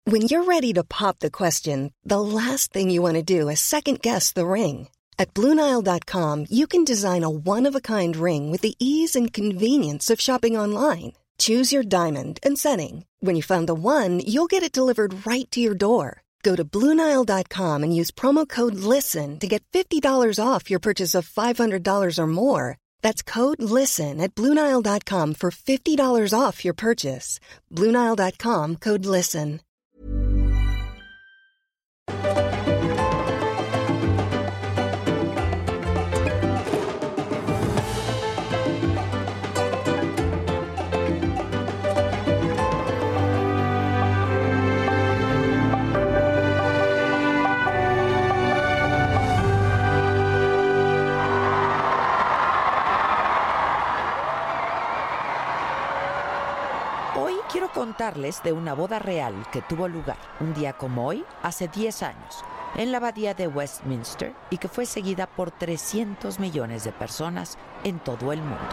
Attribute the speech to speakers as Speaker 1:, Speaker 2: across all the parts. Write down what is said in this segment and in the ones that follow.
Speaker 1: When you're ready to pop the question, the last thing you want to do is second-guess the ring. At BlueNile.com, you can design a one-of-a-kind ring with the ease and convenience of shopping online. Choose your diamond and setting. When you find the one, you'll get it delivered right to your door. Go to BlueNile.com and use promo code LISTEN to get $50 off your purchase of $500 or more. That's code LISTEN at BlueNile.com for $50 off your purchase. BlueNile.com, code LISTEN.
Speaker 2: Quiero contarles de una boda real que tuvo lugar un día como hoy, hace 10 años, en la abadía de Westminster y que fue seguida por 300 millones de personas en todo el mundo.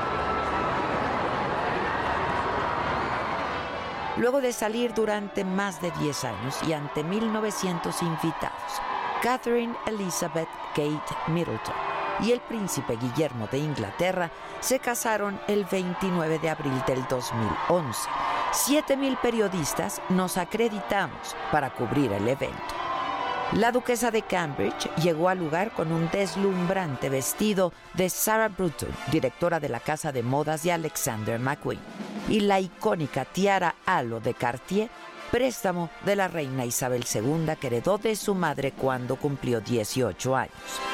Speaker 2: Luego de salir durante más de 10 años y ante 1.900 invitados, Catherine Elizabeth Kate Middleton y el príncipe Guillermo de Inglaterra se casaron el 29 de abril del 2011. 7,000 periodistas nos acreditamos para cubrir el evento. La duquesa de Cambridge llegó al lugar con un deslumbrante vestido de Sarah Bruton, directora de la casa de modas de Alexander McQueen, y la icónica tiara halo de Cartier, préstamo de la reina Isabel II que heredó de su madre cuando cumplió 18 años.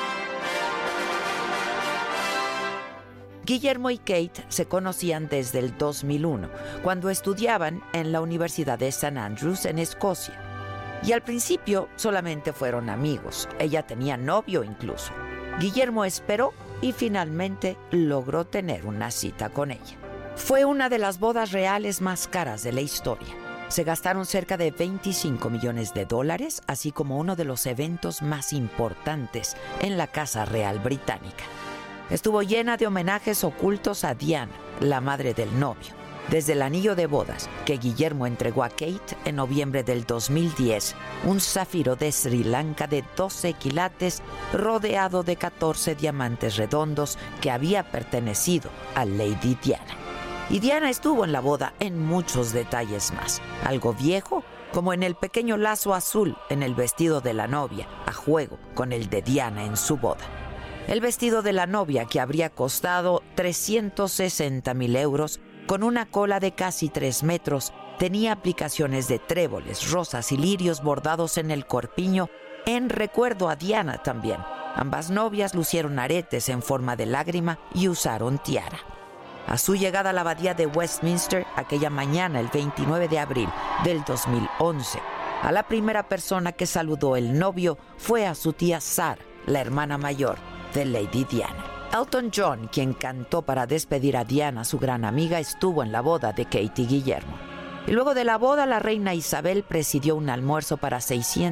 Speaker 2: Guillermo y Kate se conocían desde el 2001, cuando estudiaban en la Universidad de St. Andrews en Escocia. Y al principio solamente fueron amigos. Ella tenía novio incluso. Guillermo esperó y finalmente logró tener una cita con ella. Fue una de las bodas reales más caras de la historia. Se gastaron cerca de $25 millones, así como uno de los eventos más importantes en la Casa Real Británica. Estuvo llena de homenajes ocultos a Diana, la madre del novio. Desde el anillo de bodas que Guillermo entregó a Kate en noviembre del 2010, un zafiro de Sri Lanka de 12 quilates rodeado de 14 diamantes redondos que había pertenecido a Lady Diana. Y Diana estuvo en la boda en muchos detalles más. Algo viejo, como en el pequeño lazo azul en el vestido de la novia, a juego con el de Diana en su boda. El vestido de la novia, que habría costado 360,000 euros, con una cola de casi 3 metros, tenía aplicaciones de tréboles, rosas y lirios bordados en el corpiño, en recuerdo a Diana también. Ambas novias lucieron aretes en forma de lágrima y usaron tiara. A su llegada a la abadía de Westminster, aquella mañana, el 29 de abril del 2011, a la primera persona que saludó el novio fue a su tía Sarah, la hermana mayor de Lady Diana. Elton John, quien cantó para despedir a Diana, su gran amiga, estuvo en la boda de Kate y Guillermo. Y luego de la boda, la reina Isabel presidió un almuerzo para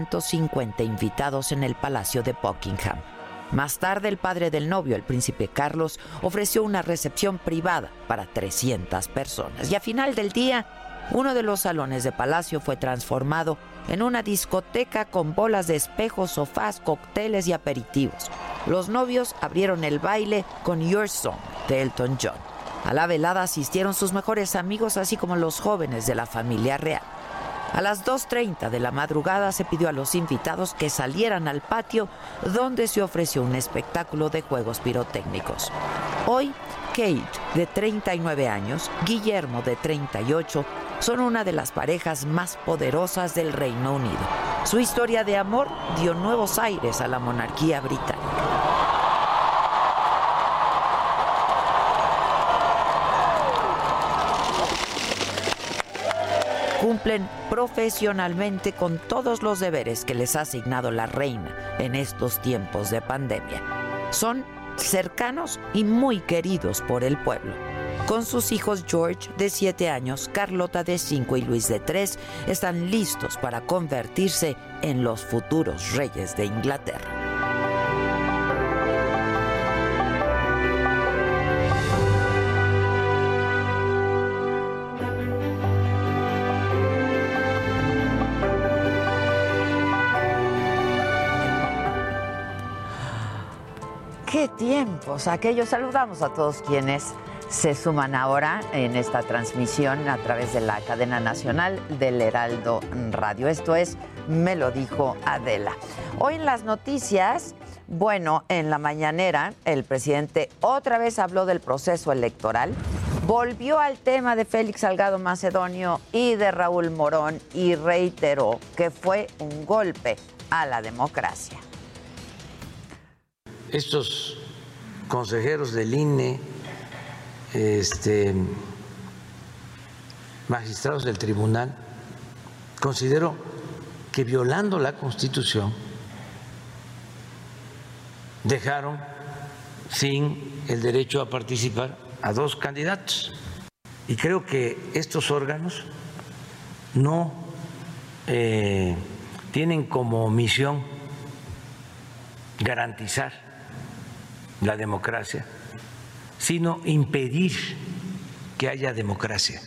Speaker 2: 650 invitados en el Palacio de Buckingham. Más tarde, el padre del novio, el príncipe Carlos, ofreció una recepción privada para 300 personas. Y a final del día, uno de los salones de palacio fue transformado en una discoteca con bolas de espejos, sofás, cócteles y aperitivos. Los novios abrieron el baile con Your Song de Elton John. A la velada asistieron sus mejores amigos, así como los jóvenes de la familia real. A las 2:30 de la madrugada se pidió a los invitados que salieran al patio, donde se ofreció un espectáculo de juegos pirotécnicos. Hoy, Kate, de 39 años, Guillermo, de 38, son una de las parejas más poderosas del Reino Unido. Su historia de amor dio nuevos aires a la monarquía británica. Cumplen profesionalmente con todos los deberes que les ha asignado la reina en estos tiempos de pandemia. Son cercanos y muy queridos por el pueblo. Con sus hijos George, de 7 años, Carlota, de 5 y Luis, de 3, están listos para convertirse en los futuros reyes de Inglaterra. qué tiempos aquellos. Saludamos a todos quienes se suman ahora en esta transmisión a través de la cadena nacional del Heraldo Radio. Esto es Me lo dijo Adela. Hoy en las noticias, bueno, en la mañanera el presidente otra vez habló del proceso electoral, volvió al tema de Félix Salgado Macedonio y de Raúl Morón y reiteró que fue un golpe a la democracia.
Speaker 3: Estos consejeros del INE, magistrados del tribunal, considero que violando la Constitución dejaron sin el derecho a participar a dos candidatos. Y creo que estos órganos no tienen como misión garantizar la democracia, sino impedir que haya democracia.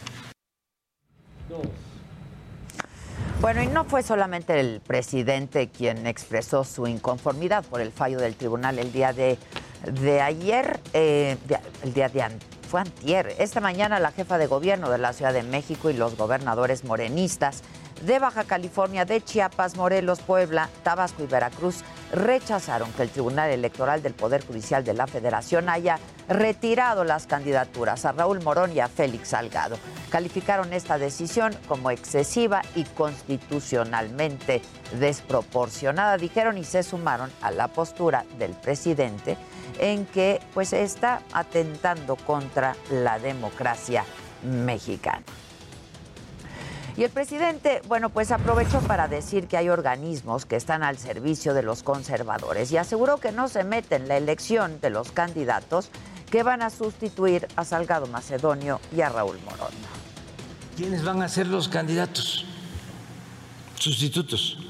Speaker 2: Bueno, y no fue solamente el presidente quien expresó su inconformidad por el fallo del tribunal el día de ayer, fue antier. Esta mañana la jefa de gobierno de la Ciudad de México y los gobernadores morenistas de Baja California, de Chiapas, Morelos, Puebla, Tabasco y Veracruz rechazaron que el Tribunal Electoral del Poder Judicial de la Federación haya retirado las candidaturas a Raúl Morón y a Félix Salgado. Calificaron esta decisión como excesiva y constitucionalmente desproporcionada, dijeron, y se sumaron a la postura del presidente en que pues está atentando contra la democracia mexicana. Y el presidente, bueno, pues aprovechó para decir que hay organismos que están al servicio de los conservadores y aseguró que no se mete en la elección de los candidatos que van a sustituir a Salgado Macedonio y a Raúl Morón.
Speaker 3: ¿Quiénes van a ser los candidatos sustitutos?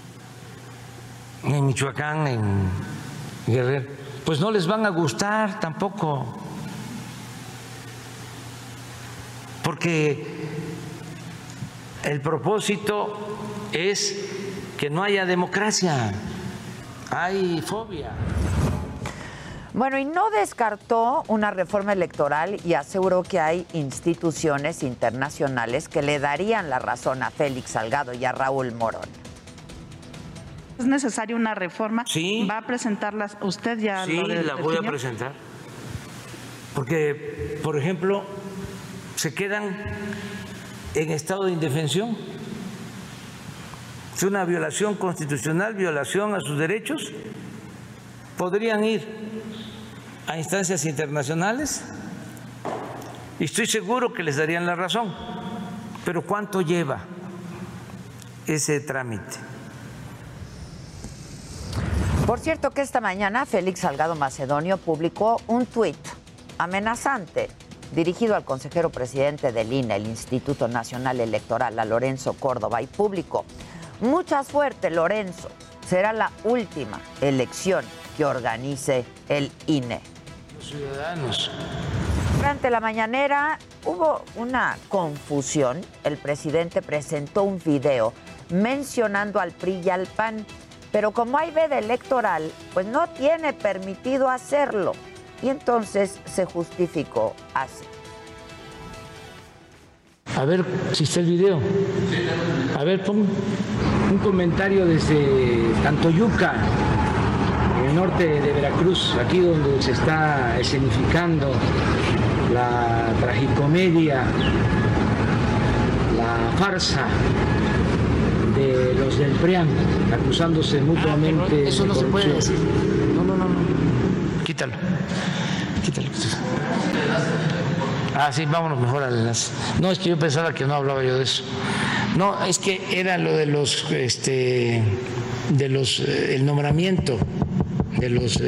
Speaker 3: En Michoacán, en Guerrero. Pues no les van a gustar tampoco, porque el propósito es que no haya democracia, hay fobia.
Speaker 2: Bueno, y no descartó una reforma electoral y aseguró que hay instituciones internacionales que le darían la razón a Félix Salgado y a Raúl Morón.
Speaker 4: ¿Es necesaria una reforma?
Speaker 3: Sí.
Speaker 4: ¿Va a presentarlas usted ya?
Speaker 3: Sí, la voy a presentar. Porque, por ejemplo, se quedan en estado de indefensión. Es una violación constitucional, violación a sus derechos. Podrían ir a instancias internacionales y estoy seguro que les darían la razón. Pero ¿cuánto lleva ese trámite?
Speaker 2: Por cierto que esta mañana Félix Salgado Macedonio publicó un tuit amenazante dirigido al consejero presidente del INE, el Instituto Nacional Electoral, a Lorenzo Córdoba, y publicó: mucha suerte, Lorenzo, será la última elección que organice el INE.
Speaker 3: Los ciudadanos.
Speaker 2: Durante la mañanera hubo una confusión. El presidente presentó un video mencionando al PRI y al PAN, pero como hay veda electoral, pues no tiene permitido hacerlo. Y entonces se justificó así.
Speaker 3: A ver si está el video. A ver, pon un comentario desde Tantoyuca, en el norte de Veracruz, aquí donde se está escenificando la tragicomedia, la farsa de los del PRIAN, acusándose mutuamente. Eso no se puede decir. No. Quítalo. Ah, sí, vámonos mejor al enlace. No, es que yo pensaba que no hablaba yo de eso. No, es que era lo de el nombramiento de los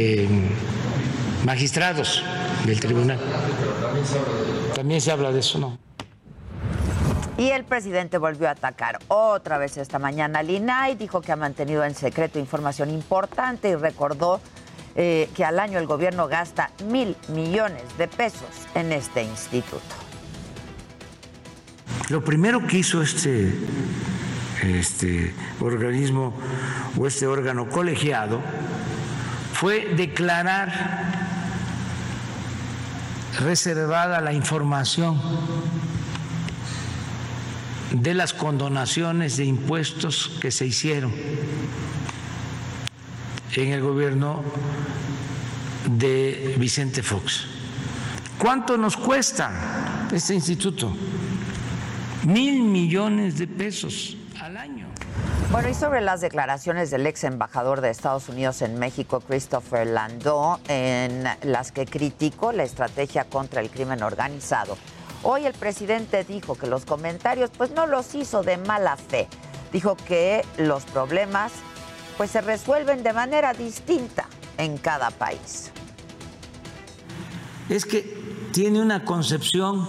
Speaker 3: magistrados del tribunal. También se habla de eso, ¿no?
Speaker 2: Y el presidente volvió a atacar otra vez esta mañana al INAI, dijo que ha mantenido en secreto información importante y recordó que al año el gobierno gasta 1,000 millones de pesos en este instituto.
Speaker 3: Lo primero que hizo este organismo o este órgano colegiado fue declarar reservada la información de las condonaciones de impuestos que se hicieron en el gobierno de Vicente Fox. ¿Cuánto nos cuesta este instituto? 1,000 millones de pesos al año.
Speaker 2: Bueno, y sobre las declaraciones del ex embajador de Estados Unidos en México, Christopher Landau, en las que criticó la estrategia contra el crimen organizado. Hoy el presidente dijo que los comentarios pues no los hizo de mala fe. Dijo que los problemas pues se resuelven de manera distinta en cada país.
Speaker 3: Es que tiene una concepción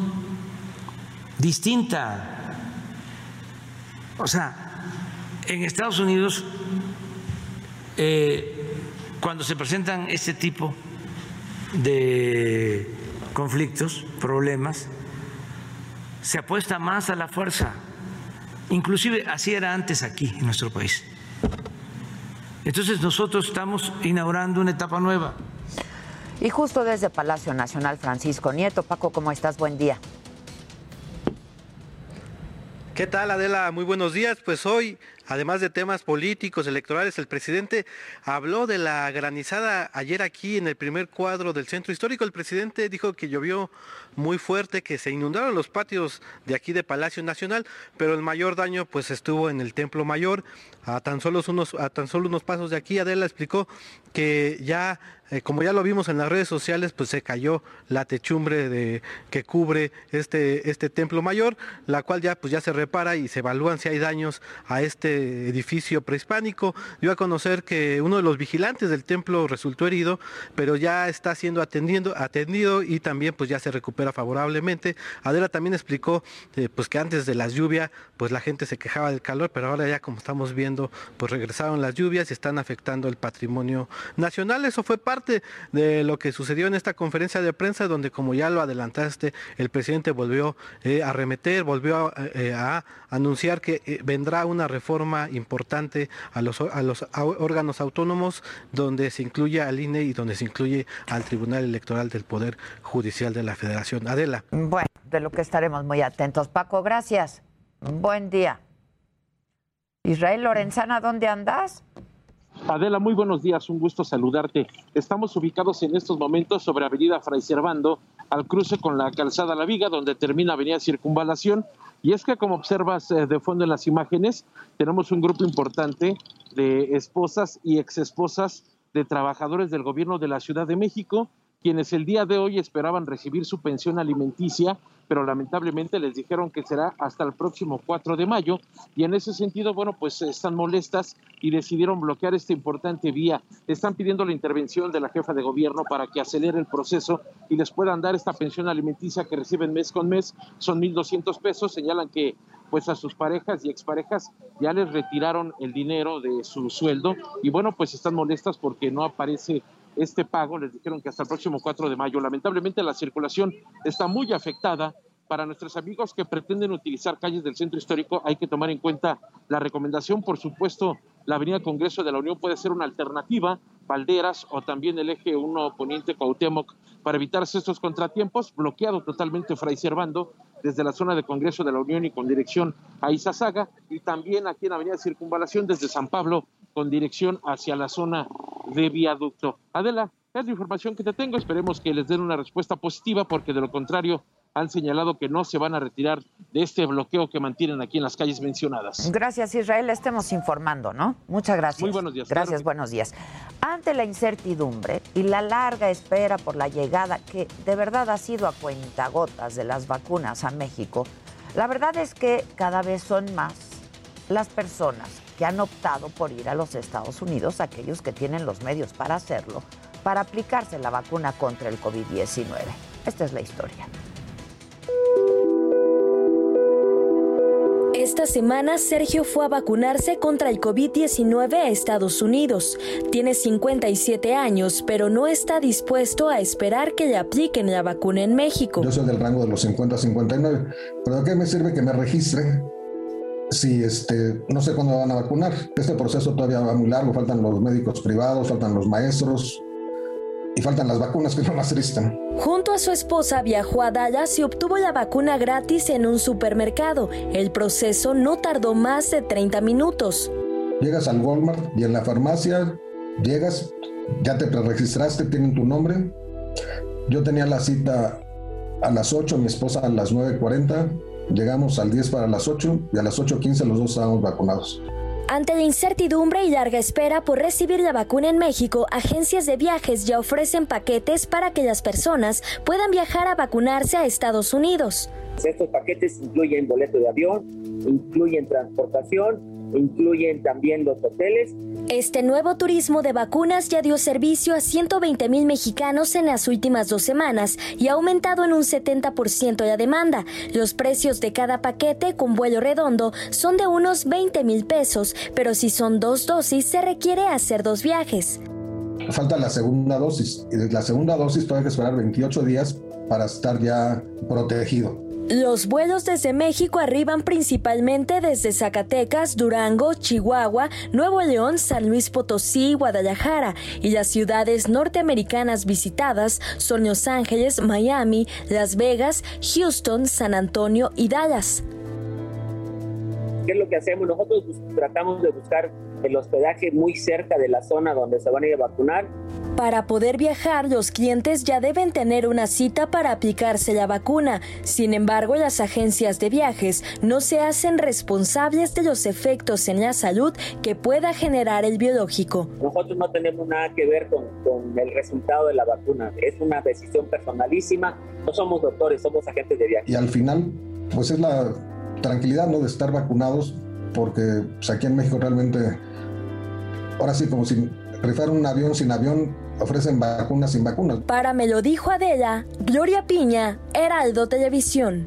Speaker 3: distinta. O sea, en Estados Unidos, cuando se presentan este tipo de conflictos, problemas, se apuesta más a la fuerza. Inclusive así era antes aquí en nuestro país. Entonces nosotros estamos inaugurando una etapa nueva.
Speaker 2: Y justo desde Palacio Nacional, Francisco Nieto. Paco, ¿cómo estás? Buen día.
Speaker 5: ¿Qué tal, Adela? Muy buenos días. Pues hoy, además de temas políticos, electorales, el presidente habló de la granizada ayer aquí en el primer cuadro del centro histórico. El presidente dijo que llovió muy fuerte, que se inundaron los patios de aquí de Palacio Nacional, pero el mayor daño pues estuvo en el Templo Mayor, a tan solo unos pasos de aquí. Adela explicó que ya, como ya lo vimos en las redes sociales, pues se cayó la techumbre que cubre este Templo Mayor, la cual ya se repara y se evalúan si hay daños a este edificio prehispánico. Dio a conocer que uno de los vigilantes del templo resultó herido, pero ya está siendo atendido y también pues ya se recupera favorablemente. Adela también explicó pues que antes de las lluvias pues la gente se quejaba del calor, pero ahora ya, como estamos viendo, pues regresaron las lluvias y están afectando el patrimonio nacional. Eso fue parte de lo que sucedió en esta conferencia de prensa, donde, como ya lo adelantaste, el presidente volvió a arremeter, volvió a anunciar que vendrá una reforma importante a los órganos autónomos, donde se incluye al INE y donde se incluye al Tribunal Electoral del Poder Judicial de la Federación. Adela.
Speaker 2: Bueno, de lo que estaremos muy atentos. Paco, gracias. Buen día. Israel Lorenzana, ¿dónde andas?
Speaker 6: Adela, muy buenos días, un gusto saludarte. Estamos ubicados en estos momentos sobre Avenida Fray Servando, al cruce con la calzada La Viga, donde termina Avenida Circunvalación. Y es que, como observas de fondo en las imágenes, tenemos un grupo importante de esposas y exesposas de trabajadores del gobierno de la Ciudad de México, quienes el día de hoy esperaban recibir su pensión alimenticia, pero lamentablemente les dijeron que será hasta el próximo 4 de mayo, y en ese sentido, bueno, pues están molestas y decidieron bloquear esta importante vía. Están pidiendo la intervención de la jefa de gobierno para que acelere el proceso y les puedan dar esta pensión alimenticia que reciben mes con mes. Son 1,200 pesos. Señalan que pues a sus parejas y exparejas ya les retiraron el dinero de su sueldo, y bueno, pues están molestas porque no aparece este pago. Les dijeron que hasta el próximo 4 de mayo. Lamentablemente la circulación está muy afectada. Para nuestros amigos que pretenden utilizar calles del centro histórico, hay que tomar en cuenta la recomendación. Por supuesto, la avenida Congreso de la Unión puede ser una alternativa, Valderas o también el eje 1 Poniente Cuauhtémoc, para evitarse estos contratiempos. Bloqueado totalmente Fray Servando desde la zona de Congreso de la Unión y con dirección a Izazaga, y también aquí en la avenida Circunvalación desde San Pablo con dirección hacia la zona de Viaducto. Adela, es la información que te tengo. Esperemos que les den una respuesta positiva, porque de lo contrario han señalado que no se van a retirar de este bloqueo que mantienen aquí en las calles mencionadas.
Speaker 2: Gracias, Israel. Estemos informando, ¿no? Muchas gracias.
Speaker 6: Muy buenos días.
Speaker 2: Gracias,
Speaker 6: claro.
Speaker 2: Buenos días. Ante la incertidumbre y la larga espera por la llegada, que de verdad ha sido a cuentagotas, de las vacunas a México, la verdad es que cada vez son más las personas que han optado por ir a los Estados Unidos, aquellos que tienen los medios para hacerlo, para aplicarse la vacuna contra el COVID-19. Esta es la historia.
Speaker 7: Esta semana, Sergio fue a vacunarse contra el COVID-19 a Estados Unidos. Tiene 57 años, pero no está dispuesto a esperar que le apliquen la vacuna en México.
Speaker 8: Yo soy del rango de los 50 a 59. ¿Pero de qué me sirve que me registre si no sé cuándo van a vacunar. Este proceso todavía va muy largo, faltan los médicos privados, faltan los maestros y faltan las vacunas, que es lo más triste.
Speaker 7: Junto a su esposa viajó a Dallas y obtuvo la vacuna gratis en un supermercado. El proceso no tardó más de 30 minutos.
Speaker 8: Llegas al Walmart y en la farmacia llegas, ya te registraste, tienen tu nombre. Yo tenía la cita a las 8, mi esposa a las 9:40. Llegamos al 10 para las 8 y a las 8:15 los dos estábamos vacunados.
Speaker 7: Ante la incertidumbre y larga espera por recibir la vacuna en México, agencias de viajes ya ofrecen paquetes para que las personas puedan viajar a vacunarse a Estados Unidos.
Speaker 9: Estos paquetes incluyen boleto de avión, incluyen transportación, incluyen también los hoteles.
Speaker 7: Este nuevo turismo de vacunas ya dio servicio a 120,000 mexicanos en las últimas 2 semanas y ha aumentado en un 70% la demanda. Los precios de cada paquete con vuelo redondo son de unos 20,000 pesos, pero si son 2 dosis se requiere hacer 2 viajes.
Speaker 8: Falta la segunda dosis y de la segunda dosis todavía hay que esperar 28 días para estar ya protegido.
Speaker 7: Los vuelos desde México arriban principalmente desde Zacatecas, Durango, Chihuahua, Nuevo León, San Luis Potosí y Guadalajara, y las ciudades norteamericanas visitadas son Los Ángeles, Miami, Las Vegas, Houston, San Antonio y Dallas.
Speaker 9: ¿Qué es lo que hacemos? Nosotros tratamos de buscar el hospedaje muy cerca de la zona donde se van a ir a vacunar.
Speaker 7: Para poder viajar, los clientes ya deben tener una cita para aplicarse la vacuna. Sin embargo, las agencias de viajes no se hacen responsables de los efectos en la salud que pueda generar el biológico.
Speaker 9: Nosotros no tenemos nada que ver con el resultado de la vacuna. Es una decisión personalísima. No somos doctores, somos agentes de viaje.
Speaker 8: Y al final, pues es la tranquilidad, ¿no?, de estar vacunados, porque pues, aquí en México realmente, ahora sí, como si rifaran un avión sin avión, ofrecen vacunas sin vacunas.
Speaker 7: Para Me lo dijo Adela, Gloria Piña, Heraldo Televisión.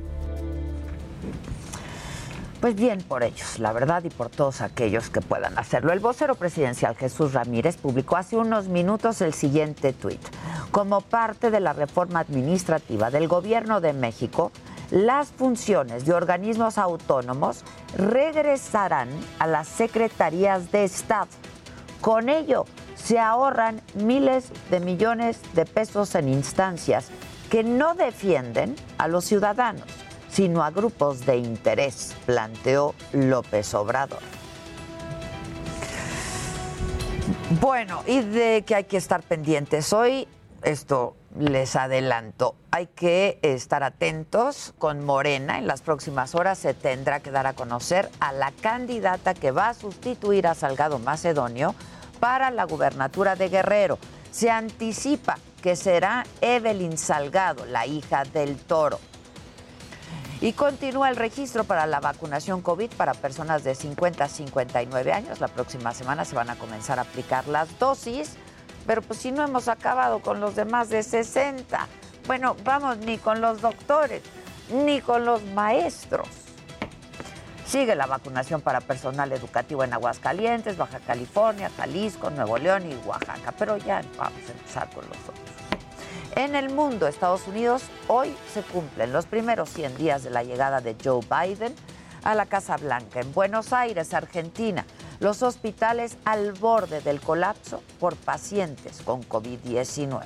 Speaker 2: Pues bien por ellos, la verdad, y por todos aquellos que puedan hacerlo. El vocero presidencial Jesús Ramírez publicó hace unos minutos el siguiente tuit. Como parte de la reforma administrativa del Gobierno de México, las funciones de organismos autónomos regresarán a las secretarías de Estado. Con ello, se ahorran miles de millones de pesos en instancias que no defienden a los ciudadanos, sino a grupos de interés, planteó López Obrador. Bueno, y de que hay que estar pendientes hoy, esto les adelanto, hay que estar atentos con Morena. En las próximas horas se tendrá que dar a conocer a la candidata que va a sustituir a Salgado Macedonio para la gubernatura de Guerrero. Se anticipa que será Evelyn Salgado, la hija del Toro. Y continúa el registro para la vacunación COVID para personas de 50 a 59 años. La próxima semana se van a comenzar a aplicar las dosis, pero pues si no hemos acabado con los demás de 60. Bueno, vamos, ni con los doctores, ni con los maestros. Sigue la vacunación para personal educativo en Aguascalientes, Baja California, Jalisco, Nuevo León y Oaxaca. Pero ya vamos a empezar con los otros. En el mundo, Estados Unidos, hoy se cumplen los primeros 100 días de la llegada de Joe Biden a la Casa Blanca. En Buenos Aires, Argentina, los hospitales al borde del colapso por pacientes con COVID-19.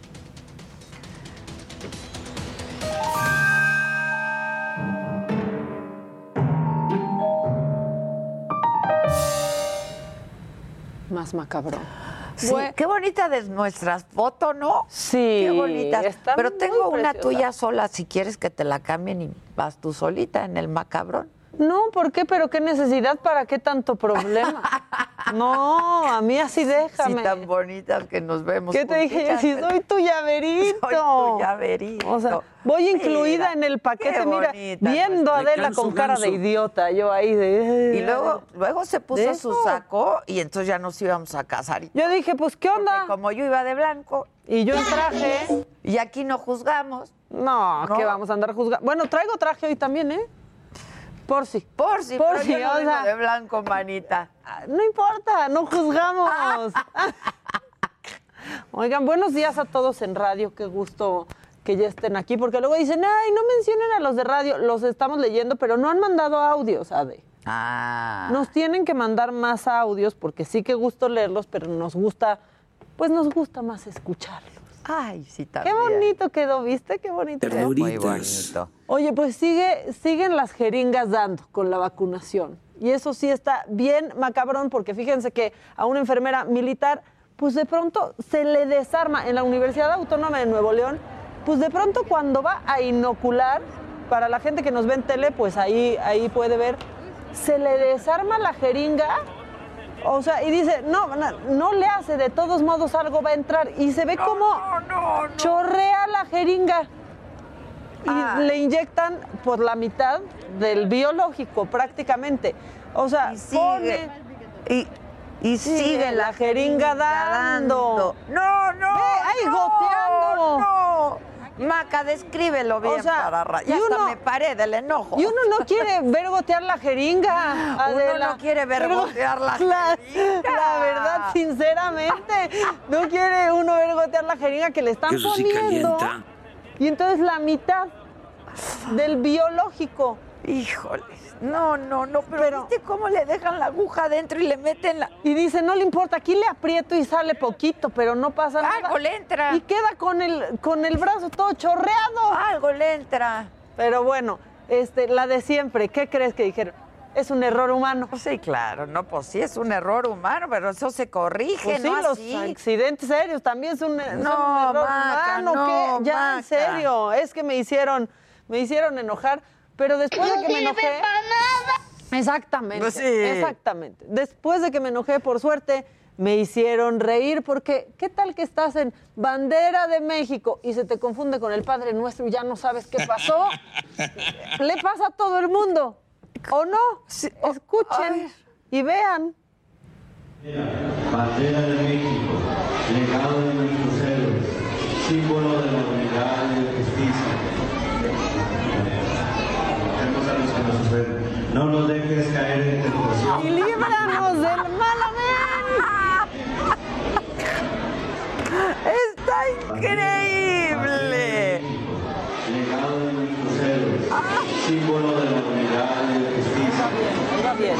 Speaker 10: Más macabro.
Speaker 2: Sí, qué bonita de nuestras fotos, ¿no?
Speaker 10: Sí.
Speaker 2: Qué bonitas. Pero tengo una
Speaker 10: preciosa.
Speaker 2: tuya sola, si quieres que te la cambien y vas tú solita en el macabrón.
Speaker 10: No, ¿por qué? ¿Pero qué necesidad? ¿Para qué tanto problema? No, a mí así déjame.
Speaker 2: Sí, tan bonitas que nos vemos.
Speaker 10: ¿Qué te dije? Si soy tu llaverito.
Speaker 2: Soy tu llaverito.
Speaker 10: O sea, voy incluida en el paquete, mira, viendo a Adela con cara de idiota, yo ahí de...
Speaker 2: Y luego se puso su saco y entonces ya nos íbamos a casar.
Speaker 10: Yo dije, pues, ¿qué onda?
Speaker 2: Porque como yo iba de blanco.
Speaker 10: Y yo en traje.
Speaker 2: Y aquí no juzgamos.
Speaker 10: No, ¿qué vamos a andar juzgando? Bueno, traigo traje hoy también, ¿eh? Por si,
Speaker 2: pero yo no vengo de blanco, manita.
Speaker 10: No importa, no juzgamos. Oigan, buenos días a todos en radio, qué gusto que ya estén aquí, porque luego dicen, ay, no mencionen a los de radio, los estamos leyendo, pero no han mandado audios, Ade. Nos tienen que mandar más audios porque sí que gusto leerlos, pero nos gusta más escucharlos.
Speaker 2: Ay, sí, también.
Speaker 10: Qué bonito quedó, ¿viste? Qué bonito quedó.
Speaker 2: Muy bonito.
Speaker 10: Oye, pues siguen las jeringas dando con la vacunación. Y eso sí está bien macabrón porque fíjense que a una enfermera militar, pues de pronto se le desarma en la Universidad Autónoma de Nuevo León, pues de pronto cuando va a inocular, para la gente que nos ve en tele, pues ahí puede ver, se le desarma la jeringa, o sea, y dice, no le hace, de todos modos algo va a entrar, y se ve como chorrea la jeringa, y le inyectan por la mitad del biológico prácticamente, o sea, y sigue la jeringa dando.
Speaker 2: No.
Speaker 10: ¡Ahí goteando!
Speaker 2: No. Maca, descríbelo bien, ya hasta me paré del enojo.
Speaker 10: Y uno no quiere ver gotear la jeringa, Adela.
Speaker 2: Uno no quiere ver gotear la jeringa.
Speaker 10: La verdad, sinceramente, no quiere uno ver gotear la jeringa que le están poniendo. Y entonces la mitad del biológico.
Speaker 2: Híjoles, no, pero ¿viste cómo le dejan la aguja adentro y le meten la...?
Speaker 10: Y dice, no le importa, aquí le aprieto y sale poquito, pero no pasa nada.
Speaker 2: Algo le entra.
Speaker 10: Y queda con el brazo todo chorreado.
Speaker 2: Algo le entra.
Speaker 10: Pero bueno, la de siempre, ¿qué crees que dijeron? Es un error humano.
Speaker 2: Sí, claro, pues sí es un error humano, pero eso se corrige,
Speaker 10: pues sí,
Speaker 2: ¿no?
Speaker 10: Los accidentes aéreos también son un error humano.
Speaker 2: No,
Speaker 10: ya,
Speaker 2: Maca.
Speaker 10: En serio, es que me hicieron enojar. Pero después de que me enojé... Exactamente,
Speaker 2: pues sí.
Speaker 10: Exactamente. Después de que me enojé, por suerte, me hicieron reír porque ¿qué tal que estás en Bandera de México y se te confunde con el Padre Nuestro y ya no sabes qué pasó? Le pasa a todo el mundo, ¿o no? Sí. Escuchen y vean.
Speaker 11: Bandera de México, legado de nuestros héroes, símbolo de la unidad y de justicia. No nos dejes caer en tentación.
Speaker 10: Y líbranos del mal, amén.
Speaker 2: Está increíble.
Speaker 11: Legado de nuestros héroes, símbolo de la unidad y de justicia.
Speaker 10: Va bien.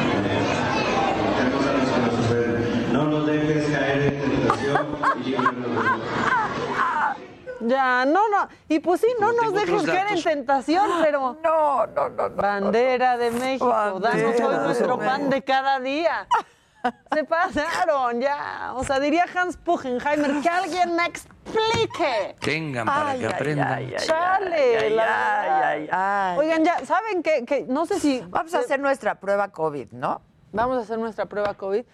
Speaker 11: No nos dejes caer en tentación y líbranos del mal.
Speaker 10: Ya, no. Y pues sí, no nos dejes caer en tentación, pero...
Speaker 2: No.
Speaker 10: Bandera de México, danos hoy nuestro pan de cada día. Se pasaron, ya. O sea, diría Hans Puchenheimer, que alguien me explique.
Speaker 3: Tengan para que aprendan.
Speaker 10: Chale.
Speaker 2: Ay.
Speaker 10: Oigan, ya, ¿saben qué? No sé si...
Speaker 2: Vamos a hacer nuestra prueba COVID, ¿no?
Speaker 10: Vamos a hacer nuestra prueba COVID.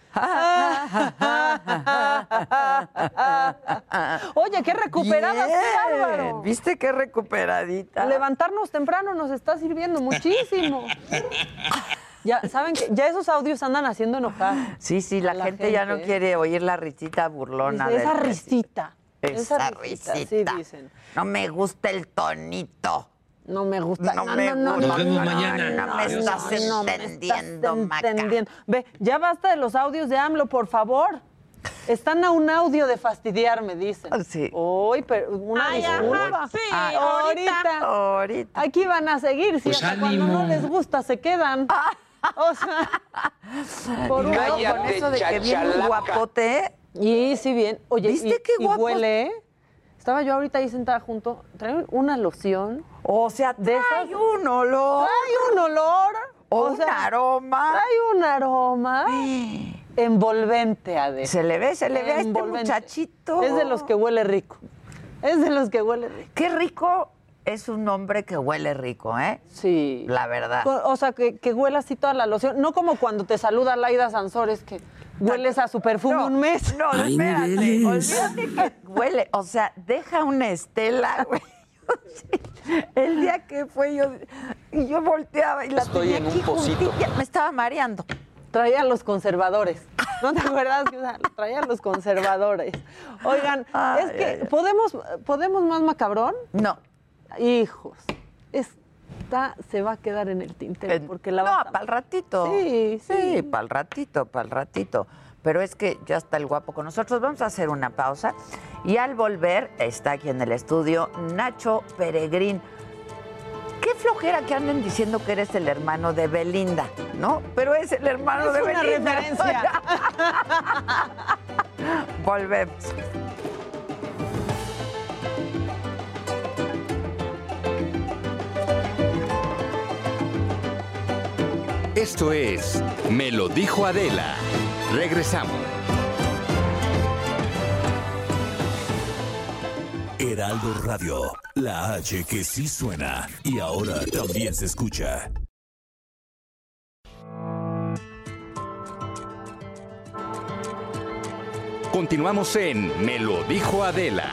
Speaker 10: Oye, qué recuperada, qué bárbaro.
Speaker 2: ¿Viste qué recuperadita?
Speaker 10: Levantarnos temprano nos está sirviendo muchísimo. Ya, ¿saben qué? Ya esos audios andan haciendo enojar.
Speaker 2: Sí, la gente ya no quiere oír la risita burlona.
Speaker 10: Dice, esa risita.
Speaker 2: Esa risita.
Speaker 10: Sí, dicen.
Speaker 2: No me gusta el tonito.
Speaker 10: No me gusta.
Speaker 3: Nos vemos mañana.
Speaker 2: No me estás entendiendo, Maca.
Speaker 10: Ve, ya basta de los audios de AMLO, por favor. Están a un audio de fastidiarme, dicen.
Speaker 2: Sí.
Speaker 10: Uy, pero una disculpa.
Speaker 2: Sí, ahorita.
Speaker 10: Aquí van a seguir, si
Speaker 3: pues
Speaker 10: hasta cuando no les gusta se quedan. O sea, por un
Speaker 2: con eso de que viene un guapote.
Speaker 10: Y sí, bien. Oye,
Speaker 2: ¿viste qué guapo?
Speaker 10: Huele, ¿eh? Estaba yo ahorita ahí sentada junto. Trae una loción.
Speaker 2: O sea, trae un olor.
Speaker 10: Trae un olor.
Speaker 2: O un aroma.
Speaker 10: Trae un aroma. Envolvente, Adela.
Speaker 2: Se le ve a este muchachito.
Speaker 10: Es de los que huele rico.
Speaker 2: Qué rico es un hombre que huele rico, ¿eh?
Speaker 10: Sí.
Speaker 2: La verdad.
Speaker 10: O sea, que huele así toda la loción. No como cuando te saluda Laida Sansores, que hueles a su perfume un mes.
Speaker 2: No, espérate. Olvídate que huele. O sea, deja una estela, güey. El día que fue yo volteaba y la tenía aquí juntilla. Me estaba mareando.
Speaker 10: Traían los conservadores. ¿No te acuerdas? Traían los conservadores. Oigan, es que ¿podemos más macabrón?
Speaker 2: No.
Speaker 10: Hijos, esta se va a quedar en el tintero porque la
Speaker 2: no, para el ratito.
Speaker 10: Sí,
Speaker 2: para el ratito. Pero es que ya está el guapo con nosotros. Vamos a hacer una pausa y al volver está aquí en el estudio Nacho Peregrín. Qué flojera que anden diciendo que eres el hermano de Belinda, ¿no? Pero es el hermano de Belinda.
Speaker 10: Es una referencia.
Speaker 2: Volvemos.
Speaker 12: Esto es Me lo dijo Adela. Regresamos.
Speaker 13: Heraldo Radio, la H que sí suena y ahora también se escucha.
Speaker 12: Continuamos en Me lo dijo Adela.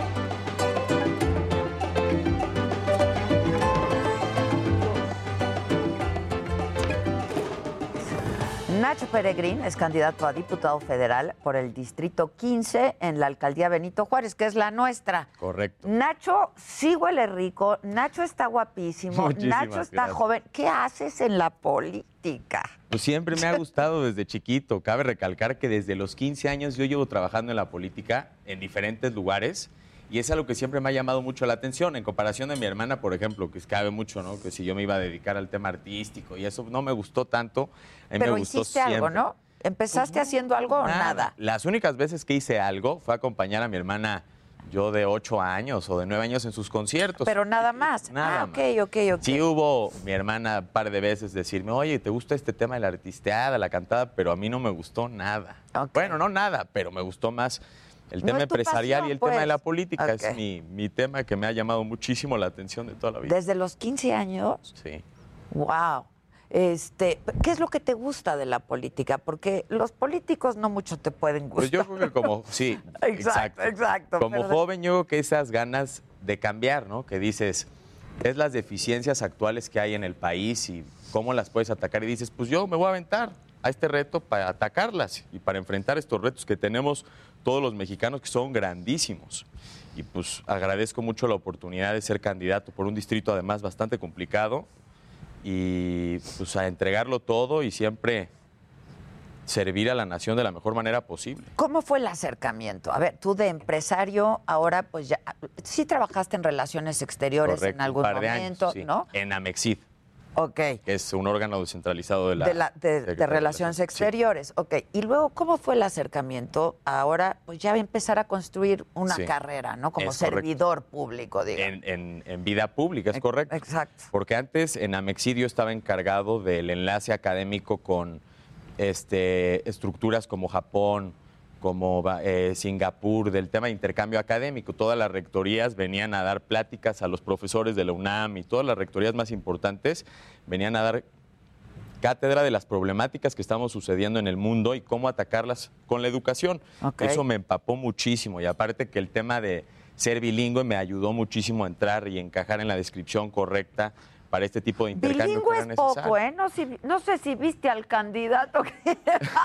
Speaker 2: Nacho Peregrín es candidato a diputado federal por el Distrito 15 en la alcaldía Benito Juárez, que es la nuestra.
Speaker 14: Correcto.
Speaker 2: Nacho sí huele rico, Nacho está guapísimo,
Speaker 14: Muchísimas
Speaker 2: Nacho está
Speaker 14: gracias.
Speaker 2: joven. ¿Qué haces en la política?
Speaker 14: Pues siempre me ha gustado desde chiquito. Cabe recalcar que desde los 15 años yo llevo trabajando en la política en diferentes lugares y es algo que siempre me ha llamado mucho la atención. En comparación de mi hermana, por ejemplo, que cabe mucho, ¿no? Que si yo me iba a dedicar al tema artístico y eso no me gustó tanto. A mí
Speaker 2: Pero
Speaker 14: me gustó
Speaker 2: hiciste
Speaker 14: siempre.
Speaker 2: algo, ¿no? ¿Empezaste haciendo algo o nada?
Speaker 14: Las únicas veces que hice algo fue acompañar a mi hermana, yo de 8 años o de 9 años en sus conciertos.
Speaker 2: Pero nada más.
Speaker 14: Nada
Speaker 2: ok.
Speaker 14: Sí hubo mi hermana un par de veces decirme, oye, ¿te gusta este tema de la artisteada, la cantada? Pero a mí no me gustó nada. Bueno, no nada, pero me gustó más el
Speaker 2: No
Speaker 14: tema
Speaker 2: es tu
Speaker 14: pasión, y el tema de
Speaker 2: pues.
Speaker 14: la política.
Speaker 2: Ok.
Speaker 14: Es mi tema que me ha llamado muchísimo la atención de toda la vida.
Speaker 2: ¿Desde los 15 años?
Speaker 14: Sí.
Speaker 2: Wow. ¿Qué es lo que te gusta de la política? Porque los políticos no mucho te pueden gustar.
Speaker 14: Pues yo creo que como, sí,
Speaker 2: Exacto.
Speaker 14: Como
Speaker 2: pero-
Speaker 14: joven, yo creo que esas ganas de cambiar, ¿no? Que dices, es las deficiencias actuales que hay en el país y cómo las puedes atacar. Y dices, pues yo me voy a aventar a este reto para atacarlas y para enfrentar estos retos que tenemos todos los mexicanos, que son grandísimos. Y pues agradezco mucho la oportunidad de ser candidato por un distrito además bastante complicado y pues a entregarlo todo y siempre servir a la nación de la mejor manera posible.
Speaker 2: ¿Cómo fue el acercamiento? A ver, tú de empresario, ahora pues ya, sí trabajaste en relaciones exteriores
Speaker 14: Correcto,
Speaker 2: en algún
Speaker 14: un par de
Speaker 2: momento,
Speaker 14: años, sí.
Speaker 2: ¿no?
Speaker 14: En Amexid.
Speaker 2: Ok.
Speaker 14: Que es un órgano descentralizado de la...
Speaker 2: De
Speaker 14: Secretaría
Speaker 2: Relaciones
Speaker 14: sí.
Speaker 2: Exteriores. Ok. Y luego, ¿cómo fue el acercamiento? Ahora, pues ya va a empezar a construir una
Speaker 14: Sí.
Speaker 2: carrera, ¿no? Como
Speaker 14: Es correcto.
Speaker 2: servidor público, digamos.
Speaker 14: En vida pública, es correcto.
Speaker 2: Exacto.
Speaker 14: Porque antes en Amexid yo estaba encargado del enlace académico con estructuras como Japón, como Singapur, del tema de intercambio académico. Todas las rectorías venían a dar pláticas a los profesores de la UNAM y todas las rectorías más importantes venían a dar cátedra de las problemáticas que estamos sucediendo en el mundo y cómo atacarlas con la educación.
Speaker 2: Ok.
Speaker 14: Eso me empapó muchísimo y aparte que el tema de ser bilingüe me ayudó muchísimo a entrar y encajar en la descripción correcta para este tipo de intercambio
Speaker 2: Bilingüe
Speaker 14: que
Speaker 2: es
Speaker 14: era
Speaker 2: poco,
Speaker 14: necesario.
Speaker 2: ¿eh? No sé si viste al candidato que...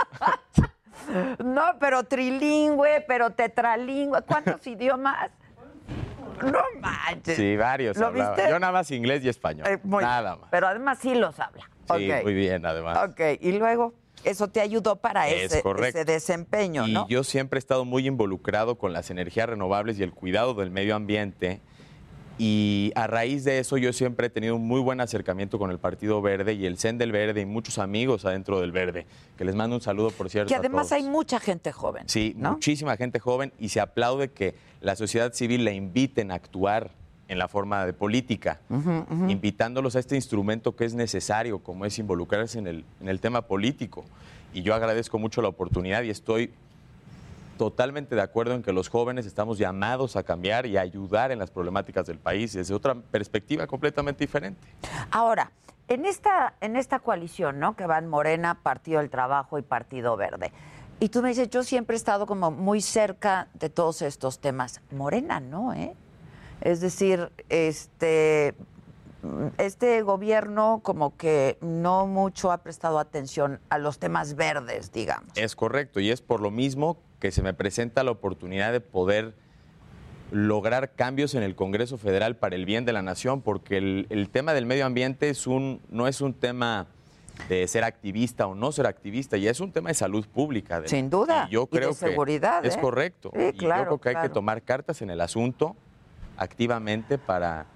Speaker 2: No, pero trilingüe, pero tetralingüe. ¿Cuántos idiomas? No manches.
Speaker 14: Sí, varios.
Speaker 2: ¿Lo
Speaker 14: hablaba.
Speaker 2: viste?
Speaker 14: Yo nada más inglés y español. Nada más.
Speaker 2: Pero además sí los habla.
Speaker 14: Sí,
Speaker 2: Ok.
Speaker 14: muy bien, además.
Speaker 2: Ok, y luego eso te ayudó para
Speaker 14: Es
Speaker 2: ese
Speaker 14: correcto.
Speaker 2: desempeño,
Speaker 14: Y
Speaker 2: ¿no?
Speaker 14: yo siempre he estado muy involucrado con las energías renovables y el cuidado del medio ambiente. Y a raíz de eso yo siempre he tenido un muy buen acercamiento con el Partido Verde y el CEN del Verde y muchos amigos adentro del Verde, que les mando un saludo, por cierto,
Speaker 2: Que
Speaker 14: a
Speaker 2: además
Speaker 14: todos.
Speaker 2: hay mucha gente joven.
Speaker 14: Sí,
Speaker 2: ¿no?
Speaker 14: muchísima gente joven y se aplaude que la sociedad civil la inviten a actuar en la forma de política, invitándolos a este instrumento que es necesario, como es involucrarse en el tema político. Y yo agradezco mucho la oportunidad y estoy totalmente de acuerdo en que los jóvenes estamos llamados a cambiar y a ayudar en las problemáticas del país desde otra perspectiva completamente diferente.
Speaker 2: Ahora, en esta coalición, ¿no? Que van Morena, Partido del Trabajo y Partido Verde. Y tú me dices, yo siempre he estado como muy cerca de todos estos temas. Morena no, ¿eh? Es decir, este gobierno como que no mucho ha prestado atención a los temas verdes, digamos.
Speaker 14: Es correcto, y es por lo mismo que se me presenta la oportunidad de poder lograr cambios en el Congreso Federal para el bien de la nación, porque el tema del medio ambiente no es un tema de ser activista o no ser activista, y es un tema de salud pública.
Speaker 2: Sin duda,
Speaker 14: y yo
Speaker 2: y de
Speaker 14: creo
Speaker 2: seguridad,
Speaker 14: que es
Speaker 2: ¿eh?
Speaker 14: correcto.
Speaker 2: Sí,
Speaker 14: y
Speaker 2: claro,
Speaker 14: yo creo que hay
Speaker 2: claro.
Speaker 14: que tomar cartas en el asunto activamente para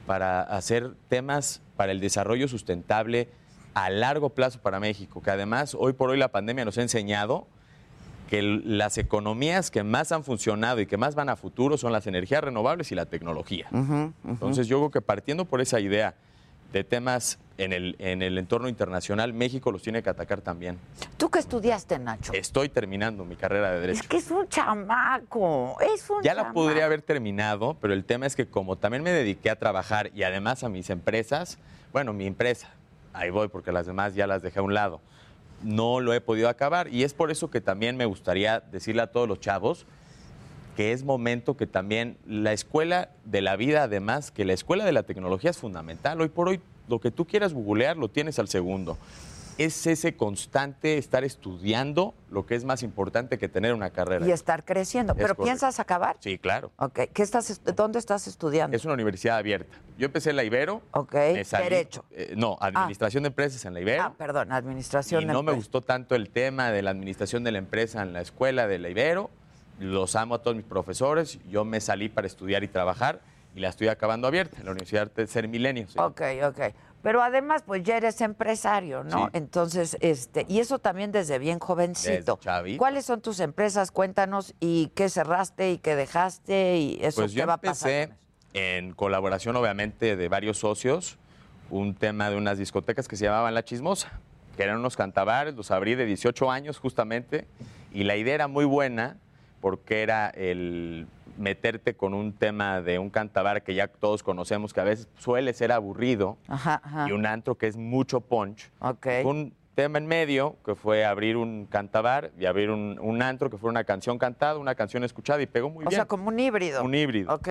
Speaker 14: para hacer temas para el desarrollo sustentable a largo plazo para México, que además hoy por hoy la pandemia nos ha enseñado que las economías que más han funcionado y que más van a futuro son las energías renovables y la tecnología. Entonces yo creo que partiendo por esa idea de temas en el entorno internacional, México los tiene que atacar también.
Speaker 2: ¿Tú qué estudiaste, Nacho?
Speaker 14: Estoy terminando mi carrera de Derecho.
Speaker 2: Es que es un chamaco,
Speaker 14: Ya la podría haber terminado, pero el tema es que como también me dediqué a trabajar y además a mis empresas, bueno, mi empresa, ahí voy porque las demás ya las dejé a un lado, no lo he podido acabar y es por eso que también me gustaría decirle a todos los chavos que es momento que también la escuela de la vida, además, que la escuela de la tecnología es fundamental. Hoy por hoy, lo que tú quieras googlear lo tienes al segundo. Es ese constante estar estudiando lo que es más importante que tener una carrera.
Speaker 2: Y estar creciendo. ¿Pero
Speaker 14: correcto.
Speaker 2: piensas acabar?
Speaker 14: Sí, claro.
Speaker 2: Okay. ¿Dónde estás estudiando?
Speaker 14: Es una universidad abierta. Yo empecé en la Ibero.
Speaker 2: Derecho.
Speaker 14: No, Administración de Empresas en la Ibero.
Speaker 2: Perdón, Administración
Speaker 14: de
Speaker 2: Empresas.
Speaker 14: Y no me gustó tanto el tema de la administración de la empresa en la escuela de la Ibero. Los amo a todos mis profesores. Yo me salí para estudiar y trabajar y la estoy acabando abierta en la Universidad Tercer Milenio. ¿Sí?
Speaker 2: Ok. Pero además, pues ya eres empresario, ¿no?
Speaker 14: Sí.
Speaker 2: Entonces, y eso también desde bien jovencito.
Speaker 14: Desde chavito.
Speaker 2: ¿Cuáles son tus empresas? Cuéntanos, y qué cerraste y qué dejaste y eso
Speaker 14: Pues
Speaker 2: qué
Speaker 14: yo
Speaker 2: va a pasar.
Speaker 14: empecé en colaboración, obviamente, de varios socios, un tema de unas discotecas que se llamaban La Chismosa, que eran unos cantabares, los abrí de 18 años justamente, y la idea era muy buena porque era el meterte con un tema de un cantabar que ya todos conocemos, que a veces suele ser aburrido, y un antro que es mucho punch. Fue un tema en medio que fue abrir un cantabar y abrir un antro que fue una canción cantada, una canción escuchada y pegó muy bien.
Speaker 2: O sea, como un híbrido.
Speaker 14: Un híbrido.
Speaker 2: Ok.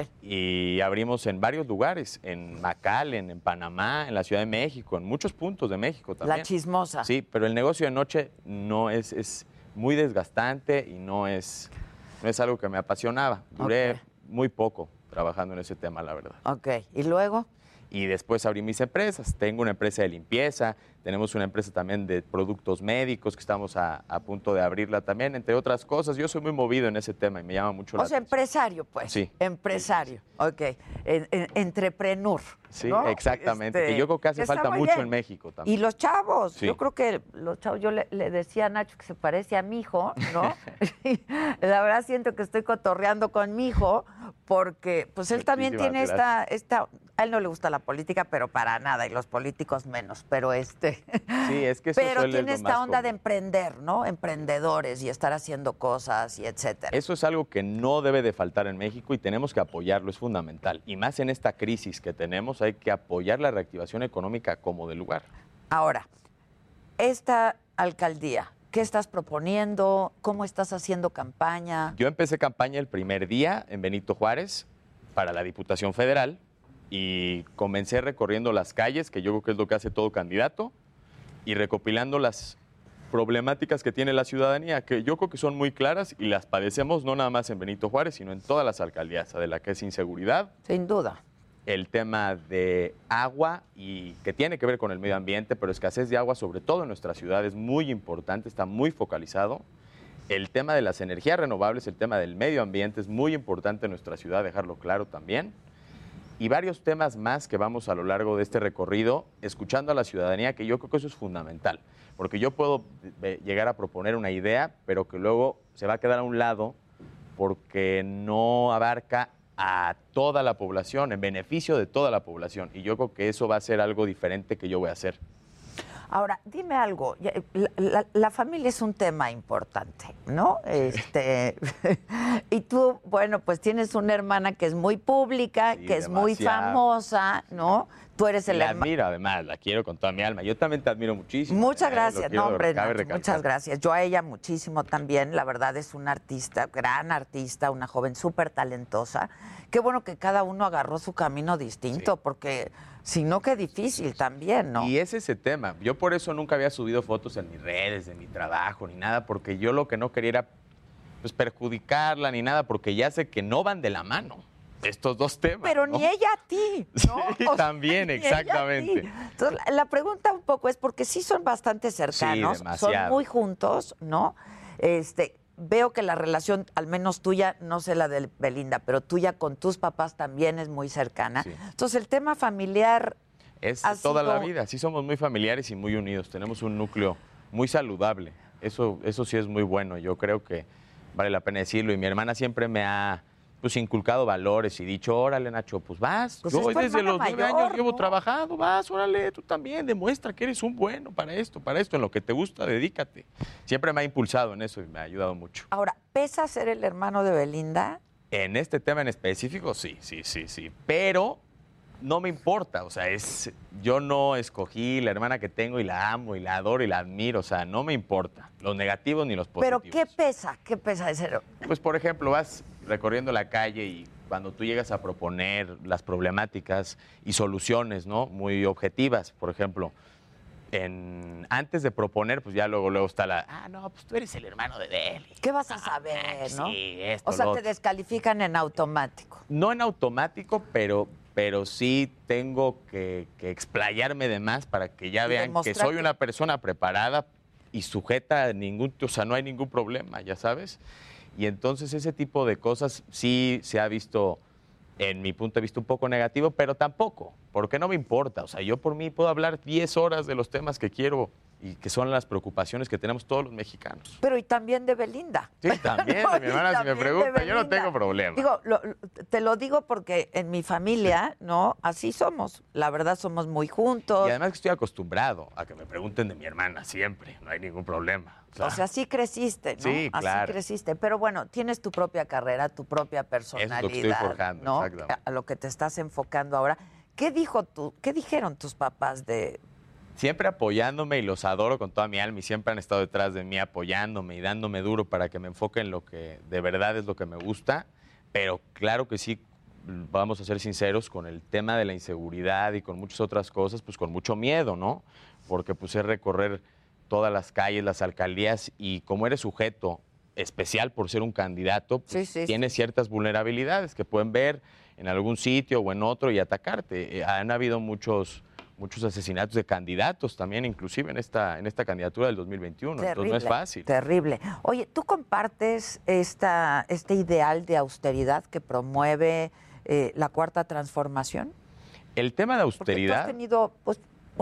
Speaker 14: Y abrimos en varios lugares, en McAllen, en Panamá, en la Ciudad de México, en muchos puntos de México también.
Speaker 2: La Chismosa.
Speaker 14: Sí, pero el negocio de noche no es muy desgastante y no es algo que me apasionaba. Duré muy poco trabajando en ese tema, la verdad.
Speaker 2: Ok, ¿y luego?
Speaker 14: Y después abrí mis empresas. Tengo una empresa de limpieza, tenemos una empresa también de productos médicos que estamos a punto de abrirla también, entre otras cosas. Yo soy muy movido en ese tema y me llama mucho la atención.
Speaker 2: Empresario, pues.
Speaker 14: Sí.
Speaker 2: Empresario, ok. Entrepreneur.
Speaker 14: Sí,
Speaker 2: ¿no?
Speaker 14: exactamente. Que yo creo que hace falta mucho en México también.
Speaker 2: Y los chavos,
Speaker 14: sí.
Speaker 2: Yo creo que los chavos, yo le decía a Nacho que se parece a mi hijo, ¿no? La verdad siento que estoy cotorreando con mi hijo porque pues él también tiene esta, a él no le gusta la política, pero para nada, y los políticos menos, pero
Speaker 14: Sí, es que eso
Speaker 2: pero
Speaker 14: suele
Speaker 2: tiene
Speaker 14: ser lo
Speaker 2: esta
Speaker 14: más
Speaker 2: onda
Speaker 14: común.
Speaker 2: de emprender, ¿no? Emprendedores y estar haciendo cosas y etcétera.
Speaker 14: Eso es algo que no debe de faltar en México y tenemos que apoyarlo, es fundamental. Y más en esta crisis que tenemos, hay que apoyar la reactivación económica como de lugar.
Speaker 2: Ahora, esta alcaldía, ¿qué estás proponiendo? ¿Cómo estás haciendo campaña?
Speaker 14: Yo empecé campaña el primer día en Benito Juárez para la Diputación Federal y comencé recorriendo las calles, que yo creo que es lo que hace todo candidato, y recopilando las problemáticas que tiene la ciudadanía, que yo creo que son muy claras y las padecemos no nada más en Benito Juárez, sino en todas las alcaldías, de la que es inseguridad.
Speaker 2: Sin duda.
Speaker 14: El tema de agua, y que tiene que ver con el medio ambiente, pero escasez de agua, sobre todo en nuestra ciudad, es muy importante, está muy focalizado. El tema de las energías renovables, el tema del medio ambiente es muy importante en nuestra ciudad, dejarlo claro también. Y varios temas más que vamos a lo largo de este recorrido, escuchando a la ciudadanía, que yo creo que eso es fundamental, porque yo puedo llegar a proponer una idea, pero que luego se va a quedar a un lado porque no abarca a toda la población, en beneficio de toda la población. Y yo creo que eso va a ser algo diferente que yo voy a hacer.
Speaker 2: Ahora, dime algo, la familia es un tema importante, ¿no? Y tú, bueno, pues tienes una hermana que es muy pública,
Speaker 14: Sí,
Speaker 2: que es muy
Speaker 14: demasiado.
Speaker 2: famosa, ¿no? Tú eres el
Speaker 14: La
Speaker 2: hermano.
Speaker 14: admiro, además, la quiero con toda mi alma. Yo también te admiro muchísimo.
Speaker 2: Muchas
Speaker 14: Lo
Speaker 2: gracias,
Speaker 14: quiero,
Speaker 2: no, hombre,
Speaker 14: cabe
Speaker 2: Nacho,
Speaker 14: recalcar.
Speaker 2: muchas gracias. Yo a ella muchísimo también, la verdad es una artista, gran artista, una joven súper talentosa. Qué bueno que cada uno agarró su camino distinto, porque si no, qué difícil también, ¿no?
Speaker 14: Y es ese tema. Yo por eso nunca había subido fotos en mis redes, de mi trabajo, ni nada, porque yo lo que no quería era pues, perjudicarla ni nada, porque ya sé que no van de la mano estos dos temas.
Speaker 2: Pero
Speaker 14: ¿no?
Speaker 2: ni ella a ti, ¿no?
Speaker 14: Sí,
Speaker 2: O sea,
Speaker 14: también,
Speaker 2: ni ella a ti.
Speaker 14: exactamente.
Speaker 2: Entonces, la pregunta un poco es porque sí son bastante cercanos,
Speaker 14: demasiado.
Speaker 2: son muy juntos, ¿no? veo que la relación, al menos tuya, no sé la de Belinda, pero tuya con tus papás también es muy cercana. Sí. Entonces, el tema familiar...
Speaker 14: Es toda la vida. Sí somos muy familiares y muy unidos. Tenemos un núcleo muy saludable. Eso sí es muy bueno. Yo creo que vale la pena decirlo. Y mi hermana siempre me ha inculcado valores y dicho, órale, Nacho, pues vas.
Speaker 2: Pues
Speaker 14: yo desde los 9 años llevo
Speaker 2: ¿no?
Speaker 14: trabajando. Vas, órale, tú también. Demuestra que eres un bueno para esto, en lo que te gusta, dedícate. Siempre me ha impulsado en eso y me ha ayudado mucho.
Speaker 2: Ahora, ¿pesa ser el hermano de Belinda?
Speaker 14: En este tema en específico, sí. Pero... no me importa, o sea, yo no escogí la hermana que tengo y la amo y la adoro y la admiro, o sea, no me importa, los negativos ni los positivos.
Speaker 2: ¿Pero qué pesa? ¿Qué pesa de ser?
Speaker 14: Pues, por ejemplo, vas recorriendo la calle y cuando tú llegas a proponer las problemáticas y soluciones, ¿no? Muy objetivas, por ejemplo, antes de proponer, pues ya luego está no, pues tú eres el hermano de Deli.
Speaker 2: ¿Qué vas a saber, no?
Speaker 14: Sí, esto,
Speaker 2: o sea, te descalifican en automático.
Speaker 14: No en automático, pero sí tengo que explayarme de más para que ya vean que soy una persona preparada y sujeta a no hay ningún problema, ya sabes. Y entonces ese tipo de cosas sí se ha visto, en mi punto de vista, un poco negativo, pero tampoco, porque no me importa. O sea, yo por mí puedo hablar 10 horas de los temas que quiero y que son las preocupaciones que tenemos todos los mexicanos.
Speaker 2: Pero y también de Belinda.
Speaker 14: Sí, también, de mi hermana, si me pregunta, yo no tengo problema.
Speaker 2: Digo, te lo digo porque en mi familia, ¿no? Así somos. La verdad, somos muy juntos.
Speaker 14: Y además que estoy acostumbrado a que me pregunten de mi hermana siempre, no hay ningún problema.
Speaker 2: O sea, así creciste, ¿no?
Speaker 14: Sí, claro.
Speaker 2: Así creciste. Pero bueno, tienes tu propia carrera, tu propia personalidad.
Speaker 14: Es lo que estoy forjando,
Speaker 2: ¿no?
Speaker 14: exactamente.
Speaker 2: A lo que te estás enfocando ahora. ¿Qué dijeron tus papás de...?
Speaker 14: Siempre apoyándome y los adoro con toda mi alma y siempre han estado detrás de mí apoyándome y dándome duro para que me enfoque en lo que de verdad es lo que me gusta, pero claro que sí, vamos a ser sinceros, con el tema de la inseguridad y con muchas otras cosas, pues con mucho miedo, ¿no? Porque pues es recorrer todas las calles, las alcaldías y como eres sujeto especial por ser un candidato, pues tienes ciertas vulnerabilidades que pueden ver en algún sitio o en otro y atacarte. Han habido muchos asesinatos de candidatos también, inclusive en esta candidatura del 2021.
Speaker 2: Terrible,
Speaker 14: entonces no es fácil.
Speaker 2: Terrible. Oye, ¿tú compartes este ideal de austeridad que promueve la Cuarta Transformación?
Speaker 14: El tema de austeridad...
Speaker 2: Porque tú has tenido, pues,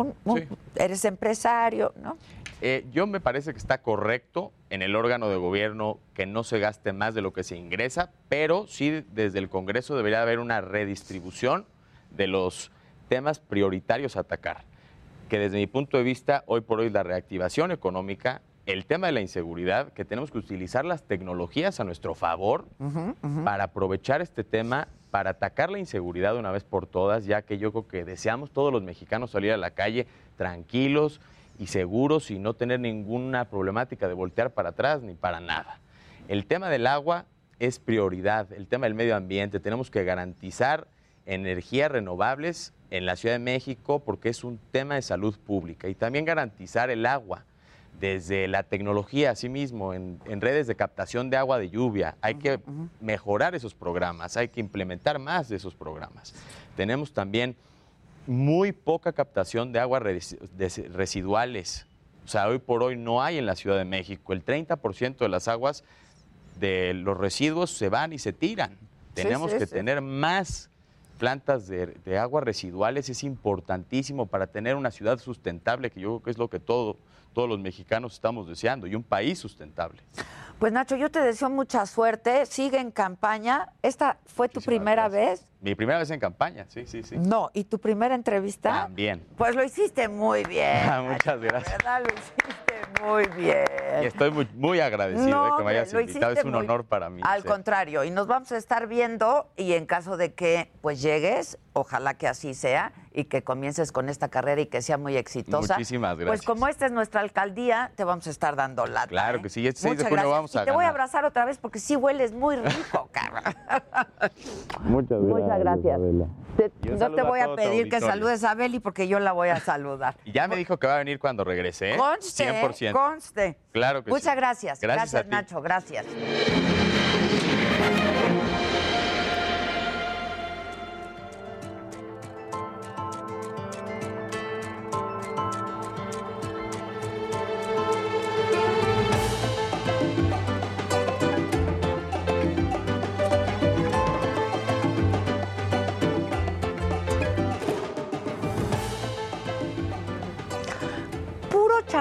Speaker 2: eres empresario, ¿no?
Speaker 14: Yo me parece que está correcto en el órgano de gobierno que no se gaste más de lo que se ingresa, pero sí desde el Congreso debería haber una redistribución de los temas prioritarios a atacar, que desde mi punto de vista, hoy por hoy la reactivación económica, el tema de la inseguridad, que tenemos que utilizar las tecnologías a nuestro favor para aprovechar este tema, para atacar la inseguridad de una vez por todas, ya que yo creo que deseamos todos los mexicanos salir a la calle tranquilos y seguros y no tener ninguna problemática de voltear para atrás ni para nada. El tema del agua es prioridad, el tema del medio ambiente, tenemos que garantizar energías renovables en la Ciudad de México porque es un tema de salud pública y también garantizar el agua desde la tecnología, asimismo, en redes de captación de agua de lluvia. Hay que mejorar esos programas, hay que implementar más de esos programas. Tenemos también muy poca captación de aguas residuales. O sea, hoy por hoy no hay en la Ciudad de México. El 30% de las aguas de los residuos se van y se tiran. Tenemos que tener más plantas de aguas residuales, es importantísimo para tener una ciudad sustentable, que yo creo que es lo que todos los mexicanos estamos deseando, y un país sustentable.
Speaker 2: Pues Nacho, yo te deseo mucha suerte, sigue en campaña. ¿Esta fue tu primera vez?
Speaker 14: Mi primera vez en campaña, sí.
Speaker 2: No, ¿y tu primera entrevista?
Speaker 14: También.
Speaker 2: Pues lo hiciste muy bien.
Speaker 14: Muchas gracias.
Speaker 2: De verdad, lo hiciste muy bien.
Speaker 14: Y estoy muy agradecido de que me hayas invitado, es un honor para mí.
Speaker 2: Al contrario, y nos vamos a estar viendo y en caso de que pues llegues, ojalá que así sea y que comiences con esta carrera y que sea muy exitosa.
Speaker 14: Muchísimas gracias.
Speaker 2: Pues como esta es nuestra alcaldía, te vamos a estar dando lata.
Speaker 14: Claro que sí, este 6 de
Speaker 2: Muchas
Speaker 14: junio
Speaker 2: gracias.
Speaker 14: vamos a
Speaker 2: y te voy a
Speaker 14: ganar.
Speaker 2: abrazar otra vez porque sí hueles muy rico, cara.
Speaker 14: Muchas
Speaker 2: gracias.
Speaker 14: Adela.
Speaker 2: No te voy a pedir que saludes a Beli porque yo la voy a saludar.
Speaker 14: Y ya me dijo que va a venir cuando regrese, ¿eh?
Speaker 2: Conste,
Speaker 14: 100%.
Speaker 2: conste.
Speaker 14: Claro que sí.
Speaker 2: Muchas gracias.
Speaker 14: Gracias a ti.
Speaker 2: Nacho. Gracias.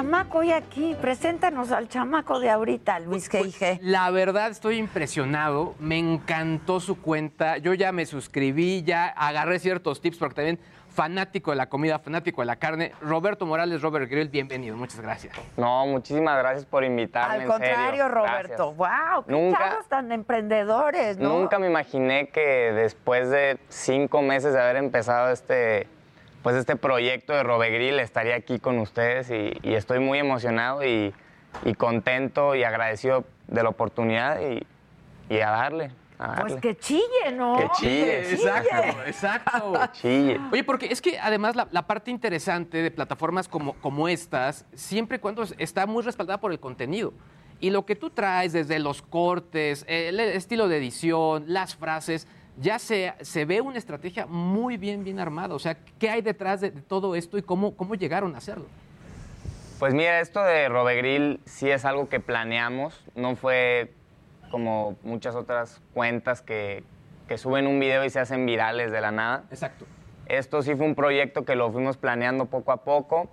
Speaker 2: chamaco hoy aquí. Preséntanos al chamaco de ahorita, Luis G.I.G.
Speaker 15: La verdad estoy impresionado, me encantó su cuenta, yo ya me suscribí, ya agarré ciertos tips porque también fanático de la comida, fanático de la carne. Roberto Morales, Robert Grill, bienvenido, muchas gracias.
Speaker 16: No, muchísimas gracias por invitarme.
Speaker 2: Al contrario,
Speaker 16: serio.
Speaker 2: Roberto,
Speaker 16: Gracias.
Speaker 2: wow, qué chavos tan emprendedores, ¿no?
Speaker 16: Nunca me imaginé que después de 5 meses de haber empezado este proyecto de Robert Grill estaría aquí con ustedes y estoy muy emocionado y contento y agradecido de la oportunidad y a darle.
Speaker 2: Pues que chille, ¿no?
Speaker 16: Que chille.
Speaker 15: Exacto.
Speaker 16: Que chille.
Speaker 15: Oye, porque es que además la parte interesante de plataformas como estas, siempre y cuando está muy respaldada por el contenido. Y lo que tú traes desde los cortes, el estilo de edición, las frases, ya se ve una estrategia muy bien armada. O sea, ¿qué hay detrás de todo esto y cómo llegaron a hacerlo?
Speaker 16: Pues mira, esto de Robert Grill sí es algo que planeamos, no fue como muchas otras cuentas que suben un video y se hacen virales de la nada.
Speaker 15: Exacto.
Speaker 16: Esto sí fue un proyecto que lo fuimos planeando poco a poco.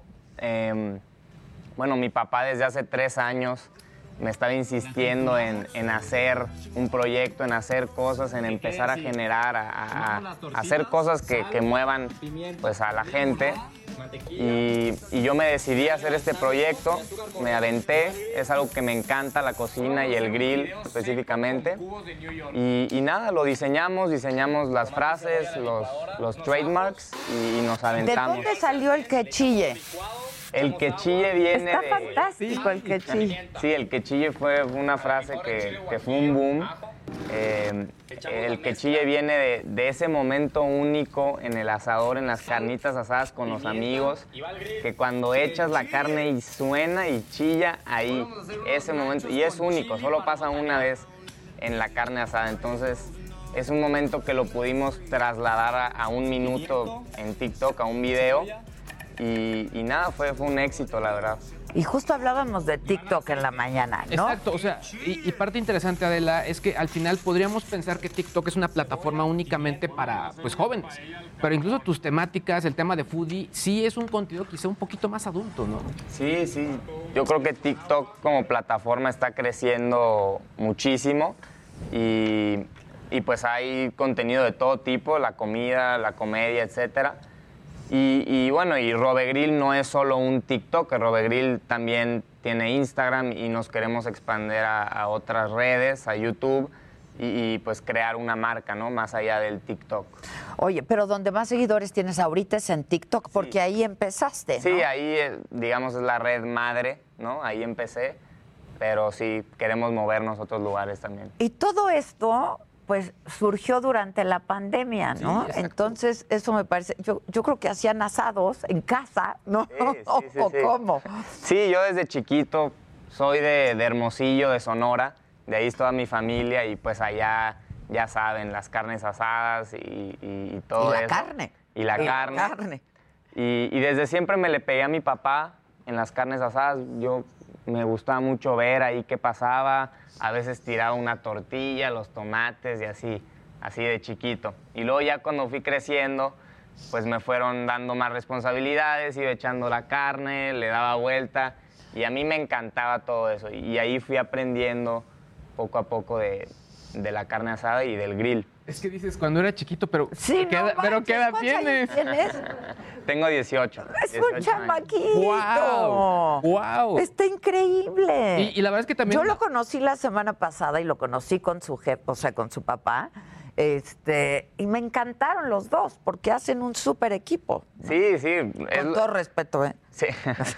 Speaker 16: Bueno, mi papá desde hace 3 años me estaba insistiendo en hacer un proyecto, en hacer cosas, en empezar a generar, a hacer cosas que muevan pues, a la gente. Y yo me decidí a hacer este proyecto, me aventé, es algo que me encanta, la cocina y el grill específicamente. Y nada, lo diseñamos las frases, los trademarks y nos aventamos.
Speaker 2: ¿De dónde salió el que chille?
Speaker 16: El que chille viene
Speaker 2: Está fantástico el que chille.
Speaker 16: Sí, el que chille fue una frase que fue un boom. El que chille viene de ese momento único en el asador, en las carnitas asadas con los amigos, que cuando echas la carne y suena y chilla ahí, ese momento, y es único, solo pasa una vez en la carne asada, entonces es un momento que lo pudimos trasladar a 1 minuto en TikTok, a un video, y nada, fue un éxito, la verdad.
Speaker 2: Y justo hablábamos de TikTok en la mañana, ¿no?
Speaker 15: Exacto, o sea, y parte interesante, Adela, es que al final podríamos pensar que TikTok es una plataforma únicamente para, pues, jóvenes. Pero incluso tus temáticas, el tema de foodie, sí es un contenido quizá un poquito más adulto, ¿no?
Speaker 16: Sí. Yo creo que TikTok como plataforma está creciendo muchísimo y pues hay contenido de todo tipo, la comida, la comedia, etcétera. Y bueno, y Robert Grill no es solo un TikTok, Robert Grill también tiene Instagram y nos queremos expandir a otras redes, a YouTube y pues crear una marca, ¿no? Más allá del TikTok.
Speaker 2: Oye, pero donde más seguidores tienes ahorita es en TikTok, porque ahí empezaste, ¿no?
Speaker 16: Sí, ahí, digamos, es la red madre, ¿no? Ahí empecé, pero sí queremos movernos a otros lugares también.
Speaker 2: Y todo esto pues surgió durante la pandemia, ¿no? Sí, entonces, eso me parece, yo creo que hacían asados en casa, ¿no?
Speaker 16: Sí.
Speaker 2: ¿Cómo?
Speaker 16: Sí, yo desde chiquito soy de Hermosillo, de Sonora, de ahí es toda mi familia y pues allá, ya saben, las carnes asadas y todo eso. Y la carne. Y desde siempre me le pegué a mi papá en las carnes asadas, me gustaba mucho ver ahí qué pasaba, a veces tiraba una tortilla, los tomates y así de chiquito. Y luego ya cuando fui creciendo, pues me fueron dando más responsabilidades, iba echando la carne, le daba vuelta y a mí me encantaba todo eso. Y ahí fui aprendiendo poco a poco de la carne asada y del grill.
Speaker 15: Es que dices cuando era chiquito, pero
Speaker 2: sí,
Speaker 15: ¿qué edad tienes?
Speaker 16: Tengo 18.
Speaker 2: Es un chamaquito.
Speaker 15: ¡Wow!
Speaker 2: Está increíble.
Speaker 15: Y la verdad es que también...
Speaker 2: Yo lo conocí la semana pasada y lo conocí con su jefe, o sea, con su papá. Y me encantaron los dos porque hacen un súper equipo.
Speaker 16: Sí.
Speaker 2: Con todo respeto, ¿eh?
Speaker 16: Sí.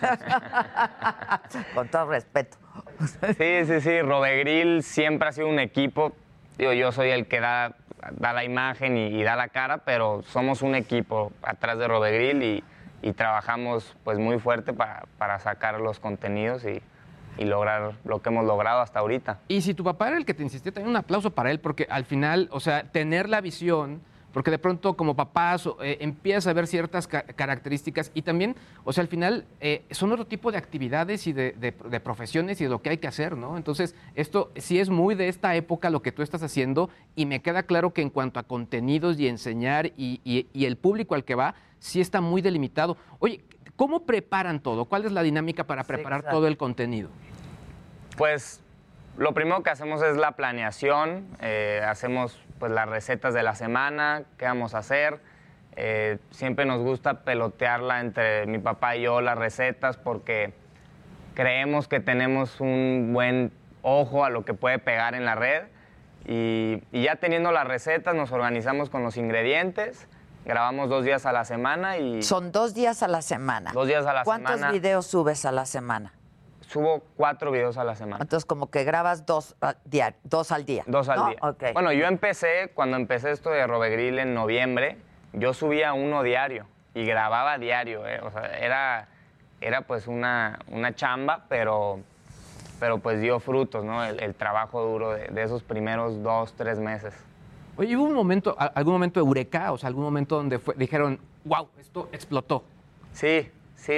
Speaker 2: Con todo respeto.
Speaker 16: Sí. Robert Grill siempre ha sido un equipo. Yo soy el que da la imagen y da la cara, pero somos un equipo atrás de Robert Grill y trabajamos pues muy fuerte para sacar los contenidos y lograr lo que hemos logrado hasta ahorita.
Speaker 15: Y si tu papá era el que te insistió, también un aplauso para él, porque al final, o sea, tener la visión, porque de pronto como papás empiezas a ver ciertas características y también, o sea, al final son otro tipo de actividades y de profesiones y de lo que hay que hacer, ¿no? Entonces, esto sí es muy de esta época lo que tú estás haciendo y me queda claro que en cuanto a contenidos y enseñar y el público al que va, sí está muy delimitado. Oye, ¿Cómo preparan todo? ¿Cuál es la dinámica para preparar todo el contenido?
Speaker 16: Pues lo primero que hacemos es la planeación, hacemos pues las recetas de la semana, qué vamos a hacer. Siempre nos gusta pelotearla entre mi papá y yo las recetas porque creemos que tenemos un buen ojo a lo que puede pegar en la red y ya teniendo las recetas nos organizamos con los ingredientes, grabamos 2 días a la semana y...
Speaker 2: Son 2 días a la semana.
Speaker 16: 2 días a la semana.
Speaker 2: ¿Cuántos videos subes a la semana?
Speaker 16: Subo 4 videos a la semana.
Speaker 2: Entonces, como que grabas 2 al día.
Speaker 16: 2 al día.
Speaker 2: Okay.
Speaker 16: Bueno, yo cuando empecé esto de Robegril en noviembre, yo subía 1 diario y grababa diario. O sea, era pues una chamba, pero pues dio frutos, ¿no? El trabajo duro de esos primeros 2, 3 meses.
Speaker 15: Oye, ¿hubo algún momento eureka? O sea, algún momento donde dijeron, wow, esto explotó.
Speaker 16: Sí.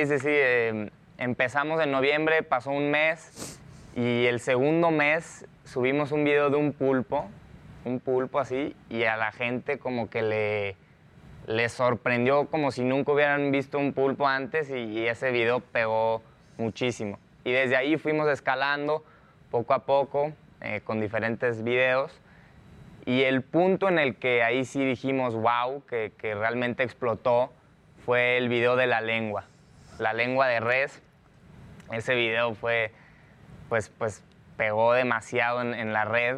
Speaker 16: Empezamos en noviembre, pasó un mes y el segundo mes subimos un video de un pulpo así, y a la gente como que le sorprendió como si nunca hubieran visto un pulpo antes y ese video pegó muchísimo. Y desde ahí fuimos escalando poco a poco con diferentes videos y el punto en el que ahí sí dijimos wow, que realmente explotó, fue el video de la lengua de res. Ese video fue, pues pegó demasiado en la red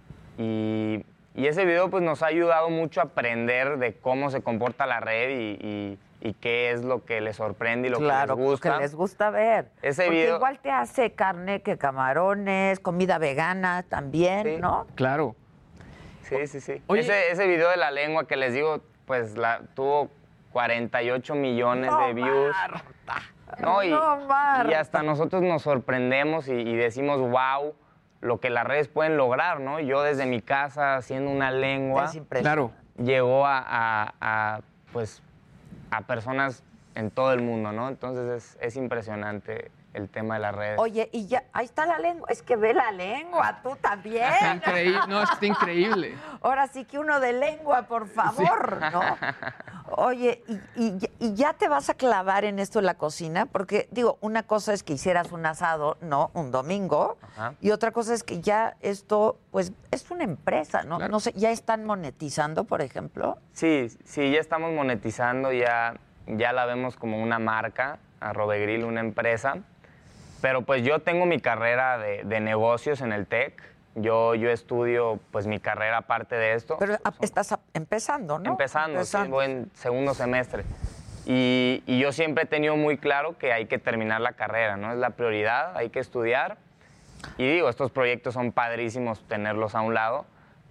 Speaker 16: y ese video pues nos ha ayudado mucho a aprender de cómo se comporta la red y qué es lo que les sorprende y lo que les gusta.
Speaker 2: Claro, que les gusta ver.
Speaker 16: Ese video...
Speaker 2: igual te hace carne que camarones, comida vegana también, ¿sí? ¿No?
Speaker 15: Claro.
Speaker 16: Sí. Oye, ese video de la lengua que les digo, pues tuvo 48 millones de views. No, y hasta nosotros nos sorprendemos y decimos, wow, lo que las redes pueden lograr, ¿no? Yo desde mi casa haciendo una lengua,
Speaker 15: claro,
Speaker 16: llegó a personas en todo el mundo, ¿no? Entonces es impresionante el tema de las redes.
Speaker 2: Oye, y ya, ahí está la lengua. Es que ve la lengua, tú también.
Speaker 15: Está increíble, está increíble.
Speaker 2: Ahora sí que uno de lengua, por favor, sí. ¿No? Oye, ¿y ya te vas a clavar en esto de la cocina? Porque, digo, una cosa es que hicieras un asado, ¿no? Un domingo. Ajá. Y otra cosa es que ya esto, pues, es una empresa, ¿no? Claro. No sé, ¿ya están monetizando, por ejemplo?
Speaker 16: Sí, ya estamos monetizando, ya la vemos como una marca, a Robegril, una empresa. Pero pues yo tengo mi carrera de negocios en el TEC. Yo estudio pues mi carrera aparte de esto.
Speaker 2: Pero estás empezando, ¿no?
Speaker 16: Empezando. Sí, voy en segundo semestre. Y yo siempre he tenido muy claro que hay que terminar la carrera, ¿no? Es la prioridad, hay que estudiar. Y digo, estos proyectos son padrísimos tenerlos a un lado.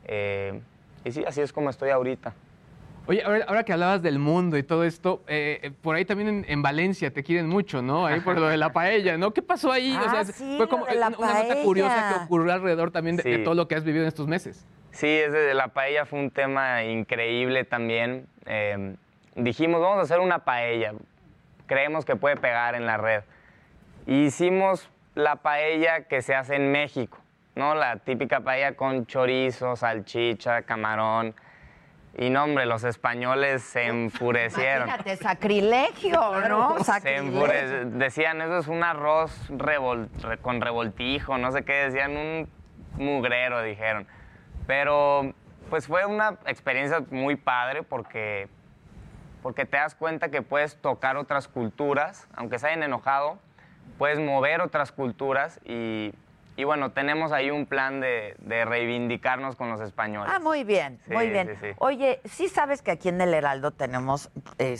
Speaker 16: Y sí, así es como estoy ahorita.
Speaker 15: Oye, ahora que hablabas del mundo y todo esto, por ahí también en Valencia te quieren mucho, ¿no? Ahí por lo de la paella, ¿no? ¿Qué pasó ahí?
Speaker 2: O sea, sí,
Speaker 15: fue como una nota curiosa que ocurrió alrededor también de todo lo que has vivido en estos meses.
Speaker 16: Sí, la paella fue un tema increíble también. Dijimos, vamos a hacer una paella. Creemos que puede pegar en la red. Hicimos la paella que se hace en México, ¿no? La típica paella con chorizo, salchicha, camarón. Y no, hombre, los españoles se enfurecieron.
Speaker 2: Imagínate, sacrilegio, ¿no?
Speaker 16: Decían, eso es un arroz con revoltijo, no sé qué, decían, un mugrero, dijeron. Pero, pues fue una experiencia muy padre porque te das cuenta que puedes tocar otras culturas, aunque se hayan enojado, puedes mover otras culturas y bueno, tenemos ahí un plan de reivindicarnos con los españoles.
Speaker 2: Ah, muy bien, muy bien.
Speaker 16: Sí.
Speaker 2: Oye, sí sabes que aquí en El Heraldo tenemos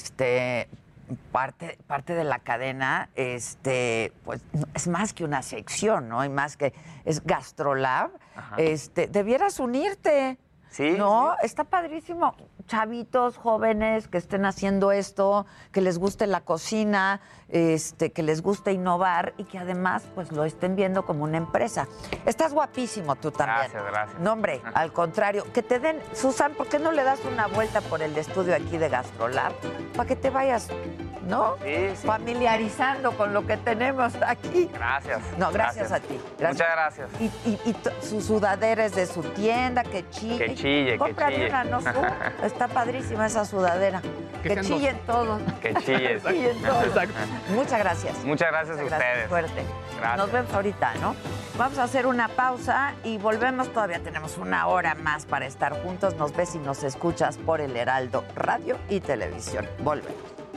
Speaker 2: parte de la cadena, pues es más que una sección, ¿no? Y más que es GastroLab. Ajá. Debieras unirte.
Speaker 16: Sí.
Speaker 2: ¿No? Sí. Está padrísimo. Chavitos, jóvenes que estén haciendo esto, que les guste la cocina, que les guste innovar y que además pues lo estén viendo como una empresa. Estás guapísimo tú también.
Speaker 16: Gracias.
Speaker 2: No, hombre, al contrario. Que te den, Susan, ¿por qué no le das una vuelta por el estudio aquí de GastroLab? Para que te vayas, ¿no?
Speaker 16: Sí.
Speaker 2: Familiarizando con lo que tenemos aquí.
Speaker 16: Gracias.
Speaker 2: No, gracias a ti.
Speaker 16: Muchas gracias.
Speaker 2: Y su sudadera es de su tienda, que chille.
Speaker 16: Que chille.
Speaker 2: Cómprale una, no está padrísima esa sudadera. Que chillen todos.
Speaker 16: Que chillen.
Speaker 2: Que chillen todos.
Speaker 16: Exacto.
Speaker 2: Muchas gracias.
Speaker 16: Muchas gracias a ustedes.
Speaker 2: Suerte.
Speaker 16: Gracias.
Speaker 2: Nos vemos ahorita, ¿no? Vamos a hacer una pausa y volvemos. Todavía tenemos una hora más para estar juntos. Nos ves y nos escuchas por el Heraldo Radio y Televisión. Volvemos.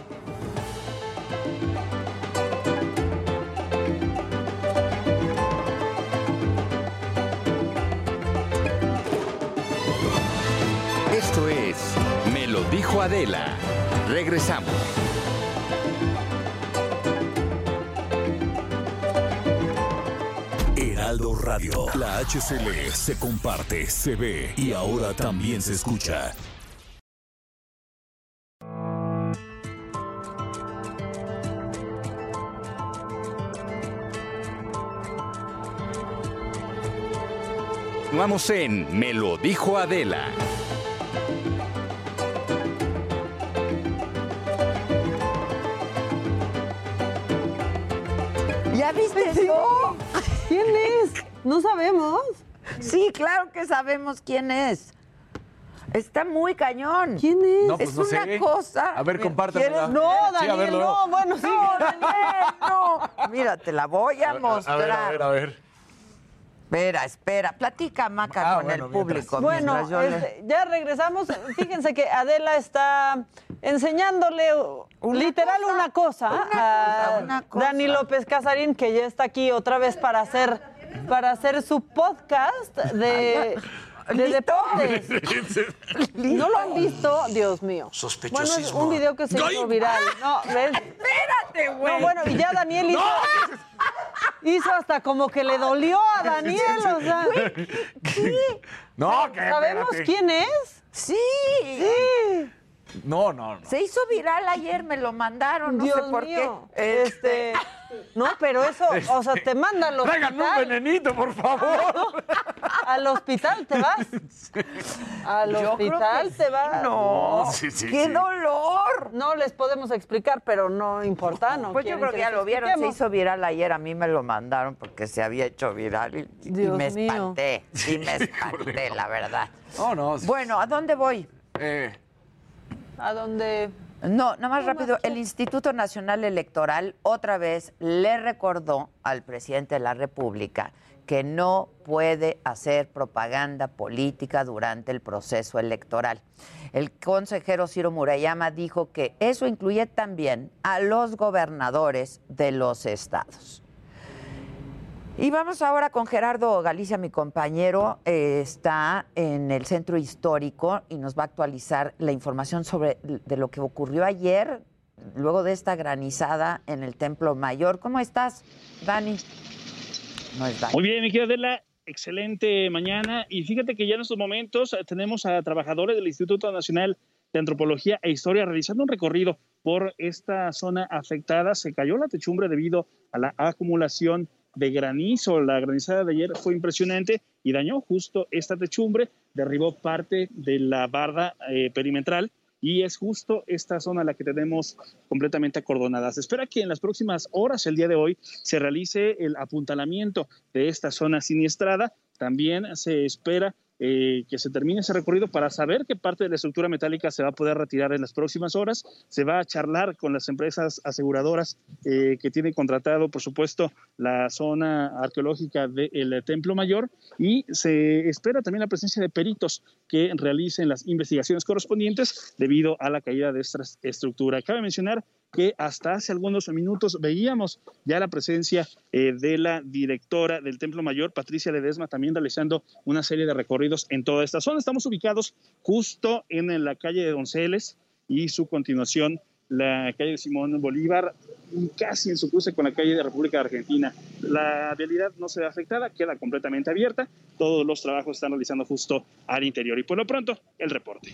Speaker 12: Esto es Me lo dijo Adela. Regresamos.
Speaker 13: Heraldo Radio. La HCL se comparte, se ve y ahora también se escucha.
Speaker 12: Vamos en Me lo dijo Adela.
Speaker 2: ¿Ya viste eso?
Speaker 10: ¿Quién es? ¿No sabemos?
Speaker 2: Sí, claro que sabemos quién es. Está muy cañón.
Speaker 10: ¿Quién es?
Speaker 17: No, pues
Speaker 2: es
Speaker 17: no
Speaker 2: una
Speaker 17: sé.
Speaker 2: cosa.
Speaker 17: A ver, compártemela.
Speaker 10: No,
Speaker 17: Sí,
Speaker 10: Daniel,
Speaker 17: a verlo.
Speaker 10: no. Bueno, sí.
Speaker 2: No, Daniel, no. Mira, te la voy a mostrar.
Speaker 17: A ver.
Speaker 2: Espera. Platica, Maca, con
Speaker 17: bueno,
Speaker 2: el público.
Speaker 10: Bueno,
Speaker 2: mientras yo le-
Speaker 10: ya regresamos. Fíjense que Adela está enseñándole una cosa a Dani López Casarín, que ya está aquí otra vez para hacer su podcast de deportes. ¿No lo han visto? Dios mío.
Speaker 18: Sospechosismo.
Speaker 10: Bueno, es un video que se hizo viral. No, ¿ves?
Speaker 2: Espérate, güey.
Speaker 10: No, bueno, y ya Daniel hizo hasta como que le dolió a Daniel, o sea.
Speaker 2: ¿Qué?
Speaker 17: No, que
Speaker 10: ¿Sabemos
Speaker 17: espérate.
Speaker 10: quién es?
Speaker 2: Sí.
Speaker 17: No.
Speaker 2: Se hizo viral ayer, me lo mandaron, no
Speaker 10: Dios
Speaker 2: sé por
Speaker 10: mío.
Speaker 2: qué.
Speaker 10: No, pero eso, o sea, te mandan al hospital.
Speaker 17: Tráiganme un venenito, por favor.
Speaker 10: Al hospital te vas. Al
Speaker 2: Yo creo
Speaker 10: hospital
Speaker 2: que
Speaker 10: te
Speaker 2: sí,
Speaker 10: vas.
Speaker 2: no. ¡Qué dolor!
Speaker 10: No les podemos explicar, pero no importa, ¿no?
Speaker 2: Pues yo creo que ya lo vieron, se hizo viral ayer, a mí me lo mandaron porque se había hecho viral y
Speaker 10: Dios
Speaker 2: me
Speaker 10: mío.
Speaker 2: espanté, la verdad.
Speaker 17: No.
Speaker 2: Bueno, ¿a dónde voy?
Speaker 10: ¿A dónde?
Speaker 2: No, nada más rápido. El Instituto Nacional Electoral otra vez le recordó al presidente de la República que no puede hacer propaganda política durante el proceso electoral. El consejero Ciro Murayama dijo que eso incluye también a los gobernadores de los estados. Y vamos ahora con Gerardo Galicia, mi compañero, está en el Centro Histórico y nos va a actualizar la información de lo que ocurrió ayer, luego de esta granizada en el Templo Mayor. ¿Cómo estás, Dani? No es Dani.
Speaker 19: Muy bien, mi querida Adela, excelente mañana. Y fíjate que ya en estos momentos tenemos a trabajadores del Instituto Nacional de Antropología e Historia realizando un recorrido por esta zona afectada. Se cayó la techumbre debido a la acumulación de granizo. La granizada de ayer fue impresionante y dañó justo esta techumbre, derribó parte de la barda perimetral y es justo esta zona la que tenemos completamente acordonada. Se espera que en las próximas horas, el día de hoy, se realice el apuntalamiento de esta zona siniestrada. También se espera que se termine ese recorrido para saber qué parte de la estructura metálica se va a poder retirar en las próximas horas. Se va a charlar con las empresas aseguradoras que tienen contratado, por supuesto, la zona arqueológica del Templo Mayor y se espera también la presencia de peritos que realicen las investigaciones correspondientes debido a la caída de esta estructura. Cabe mencionar que hasta hace algunos minutos veíamos ya la presencia de la directora del Templo Mayor, Patricia Ledesma, también realizando una serie de recorridos en toda esta zona. Estamos ubicados justo en la calle de Donceles y su continuación, la calle de Simón Bolívar, casi en su cruce con la calle de República de Argentina. La vialidad no se ve afectada, queda completamente abierta. Todos los trabajos están realizando justo al interior. Y por lo pronto, el reporte.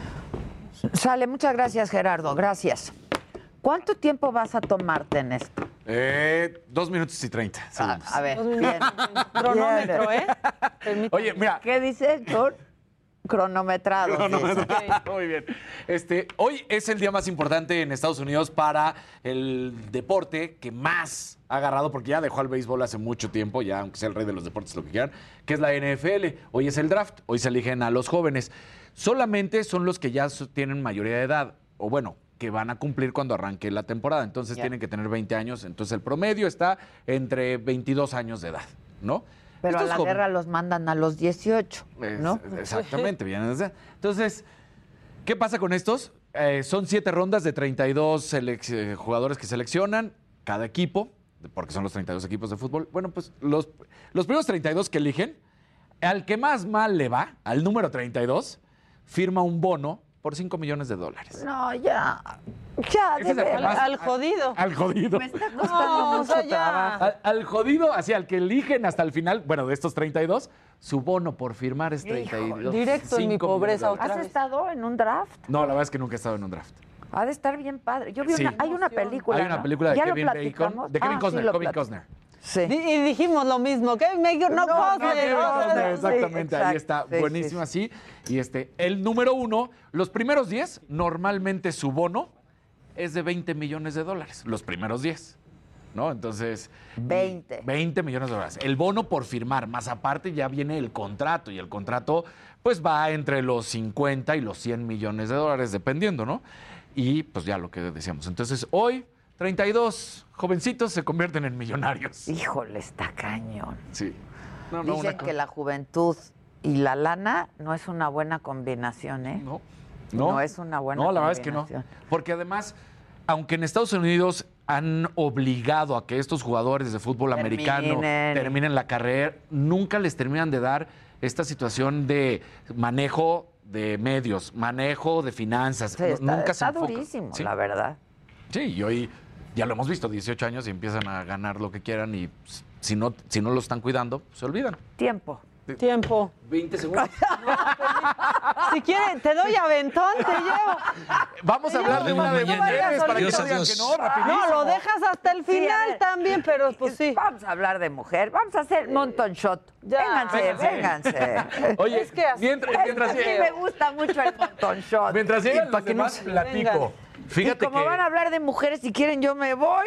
Speaker 2: Sale, muchas gracias, Gerardo. Gracias. ¿Cuánto tiempo vas a tomarte en esto?
Speaker 17: 2 minutos y 30 segundos.
Speaker 2: A ver, bien.
Speaker 10: Cronómetro, ¿eh?
Speaker 17: Oye, mira.
Speaker 2: ¿Qué dice Héctor? Cronometrado.
Speaker 17: Muy bien. Hoy es el día más importante en Estados Unidos para el deporte que más ha agarrado, porque ya dejó al béisbol hace mucho tiempo, ya aunque sea el rey de los deportes, lo que quieran, que es la NFL. Hoy es el draft, hoy se eligen a los jóvenes. solamente son los que ya tienen mayoría de edad, o bueno, que van a cumplir cuando arranque la temporada. Entonces tienen que tener 20 años. Entonces el promedio está entre 22 años de edad, ¿no?
Speaker 2: Pero a la guerra los mandan a los 18, ¿no?
Speaker 17: Exactamente, bien. Entonces, ¿qué pasa con estos? Son 7 rondas de 32 jugadores que seleccionan cada equipo, porque son los 32 equipos de fútbol. Bueno, pues los primeros 32 que eligen, al que más mal le va, al número 32, firma un bono por $5 millones.
Speaker 2: No, ya,
Speaker 10: al jodido.
Speaker 17: Al jodido.
Speaker 2: Me está costando mucho trabajo.
Speaker 17: Al jodido, así al que eligen hasta el final, bueno, de estos 32, su bono por firmar es 32.
Speaker 10: Directo en mi pobreza otra vez.
Speaker 2: ¿Has estado en un draft?
Speaker 17: No, la verdad es que nunca he estado en un draft.
Speaker 2: Ha de estar bien padre. Yo vi hay una película.
Speaker 17: Hay una película de Kevin Bacon, de Kevin Costner.
Speaker 10: Sí. Y dijimos lo mismo, Kevin Bacon, no Costner.
Speaker 17: Exactamente, ahí está, buenísimo así. Y el número 1, los primeros 10, normalmente su bono es de $20 millones, los primeros 10, ¿no? Entonces...
Speaker 2: 20
Speaker 17: millones de dólares. El bono por firmar, más aparte ya viene el contrato, y el contrato pues va entre los 50 y los $100 millones, dependiendo, ¿no? Y pues ya lo que decíamos. Entonces hoy 32 jovencitos se convierten en millonarios.
Speaker 2: Híjole, está cañón.
Speaker 17: Sí.
Speaker 2: Dicen que la juventud y la lana no es una buena combinación, ¿eh?
Speaker 17: No
Speaker 2: es una buena combinación.
Speaker 17: No, la verdad es que no. Porque además, aunque en Estados Unidos han obligado a que estos jugadores de fútbol americano terminen la carrera, nunca les terminan de dar esta situación de manejo de medios, manejo de finanzas.
Speaker 2: Sí,
Speaker 17: nunca
Speaker 2: está durísimo, la verdad.
Speaker 17: Sí, y hoy ya lo hemos visto, 18 años y empiezan a ganar lo que quieran y si no lo están cuidando, se olvidan.
Speaker 2: Tiempo.
Speaker 17: 20 segundos.
Speaker 10: Si quiere, te doy aventón, te llevo.
Speaker 17: Vamos a hablar de una de mujeres para que no digan que no, rapidísimo.
Speaker 10: No, lo dejas hasta el final también, pero pues sí.
Speaker 2: Vamos a hablar de mujer, vamos a hacer Monton Shot. Vénganse.
Speaker 17: Oye, es que mientras
Speaker 2: a mí me gusta mucho el Monton Shot.
Speaker 17: Mientras llegan los demás, platico. Fíjate
Speaker 2: y como van a hablar de mujeres, si quieren yo me voy.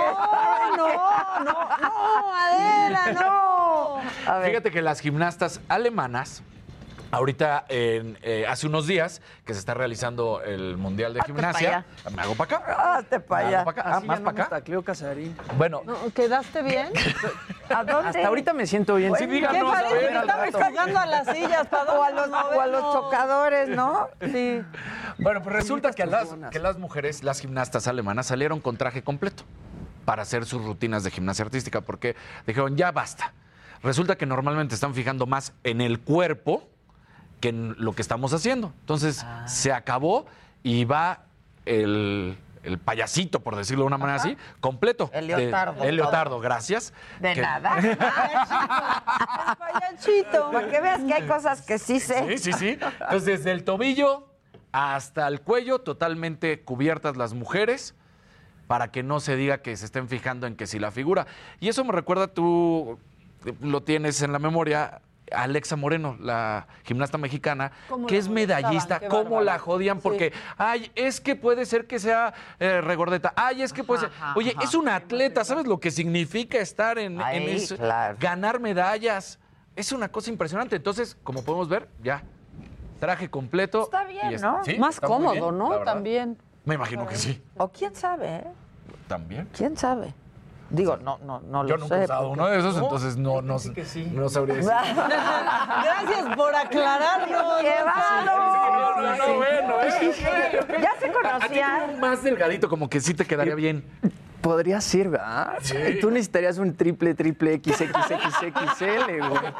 Speaker 10: No, Adela, no.
Speaker 17: Fíjate que las gimnastas alemanas, ahorita, hace unos días, que se está realizando el Mundial de Gimnasia. Me hago para acá.
Speaker 2: Hazte para allá.
Speaker 17: Más para acá.
Speaker 18: Tacleo Casarín.
Speaker 17: Bueno.
Speaker 10: ¿Quedaste bien?
Speaker 2: ¿A dónde?
Speaker 18: Hasta ahorita me siento bien.
Speaker 17: Sí, díganos.
Speaker 10: ¿Qué parece que estabas jugando a las sillas?
Speaker 2: O a los chocadores, ¿no?
Speaker 10: Sí.
Speaker 17: Bueno, pues resulta que las mujeres, las gimnastas alemanas, salieron con traje completo para hacer sus rutinas de gimnasia artística, porque dijeron, ya basta. Resulta que normalmente están fijando más en el cuerpo que en lo que estamos haciendo. Entonces, se acabó y va el payasito, por decirlo de una manera así, completo.
Speaker 2: El leotardo.
Speaker 17: El leotardo, gracias.
Speaker 2: De nada.
Speaker 10: El payachito.
Speaker 2: Para que veas que hay cosas que sí sé.
Speaker 17: Sí. Entonces, desde el tobillo hasta el cuello, totalmente cubiertas las mujeres, para que no se diga que se estén fijando en que si la figura. Y eso me recuerda, tú lo tienes en la memoria, a Alexa Moreno, la gimnasta mexicana, que es medallista. ¿Cómo la jodían? Porque, es que puede ser que sea regordeta. Es que puede ser... Oye, es una atleta, ¿sabes lo que significa estar en eso?
Speaker 2: Claro.
Speaker 17: Ganar medallas. Es una cosa impresionante. Entonces, como podemos ver, ya, traje completo.
Speaker 2: Está bien, ¿no?
Speaker 17: Sí,
Speaker 10: más
Speaker 17: está muy
Speaker 10: cómodo,
Speaker 17: bien,
Speaker 10: ¿no? También.
Speaker 17: Me imagino que sí.
Speaker 2: O quién sabe, ¿eh?
Speaker 17: ¿También?
Speaker 2: ¿Quién sabe? Digo, no lo sé.
Speaker 17: Yo nunca he usado uno de esos, entonces no sabría decir.
Speaker 10: Gracias por aclararlo.
Speaker 2: ¡Qué bárbaro!
Speaker 17: Bueno,
Speaker 2: ¿Ya se conocían?
Speaker 17: A ti como más delgadito, como que sí te quedaría bien.
Speaker 18: Podría ser, ¿verdad?
Speaker 17: Sí.
Speaker 18: Tú necesitarías un triple XXXXL, güey.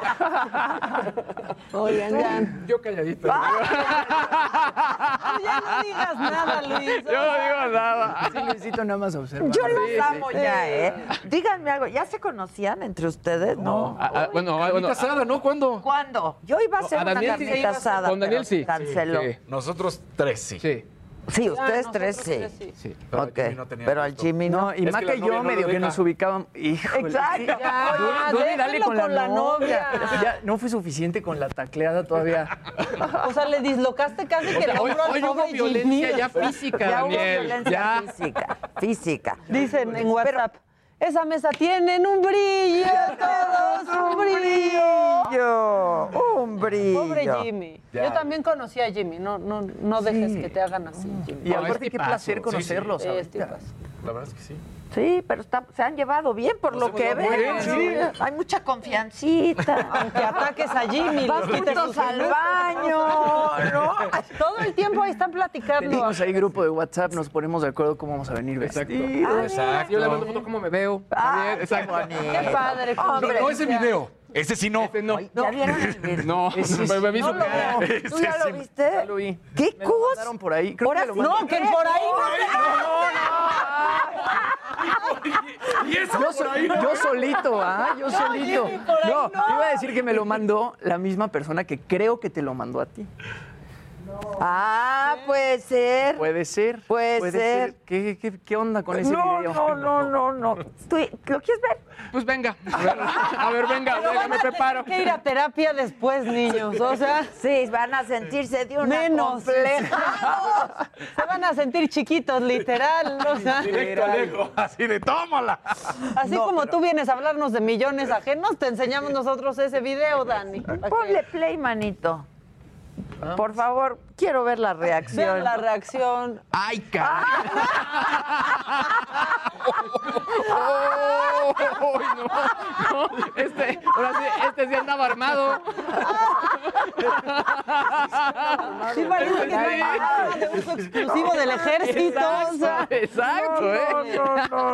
Speaker 10: Oigan,
Speaker 17: Yo calladito.
Speaker 10: ya no digas nada, Luis.
Speaker 17: Yo no digo nada.
Speaker 18: Sí, Luisito nada más observa.
Speaker 2: Yo los amo ya, ¿eh? Díganme algo, ¿ya se conocían entre ustedes? No.
Speaker 17: Bueno. ¿Casada, no? ¿Cuándo?
Speaker 2: Yo iba a hacer una carnita asada.
Speaker 18: Con Daniel sí.
Speaker 2: Canceló.
Speaker 18: Sí.
Speaker 17: Nosotros 3 sí.
Speaker 2: Sí, ustedes 3 sí.
Speaker 18: Sí.
Speaker 2: Pero al Jimmy no.
Speaker 18: Y Maca y yo medio que nos ubicábamos. Híjole.
Speaker 2: Exacto.
Speaker 18: Dale con la novia. Ya no fue suficiente con la tacleada todavía.
Speaker 10: O sea, le dislocaste casi que el hombro al
Speaker 18: hoy hubo
Speaker 10: pobre
Speaker 18: violencia
Speaker 10: Jimmy.
Speaker 18: ya física,
Speaker 2: Ya hubo
Speaker 18: Daniel.
Speaker 2: violencia física.
Speaker 10: Dicen en WhatsApp, esa mesa tienen un brillo, todos un brillo.
Speaker 2: Un Pobrillo.
Speaker 10: Pobre Jimmy. Yo también conocí a Jimmy. No dejes que te hagan así, Jimmy.
Speaker 18: Y aparte, qué placer conocerlos.
Speaker 17: La verdad es que sí.
Speaker 2: Sí, pero se han llevado bien por lo que veo.
Speaker 17: Sí.
Speaker 2: Hay mucha confiancita.
Speaker 10: Aunque ataques a Jimmy,
Speaker 2: vas juntos al baño, ¿no?
Speaker 10: Todo el tiempo ahí están platicando.
Speaker 18: Tenemos ahí grupo de WhatsApp, nos ponemos de acuerdo cómo vamos a venir vestidos.
Speaker 15: Exacto. Yo le mando foto cómo me veo.
Speaker 2: Exacto.
Speaker 10: Qué padre.
Speaker 17: No ese video. Ese sí no.
Speaker 15: No.
Speaker 2: ¿Ya vieron el video?
Speaker 15: No, me vi su cara.
Speaker 2: ¿Tú ya lo viste?
Speaker 18: Ya lo vi.
Speaker 2: ¿Qué
Speaker 18: Me lo mandaron por ahí. Creo que lo mandaron.
Speaker 10: No, que por ahí
Speaker 17: ¿Y eso
Speaker 18: Yo solito, Yo solito. No, iba a decir que me lo mandó la misma persona que creo que te lo mandó a ti.
Speaker 2: Ah, puede ser.
Speaker 18: Puede ser.
Speaker 2: Puede ser.
Speaker 18: ¿Qué onda con ese video?
Speaker 2: No. ¿Tú lo quieres ver?
Speaker 15: Pues venga. A ver, venga, me preparo.
Speaker 10: Hay que ir a terapia después, niños. O sea,
Speaker 2: sí, van a sentirse de una compleja.
Speaker 10: Se van a sentir chiquitos, literal. O sea,
Speaker 17: directo al ego, así de tómala.
Speaker 10: Así como tú vienes a hablarnos de millones ajenos, te enseñamos nosotros ese video, Dani.
Speaker 2: Ponle play, manito. Por favor, quiero ver la reacción.
Speaker 10: Vean la reacción.
Speaker 15: ¡Ay, caray! No. Este sí andaba armado.
Speaker 10: Sí, parece que está de uso exclusivo del ejército.
Speaker 2: Exacto,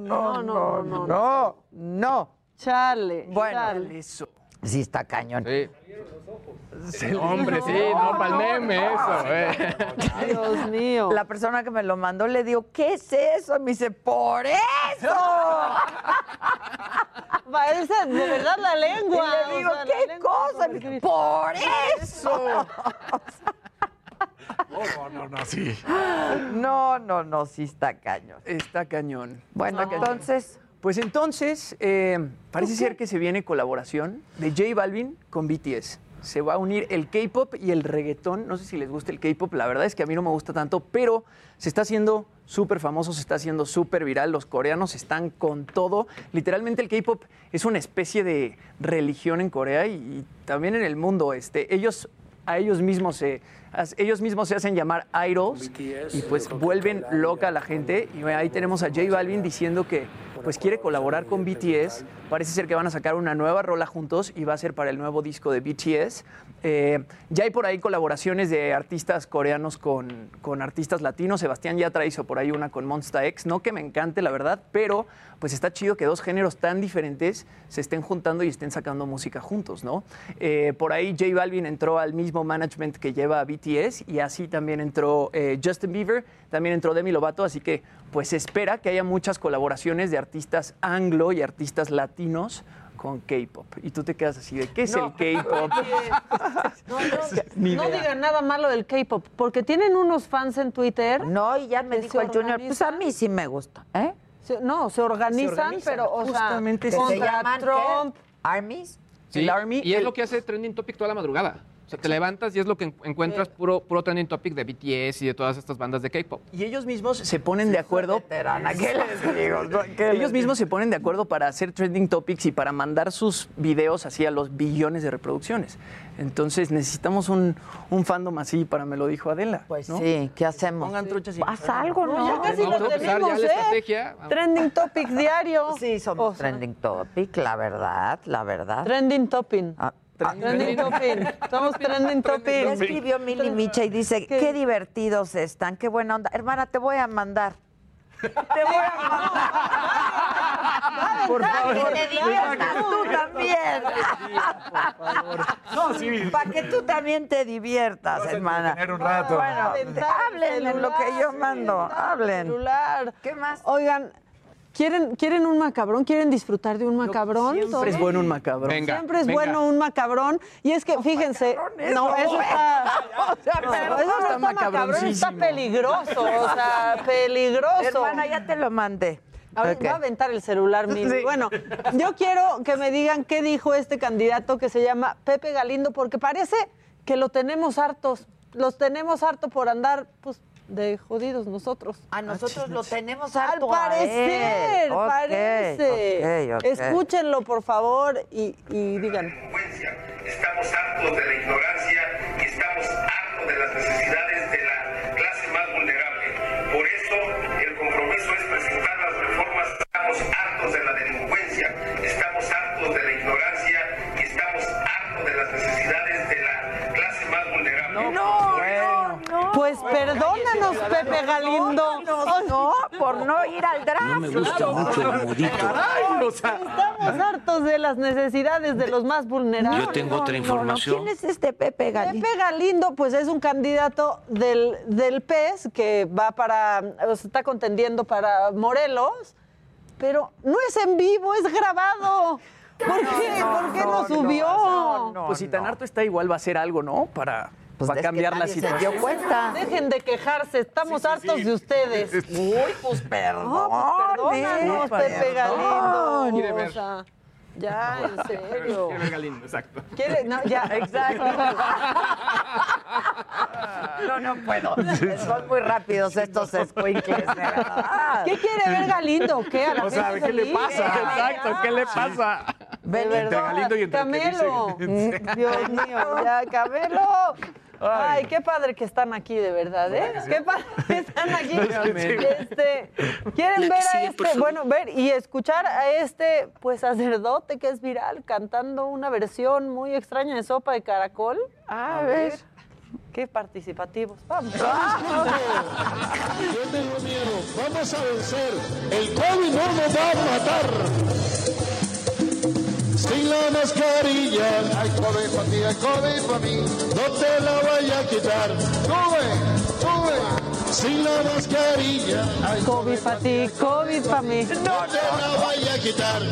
Speaker 2: No.
Speaker 10: Chale.
Speaker 2: Bueno,
Speaker 18: eso.
Speaker 2: Sí está cañón.
Speaker 15: Sí, hombre, sí, no, pa'l meme eso,
Speaker 10: Dios mío.
Speaker 2: La persona que me lo mandó le digo, ¿qué es eso? Me dice, ¡por eso!
Speaker 10: Parece de verdad la lengua.
Speaker 2: Y le digo, ¿qué cosa? Me dice, ¡por eso!
Speaker 17: No, sí.
Speaker 2: No, sí está cañón.
Speaker 18: Está cañón.
Speaker 2: Bueno, entonces...
Speaker 18: Pues entonces, parece ser que se viene colaboración de J Balvin con BTS. Se va a unir el K-pop y el reggaetón. No sé si les gusta el K-pop, la verdad es que a mí no me gusta tanto, pero se está haciendo súper famoso, se está haciendo súper viral. Los coreanos están con todo. Literalmente el K-pop es una especie de religión en Corea y también en el mundo. Ellos mismos se hacen llamar idols y pues vuelven loca a la gente. Y ahí tenemos a J Balvin diciendo que pues quiere colaborar con BTS. Parece ser que van a sacar una nueva rola juntos y va a ser para el nuevo disco de BTS. Ya hay por ahí colaboraciones de artistas coreanos con artistas latinos. Sebastián Yatra hizo por ahí una con Monsta X. No que me encante, la verdad, pero pues está chido que dos géneros tan diferentes se estén juntando y estén sacando música juntos, ¿no? Por ahí J Balvin entró al mismo management que lleva a BTS y así también entró Justin Bieber, también entró Demi Lovato, así que pues se espera que haya muchas colaboraciones de artistas anglo y artistas latinos con K-pop. Y tú te quedas así de, ¿qué es el K-pop?
Speaker 10: No digan nada malo del K-pop, porque tienen unos fans en Twitter.
Speaker 2: No, y ya me dijo el Junior, pues a mí sí me gusta, ¿eh?
Speaker 10: Se organizan, pero, o
Speaker 18: justamente
Speaker 10: sea, contra Trump.
Speaker 2: ¿Armies?
Speaker 15: Sí, y es lo que hace Trending Topic toda la madrugada. O sea, te levantas y es lo que encuentras puro trending topic de BTS y de todas estas bandas de K-pop.
Speaker 18: Y ellos mismos se ponen de acuerdo.
Speaker 2: ¿Qué les digo?
Speaker 18: Ellos mismos se ponen de acuerdo para hacer trending topics y para mandar sus videos así a los billones de reproducciones. Entonces necesitamos un fandom así para Me lo dijo Adela.
Speaker 2: Pues
Speaker 18: ¿no?
Speaker 2: sí, ¿qué hacemos?
Speaker 18: Pongan truchas y
Speaker 2: pasa algo, ¿no?
Speaker 10: Ya casi lo tenemos,
Speaker 15: ya la estrategia.
Speaker 10: Trending topic diario.
Speaker 2: Sí, somos trending topic, la verdad.
Speaker 10: Trending topping. Trending topping. Somos trending topping.
Speaker 2: Ya escribió Mili Micha y dice, qué divertidos están, qué buena onda. Hermana, te voy a mandar.
Speaker 18: Por favor.
Speaker 2: Para que te diviertas tú también.
Speaker 17: Por favor. No, sí.
Speaker 2: Para que tú también te diviertas, hermana.
Speaker 17: Tener un rato.
Speaker 2: Bueno, hablen en lo que yo mando. Hablen.
Speaker 10: Celular.
Speaker 2: ¿Qué más?
Speaker 10: Oigan, ¿quieren un macabrón? ¿Quieren disfrutar de un macabrón?
Speaker 18: Siempre es bueno un macabrón.
Speaker 15: Venga,
Speaker 10: Siempre es bueno un macabrón. Y es que, fíjense, no, eso está... eso está macabrón, está peligroso, o sea, peligroso.
Speaker 2: Hermana, ya te lo mandé.
Speaker 10: A ver, va a aventar el celular mío. Sí. Bueno, yo quiero que me digan qué dijo este candidato que se llama Pepe Galindo, porque parece que lo tenemos hartos. Los tenemos harto por andar, pues, de jodidos nosotros.
Speaker 2: A nosotros lo tenemos harto.
Speaker 10: Al parecer, parece.
Speaker 2: Ok.
Speaker 10: Escúchenlo, por favor, y digan.
Speaker 20: Estamos hartos de la ignorancia y estamos hartos de las necesidades de la clase más vulnerable. Por eso, el compromiso es presentar las reformas. Estamos hartos de la delincuencia, estamos hartos de la ignorancia y estamos hartos de las necesidades de la clase más vulnerable.
Speaker 10: No. Pues perdónanos, Pepe Galindo.
Speaker 2: No, por no ir al draft.
Speaker 3: No me gusta mucho el modito.
Speaker 10: Estamos hartos de las necesidades de los más vulnerables.
Speaker 3: Yo tengo otra información.
Speaker 2: ¿Quién es este Pepe Galindo?
Speaker 10: Pepe Galindo, pues es un candidato del PES que va está contendiendo para Morelos, pero no es en vivo, es grabado. ¿Por qué? ¿Por qué lo subió?
Speaker 18: Pues si tan harto está, igual va a hacer algo, ¿no? Para cambiar la situación.
Speaker 2: Se dio cuenta.
Speaker 10: Dejen de quejarse, estamos hartos de ustedes.
Speaker 2: Uy, pues perdón.
Speaker 10: Perdónanos, Pepe Galindo.
Speaker 15: Quiere ver.
Speaker 10: O sea, ya, en serio.
Speaker 15: Quiere ver Galindo, exacto.
Speaker 10: No, ya, exacto.
Speaker 2: No puedo. Son muy rápidos estos escuincles, de verdad.
Speaker 10: ¿Qué quiere ver Galindo? ¿Qué? A la
Speaker 17: O sea,
Speaker 10: gente
Speaker 17: ¿qué le
Speaker 10: feliz.
Speaker 17: pasa? Exacto, ¿qué le pasa?
Speaker 10: De
Speaker 17: Entre
Speaker 10: verdad,
Speaker 17: Galindo y entre el que
Speaker 10: Camelo.
Speaker 17: dice-
Speaker 10: Dios mío, ya, Camelo. Ay, qué padre que están aquí, de verdad, ¿eh? Qué padre que están aquí. ¿Quieren ver a este? Bueno, ver y escuchar a este, pues, sacerdote que es viral, cantando una versión muy extraña de Sopa de Caracol. A ver. Qué participativos. Vamos.
Speaker 11: Yo tengo miedo. Vamos a vencer. El COVID no nos va a matar. Sin la mascarilla, hay COVID para ti, hay COVID para mí. No te la vaya a quitar. Sube. Sin la mascarilla, hay
Speaker 10: COVID para ti, COVID para mí.
Speaker 11: No te la vaya a quitar.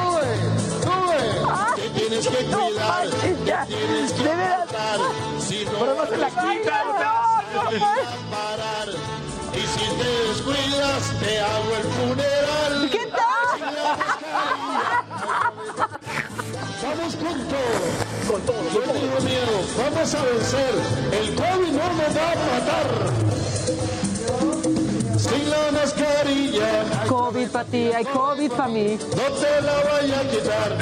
Speaker 11: Sube. Te tienes que cuidar. Te tienes que tratar. Si no se la quitas, no va a parar. Y si te descuidas, te hago el funeral.
Speaker 10: ¿Qué tal?
Speaker 11: Vamos con todo. Yo tengo miedo. Vamos a vencer. El COVID no nos va a matar. Sin la mascarilla.
Speaker 10: COVID para ti, hay COVID para mí.
Speaker 11: No te la vaya a quitar.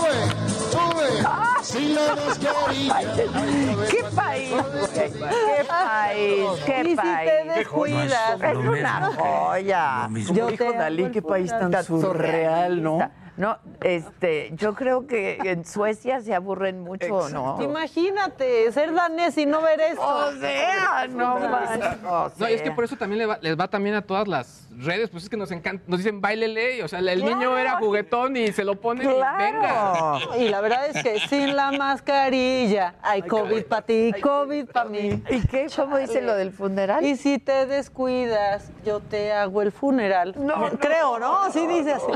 Speaker 11: Sube. Sin la mascarilla.
Speaker 2: ¿Qué país? ¿Qué país? ¿Qué
Speaker 10: Y si
Speaker 2: país?
Speaker 10: te descuidas.
Speaker 2: Es una joya.
Speaker 18: Yo dijo Dalí, qué país tan surreal, ¿no?
Speaker 2: No, yo creo que en Suecia se aburren mucho, ¿no?
Speaker 10: Imagínate, ser danés y no ver esto.
Speaker 2: O sea, no manches.
Speaker 15: No, y es que por eso también les va también a todas las redes, pues es que nos encanta, nos dicen báilele, o sea, el niño era juguetón y se lo ponen y venga.
Speaker 10: Y la verdad es que sin la mascarilla hay COVID para ti, COVID para mí.
Speaker 2: ¿Y qué? ¿Cómo dice lo del funeral?
Speaker 10: Y si te descuidas, yo te hago el funeral. No, creo, ¿no? Así dice así.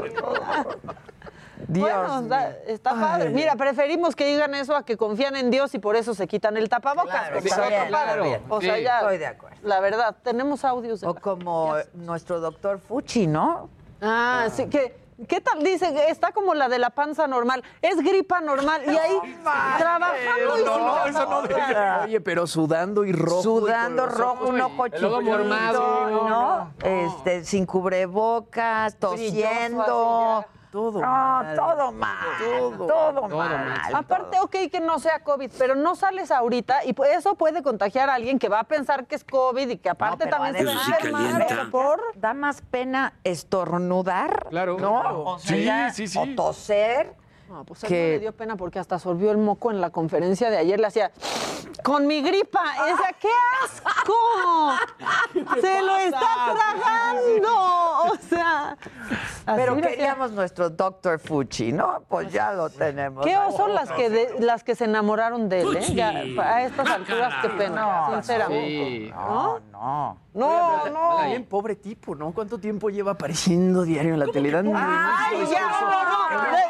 Speaker 2: Dios
Speaker 10: bueno, está padre. Mira, preferimos que digan eso a que confían en Dios y por eso se quitan el tapabocas.
Speaker 2: Claro,
Speaker 10: porque
Speaker 2: está
Speaker 10: está
Speaker 2: bien,
Speaker 10: padre.
Speaker 2: bien.
Speaker 10: O sea,
Speaker 2: Sí,
Speaker 10: ya,
Speaker 2: estoy de acuerdo.
Speaker 10: La verdad, tenemos audios.
Speaker 2: O como nuestro doctor Fuchi, ¿no?
Speaker 10: Sí, ¿qué tal? Dice que está como la de la panza normal. Es gripa normal. Y ahí trabajando y
Speaker 18: No, eso no dice. Oye, pero sudando y rojo.
Speaker 2: Sudando rojo, un ojo chiquito, ¿no? Sin cubrebocas, tosiendo.
Speaker 18: Todo
Speaker 2: mal. Todo mal. Todo mal.
Speaker 10: Aparte, ok, que no sea COVID, pero no sales ahorita y eso puede contagiar a alguien que va a pensar que es COVID y que aparte también se va a enfermar.
Speaker 2: Da más pena estornudar,
Speaker 15: claro,
Speaker 2: ¿no? O sea,
Speaker 17: sí.
Speaker 2: O toser.
Speaker 10: No, pues a mí me dio pena porque hasta sorbió el moco en la conferencia de ayer. Le hacía, con mi gripa. O sea, ¡qué asco! ¡Se lo está tragando! O sea...
Speaker 2: Pero queríamos nuestro Dr. Fuchi, ¿no? Pues ya lo tenemos.
Speaker 10: ¿Qué oso las que se enamoraron de él, eh? Ya, a estas alturas, qué pena, sinceramente.
Speaker 15: Sí.
Speaker 10: No.
Speaker 18: Bien pobre tipo, ¿no? ¿Cuánto tiempo lleva apareciendo diario en la tele?
Speaker 10: ¡Ay, ya!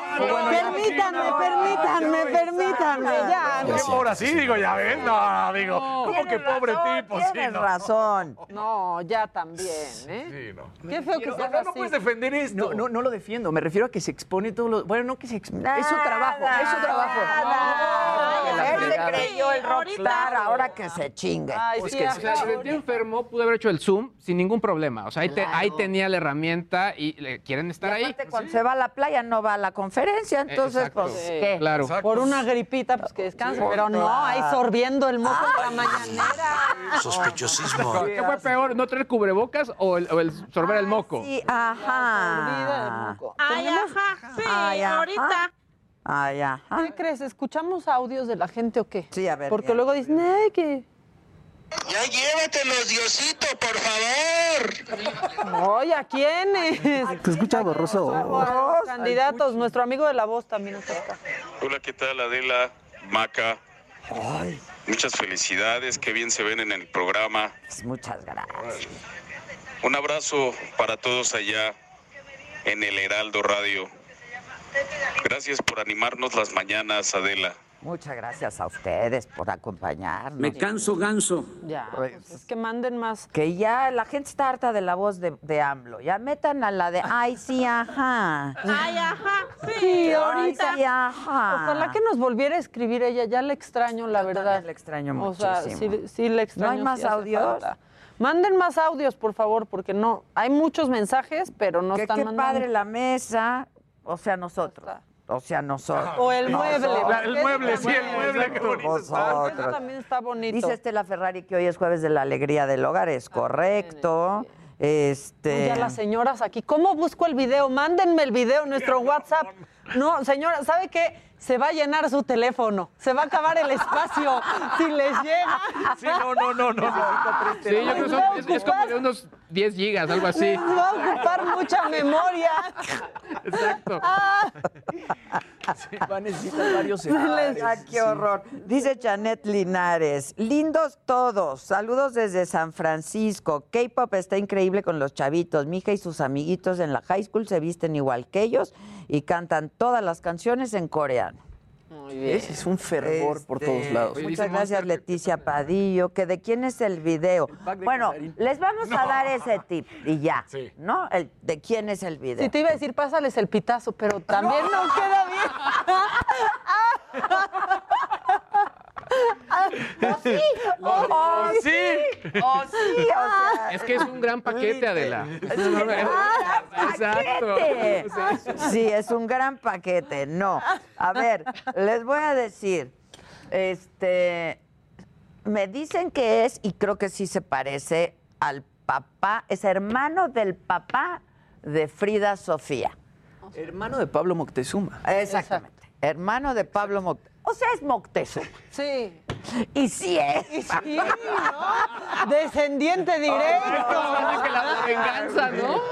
Speaker 10: Permítanme, ya.
Speaker 17: Ahora sí, digo, ya ves, no, digo, ¿cómo que pobre tipo?
Speaker 2: Tienes razón.
Speaker 10: No, ya también, ¿eh?
Speaker 17: Sí, no.
Speaker 10: Qué feo que sea así.
Speaker 17: No puedes defender esto.
Speaker 18: No lo defiendo, me refiero a que se expone todos los... Bueno, no que se expone, es su trabajo, es su trabajo.
Speaker 2: Él se creyó el rockstar, ahora que se chingue.
Speaker 15: Pues que, o sea, si el tío enfermo pudo haber hecho el Zoom sin ningún problema. O sea, ahí tenía la herramienta y quieren estar ahí.
Speaker 2: Cuando se va a la playa no va a la conferencia, entonces,
Speaker 15: Exacto.
Speaker 2: pues, ¿qué?
Speaker 15: Claro.
Speaker 10: Por una gripita, pues que descanse. Pero no, ahí sorbiendo el moco de la mañanera.
Speaker 13: Sospechosismo.
Speaker 15: ¿Qué fue peor, no traer cubrebocas o el sorber el moco?
Speaker 2: Sí, ajá.
Speaker 10: Ay, ajá, sí, ahorita.
Speaker 2: Ay, ajá.
Speaker 10: ¿Qué crees? ¿Escuchamos audios de la gente o qué?
Speaker 2: Sí, a ver.
Speaker 10: Porque luego dicen, ay, que...
Speaker 11: Ya llévatelos, Diosito, por favor.
Speaker 10: Oye, ¿a quiénes?
Speaker 18: Te escucha borroso.
Speaker 10: Candidatos, nuestro amigo de La Voz también está acá.
Speaker 21: Hola, ¿qué tal, Adela, Maca? Muchas felicidades, qué bien se ven en el programa.
Speaker 2: Muchas gracias.
Speaker 21: Un abrazo para todos allá en el Heraldo Radio. Gracias por animarnos las mañanas, Adela.
Speaker 2: Muchas gracias a ustedes por acompañarnos.
Speaker 3: Me canso ganso.
Speaker 10: Ya, pues es que manden más.
Speaker 2: Que ya la gente está harta de la voz de AMLO. Ya metan a la de, ay, sí, ajá.
Speaker 10: Ay, ajá, sí, ahorita.
Speaker 2: Ay, sí, ajá.
Speaker 10: Ojalá que nos volviera a escribir ella, ya le extraño, la verdad.
Speaker 2: Le extraño
Speaker 10: O sea,
Speaker 2: muchísimo.
Speaker 10: sí le extraño.
Speaker 2: ¿No hay más
Speaker 10: sí hace
Speaker 2: audios?
Speaker 10: falta. Manden más audios, por favor, porque no, hay muchos mensajes, pero no están
Speaker 2: Qué
Speaker 10: mandando.
Speaker 2: padre la mesa, o sea, nosotros. O sea, nosotros.
Speaker 10: O el mueble.
Speaker 2: Nosotros.
Speaker 10: El mueble, sí, el mueble.
Speaker 2: Qué bonito está.
Speaker 10: Eso también está bonito.
Speaker 2: Dice Estela Ferrari que hoy es jueves de la alegría del hogar, es correcto.
Speaker 10: Ya las señoras aquí, ¿cómo busco el video? Mándenme el video en nuestro WhatsApp. No, señora, ¿sabe qué? Se va a llenar su teléfono, se va a acabar el espacio si les llega.
Speaker 17: Sí, no.
Speaker 15: Sí, yo creo que es como de unos 10 gigas, algo así.
Speaker 10: Les va a ocupar mucha memoria.
Speaker 15: Exacto.
Speaker 18: Sí, va a necesitar varios celulares.
Speaker 2: Ah, qué horror. Dice Janet Linares, lindos todos, saludos desde San Francisco. K-pop está increíble con los chavitos. Mi hija y sus amiguitos en la high school se visten igual que ellos y cantan todas las canciones en coreano.
Speaker 10: Muy bien.
Speaker 18: Ese es un fervor por todos lados.
Speaker 2: Muchas gracias, Leticia Padillo. ¿Que de quién es el video? Bueno, les vamos a dar ese tip y ya, ¿no? ¿De quién es el video?
Speaker 10: Sí, te iba a decir, pásales el pitazo, pero también no queda bien.
Speaker 2: O sea,
Speaker 15: Es que es un gran paquete, Adela. Exacto.
Speaker 2: Sí, es un gran paquete. No. A ver, les voy a decir, me dicen que es, y creo que sí se parece al papá, es hermano del papá de Frida Sofía.
Speaker 18: Hermano de Pablo Moctezuma.
Speaker 2: Exactamente. Hermano de Pablo Moctezuma. O sea, es Moctezuma.
Speaker 10: Sí.
Speaker 2: Y sí es.
Speaker 10: Y sí, ¿no? Descendiente directo.
Speaker 15: Que la venganza, ¿no?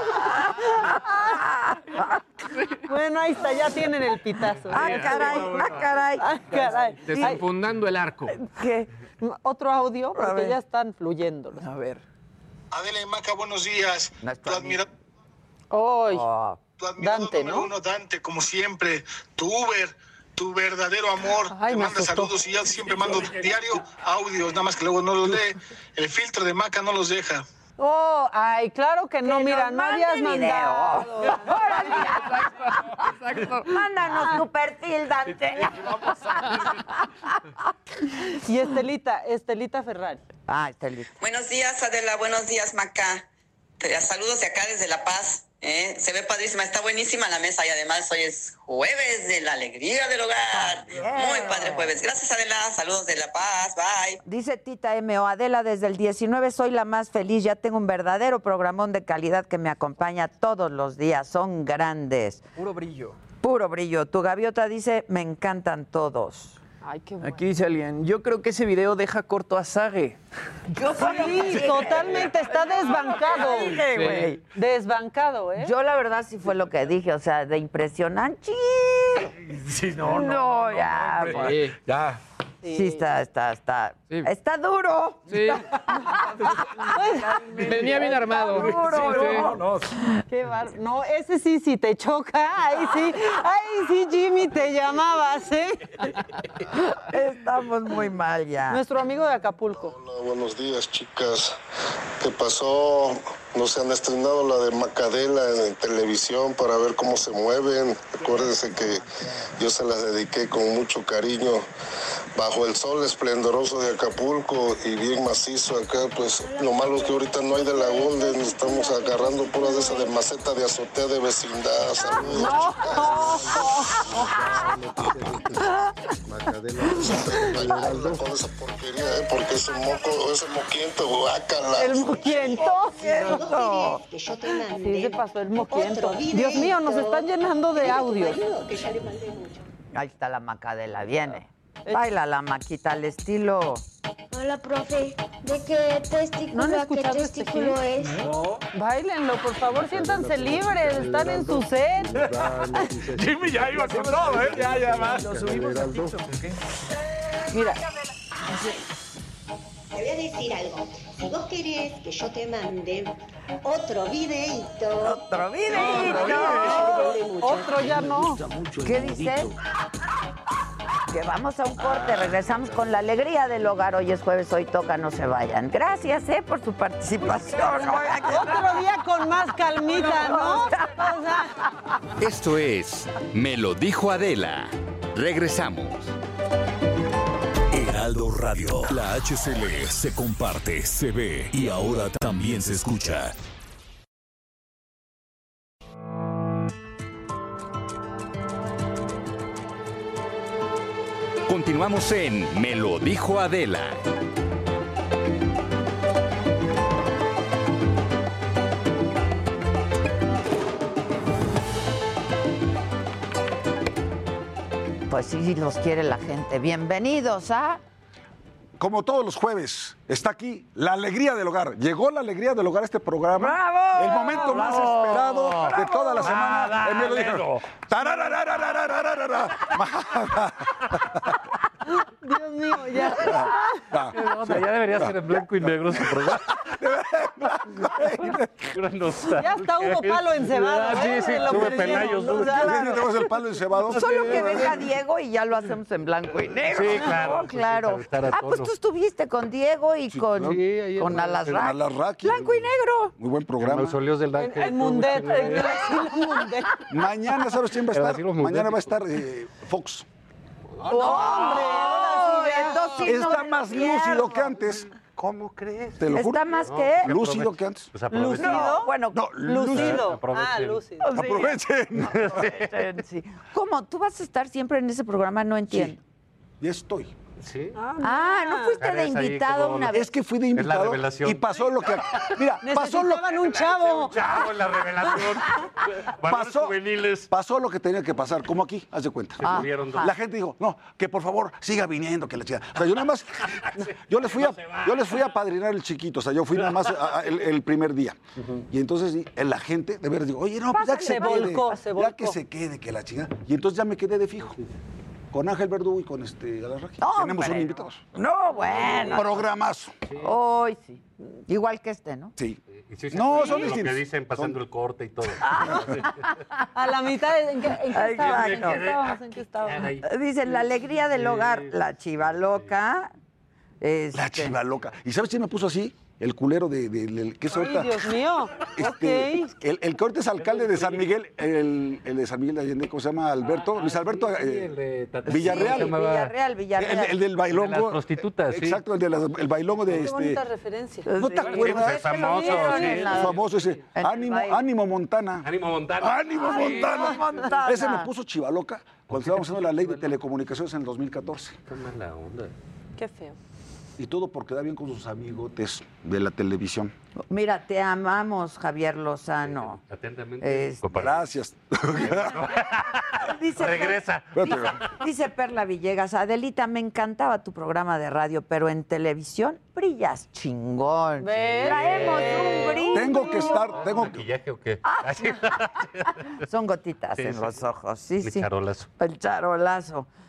Speaker 10: Bueno, ahí está, ya tienen el pitazo.
Speaker 2: Caray.
Speaker 15: Desenfundando el arco.
Speaker 2: ¿Qué?
Speaker 10: Otro audio, porque ya están fluyendo.
Speaker 18: A ver.
Speaker 11: Adela y Maca, buenos días. Tu admirador
Speaker 10: Dante,
Speaker 11: número
Speaker 10: ¿no?
Speaker 11: uno, Dante, como siempre. Tu Uber, tu verdadero amor.
Speaker 10: Ay,
Speaker 11: te
Speaker 10: me
Speaker 11: manda
Speaker 10: asustó.
Speaker 11: saludos y ya siempre mando diario audios, nada más que luego no los lee. El filtro de Maca no los deja.
Speaker 10: Oh, ay, claro que no, mira, no habías mandado.
Speaker 2: Exacto. Mándanos tu perfil, Dante.
Speaker 10: Y Estelita Ferrari.
Speaker 2: Ah, Estelita.
Speaker 22: Buenos días, Adela. Buenos días, Maca. Saludos de acá desde La Paz. Se ve padrísima, está buenísima la mesa y además hoy es jueves de la alegría del hogar. Muy padre jueves. Gracias, Adela. Saludos de La Paz. Bye.
Speaker 2: Dice Tita M.O. Adela, desde el 19 soy la más feliz. Ya tengo un verdadero programón de calidad que me acompaña todos los días. Son grandes.
Speaker 18: Puro brillo.
Speaker 2: Puro brillo. Tu gaviota dice, me encantan todos.
Speaker 10: Ay, qué bueno.
Speaker 18: Aquí dice alguien, yo creo que ese video deja corto a Sage.
Speaker 10: Sí, totalmente, está desbancado.
Speaker 2: güey.
Speaker 10: Desbancado, ¿eh?
Speaker 2: Yo la verdad sí fue lo que dije, o sea, de impresionante.
Speaker 17: Sí,
Speaker 2: No, ya.
Speaker 17: Ya.
Speaker 2: Sí, está duro.
Speaker 15: Sí. Venía bien armado.
Speaker 10: Duro. Qué no, ese sí te choca. Ahí sí, Jimmy, te llamabas, ¿eh?
Speaker 2: Estamos muy mal ya.
Speaker 10: Nuestro amigo de Acapulco.
Speaker 1: Hola, buenos días, chicas. ¿Qué pasó? No se han estrenado la de Macadela en televisión para ver cómo se mueven. Acuérdense que yo se las dediqué con mucho cariño. Bajo el sol esplendoroso de Acapulco y bien macizo acá, pues lo malo es que ahorita no hay de la Golden, estamos agarrando puras de esas de maceta de azotea de vecindad. Saludos. Macadela, con esa porquería, porque ese moquiento, guácala.
Speaker 10: El moquiento. Sí, se pasó el moquiento. Dios mío, nos están llenando de audios.
Speaker 2: Ahí está la Macadela, viene. Baila la Maquita al estilo.
Speaker 4: Hola, profe. ¿De qué testículo a qué testículo es?
Speaker 10: No. Báilenlo, por favor, siéntanse libres. Están en su set.
Speaker 17: Jimmy ya iba con todo, ¿eh? Ya va.
Speaker 18: Lo subimos a TikTok, ¿ok?
Speaker 10: Mira.
Speaker 4: Te voy a decir algo. Si vos querés que yo te mande otro videíto.
Speaker 2: ¡Otro videíto!
Speaker 10: Otro ya no.
Speaker 2: ¿Qué dice? Que vamos a un corte, regresamos con la alegría del hogar. Hoy es jueves, hoy toca, no se vayan. Gracias, por su participación.
Speaker 10: Otro día con más calmita, ¿no?
Speaker 12: Esto es Me lo dijo Adela. Regresamos.
Speaker 13: Heraldo Radio. La HCL se comparte, se ve y ahora también se escucha.
Speaker 12: Continuamos en Me lo dijo Adela.
Speaker 2: Pues sí, los quiere la gente. Bienvenidos a...
Speaker 23: Como todos los jueves, está aquí la alegría del hogar. Llegó la alegría del hogar a este programa.
Speaker 2: ¡Bravo!
Speaker 23: El momento más esperado de toda la semana. Me lo dijo.
Speaker 10: Dios mío, ya.
Speaker 24: Ya debería ser en blanco y negro su programa.
Speaker 10: Ya hasta hubo palo encebado.
Speaker 24: Sí, sube Pelayos.
Speaker 23: Tenemos el palo encebado.
Speaker 2: Solo que venga Diego y ya lo hacemos en blanco y negro.
Speaker 24: Sí, claro.
Speaker 2: Claro. Pues tú estuviste con Diego y con Alasraqui. Blanco y negro.
Speaker 23: Muy buen programa.
Speaker 24: Mausoleos del Ángel.
Speaker 10: En Mundet.
Speaker 23: Mañana, ¿sabes quién va a estar? Mañana va a estar Fox.
Speaker 10: ¡Hombre!
Speaker 23: Está más lúcido que antes.
Speaker 24: ¿Cómo crees?
Speaker 23: Te lo juro.
Speaker 2: ¿Está más que?
Speaker 23: Lúcido que antes.
Speaker 24: Pues aprovechen.
Speaker 2: No, bueno,
Speaker 10: lúcido.
Speaker 24: Aprovechen.
Speaker 23: Aprovechen.
Speaker 2: Sí. ¿Cómo? ¿Tú vas a estar siempre en ese programa? No entiendo.
Speaker 23: Sí, ya estoy.
Speaker 24: ¿Sí?
Speaker 2: ¿no fuiste de invitado una vez?
Speaker 23: Es que fui de invitado
Speaker 24: la revelación.
Speaker 23: Y pasó lo que... Mira, pasó lo...
Speaker 10: un chavo.
Speaker 24: Un chavo en la revelación.
Speaker 23: Pasó lo que tenía que pasar, como aquí, haz de cuenta.
Speaker 24: Se murieron dos.
Speaker 23: La gente dijo, no, que por favor siga viniendo, que la chica. O sea, yo nada más, yo les fui a padrinar el chiquito, o sea, yo fui nada más el primer día. Y entonces la gente, de veras, digo, oye, no, pues ya que se quede. Ya que se quede, que la chica. Y entonces ya me quedé de fijo. Con Ángel Verdú y con Alasraqui. Tenemos un invitado.
Speaker 2: No, bueno.
Speaker 23: Programazo.
Speaker 2: Hoy sí. Igual que este, ¿no?
Speaker 23: Sí.
Speaker 24: Sí,
Speaker 23: no, son
Speaker 24: lo
Speaker 23: distintos.
Speaker 24: que dicen pasando el corte y todo.
Speaker 10: A la mitad, ¿en qué estábamos? ¿En qué estábamos?
Speaker 2: Dicen, la alegría del hogar, la chiva loca.
Speaker 23: La chiva loca. ¿Y sabes quién me puso así? El culero de ¿qué es ahorita?
Speaker 10: ¡Ay, Dios mío!
Speaker 23: El que ahorita es alcalde de San Miguel, el de San Miguel de Allende, ¿cómo se llama? Alberto, Luis Alberto
Speaker 2: Villarreal.
Speaker 23: El del bailongo.
Speaker 24: De las prostitutas, sí.
Speaker 23: Exacto, el bailongo de
Speaker 10: Qué bonita referencia.
Speaker 23: ¿No te acuerdas?
Speaker 24: Es famoso.
Speaker 23: Famoso ese. Ánimo Montana.
Speaker 24: Ánimo Montana.
Speaker 23: ¡Ánimo Montana! Ese me puso chivaloca cuando estábamos haciendo la ley de telecomunicaciones en el 2014.
Speaker 24: Qué mala onda.
Speaker 10: Qué feo.
Speaker 23: Y todo por quedar bien con sus amigotes de la televisión.
Speaker 2: Mira, te amamos, Javier Lozano.
Speaker 24: Atentamente.
Speaker 23: Gracias.
Speaker 24: Regresa.
Speaker 2: Dice Perla Villegas, Adelita, me encantaba tu programa de radio, pero en televisión brillas chingón. Traemos un brillo.
Speaker 23: Tengo que estar,
Speaker 24: ¿Maquillaje o qué?
Speaker 2: Son gotitas en los ojos. Sí,
Speaker 24: El charolazo.
Speaker 2: El charolazo.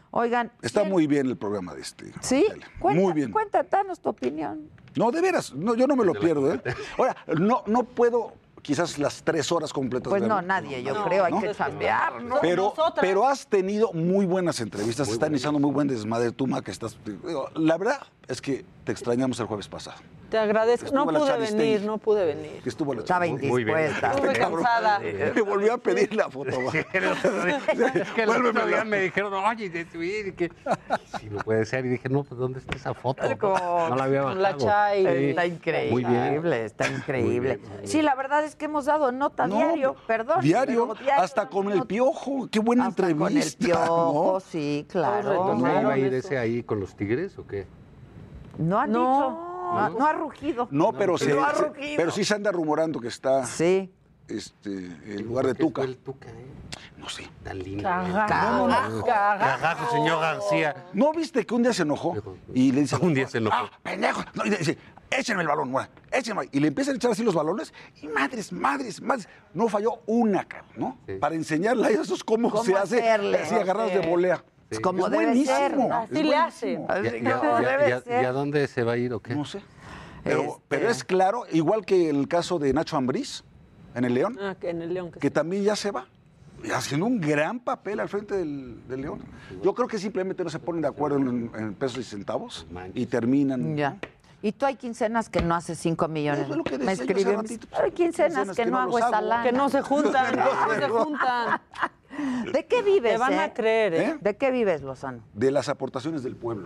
Speaker 2: Oigan.
Speaker 23: Está muy bien el programa de este.
Speaker 2: ¿Sí?
Speaker 23: Muy bien.
Speaker 2: Cuéntanos tu opinión.
Speaker 23: No, de veras, no, yo no me lo pierdo, ¿eh? Ahora, no puedo quizás las 3 horas completas.
Speaker 2: Pues
Speaker 23: verlo.
Speaker 2: no, nadie, yo creo, hay que cambiar, ¿no?
Speaker 23: Pero has tenido muy buenas entrevistas, está iniciando muy buen desmadre, tú, Ma, que estás... Digo, la verdad es que te extrañamos el jueves pasado.
Speaker 10: Te agradezco.
Speaker 23: Estuvo
Speaker 10: No pude venir.
Speaker 23: Que estuvo la
Speaker 2: Estaba indispuesta.
Speaker 10: Estuve cansada.
Speaker 23: Me volvió a pedir la foto.
Speaker 24: Es que el otro día me dijeron, oye, que sí, no puede ser. Y dije, no, pues ¿dónde está esa foto? No la había bajado.
Speaker 10: La Chay.
Speaker 2: Está increíble.
Speaker 24: Muy bien.
Speaker 2: Está increíble. Sí, la verdad es que hemos dado nota diario, perdón.
Speaker 23: Diario, hasta con el Piojo. Qué buena entrevista.
Speaker 2: Con el Piojo,
Speaker 23: ¿no?
Speaker 2: sí, claro.
Speaker 24: ¿No iba a ir ese ahí con los Tigres o qué?
Speaker 2: No han dicho. No ha rugido.
Speaker 23: No, pero
Speaker 2: ha rugido.
Speaker 23: pero sí se anda rumorando que está
Speaker 2: sí.
Speaker 23: En lugar de Tuca.
Speaker 24: El Tuca,
Speaker 23: No sé.
Speaker 24: Tan lindo.
Speaker 23: Cagajo,
Speaker 24: señor García.
Speaker 23: ¿No viste que un día se enojó? Y le dice...
Speaker 24: Un día se enojó.
Speaker 23: ¡Ah, pendejo! No, y le dice, échenme el balón, muera, échenme. Y le empiezan a echar así los balones y madres. No falló una, ¿no? Sí. Para enseñarle a ellos cómo se hace así agarrados de volea.
Speaker 2: Sí. Como debe ser, ¿no?
Speaker 10: Así le hacen.
Speaker 24: ¿Y a dónde se va a ir o qué?
Speaker 23: No sé. Pero es claro, igual que el caso de Nacho Ambriz en el León.
Speaker 10: En el León.
Speaker 23: Que también ya se va. Haciendo un gran papel al frente del León. Yo creo que simplemente no se ponen de acuerdo en pesos y centavos y terminan.
Speaker 2: Ya. Y tú hay quincenas que no haces 5 millones.
Speaker 23: Eso es lo que
Speaker 2: me escriben. Hay quincenas que no hago esa lana.
Speaker 10: Que no se juntan. No se juntan.
Speaker 2: ¿De qué vives?
Speaker 10: Te van a creer, ¿eh?
Speaker 2: ¿De qué vives, Lozano?
Speaker 23: De las aportaciones del pueblo.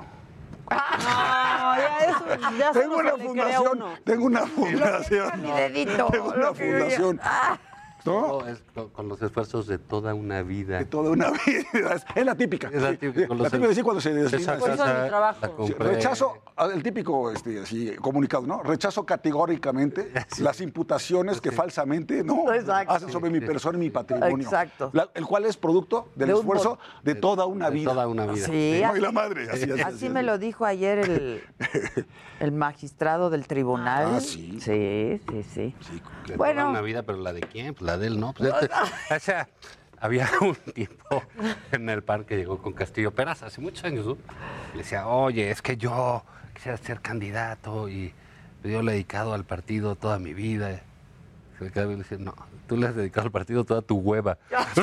Speaker 10: Ya
Speaker 23: tengo una fundación. Tengo una fundación.
Speaker 2: Mi dedito.
Speaker 23: Tengo una fundación.
Speaker 24: ¿No? Es con los esfuerzos de toda una vida.
Speaker 23: De toda una vida. Es la típica.
Speaker 24: Es la típica.
Speaker 23: La típica decir cuando se destina.
Speaker 10: Por eso es mi trabajo.
Speaker 23: Rechazo, el típico así, comunicado, ¿no? Rechazo categóricamente las imputaciones que falsamente hacen sobre mi persona y mi patrimonio.
Speaker 2: Exacto.
Speaker 23: El cual es producto del esfuerzo de toda una vida.
Speaker 24: Toda una vida.
Speaker 2: Sí.
Speaker 23: Y la madre.
Speaker 2: Así me lo dijo ayer el magistrado del tribunal.
Speaker 23: Sí.
Speaker 2: Sí.
Speaker 24: Bueno. Toda una vida, pero ¿la de quién? Pues la de él, ¿no? Pues o sea, había un tipo en el parque que llegó con Castillo Peraza hace muchos años, ¿no? Le decía, oye, es que yo quisiera ser candidato y yo le he dedicado al partido toda mi vida. Se quedaba y le decía, no, tú le has dedicado al partido toda tu hueva.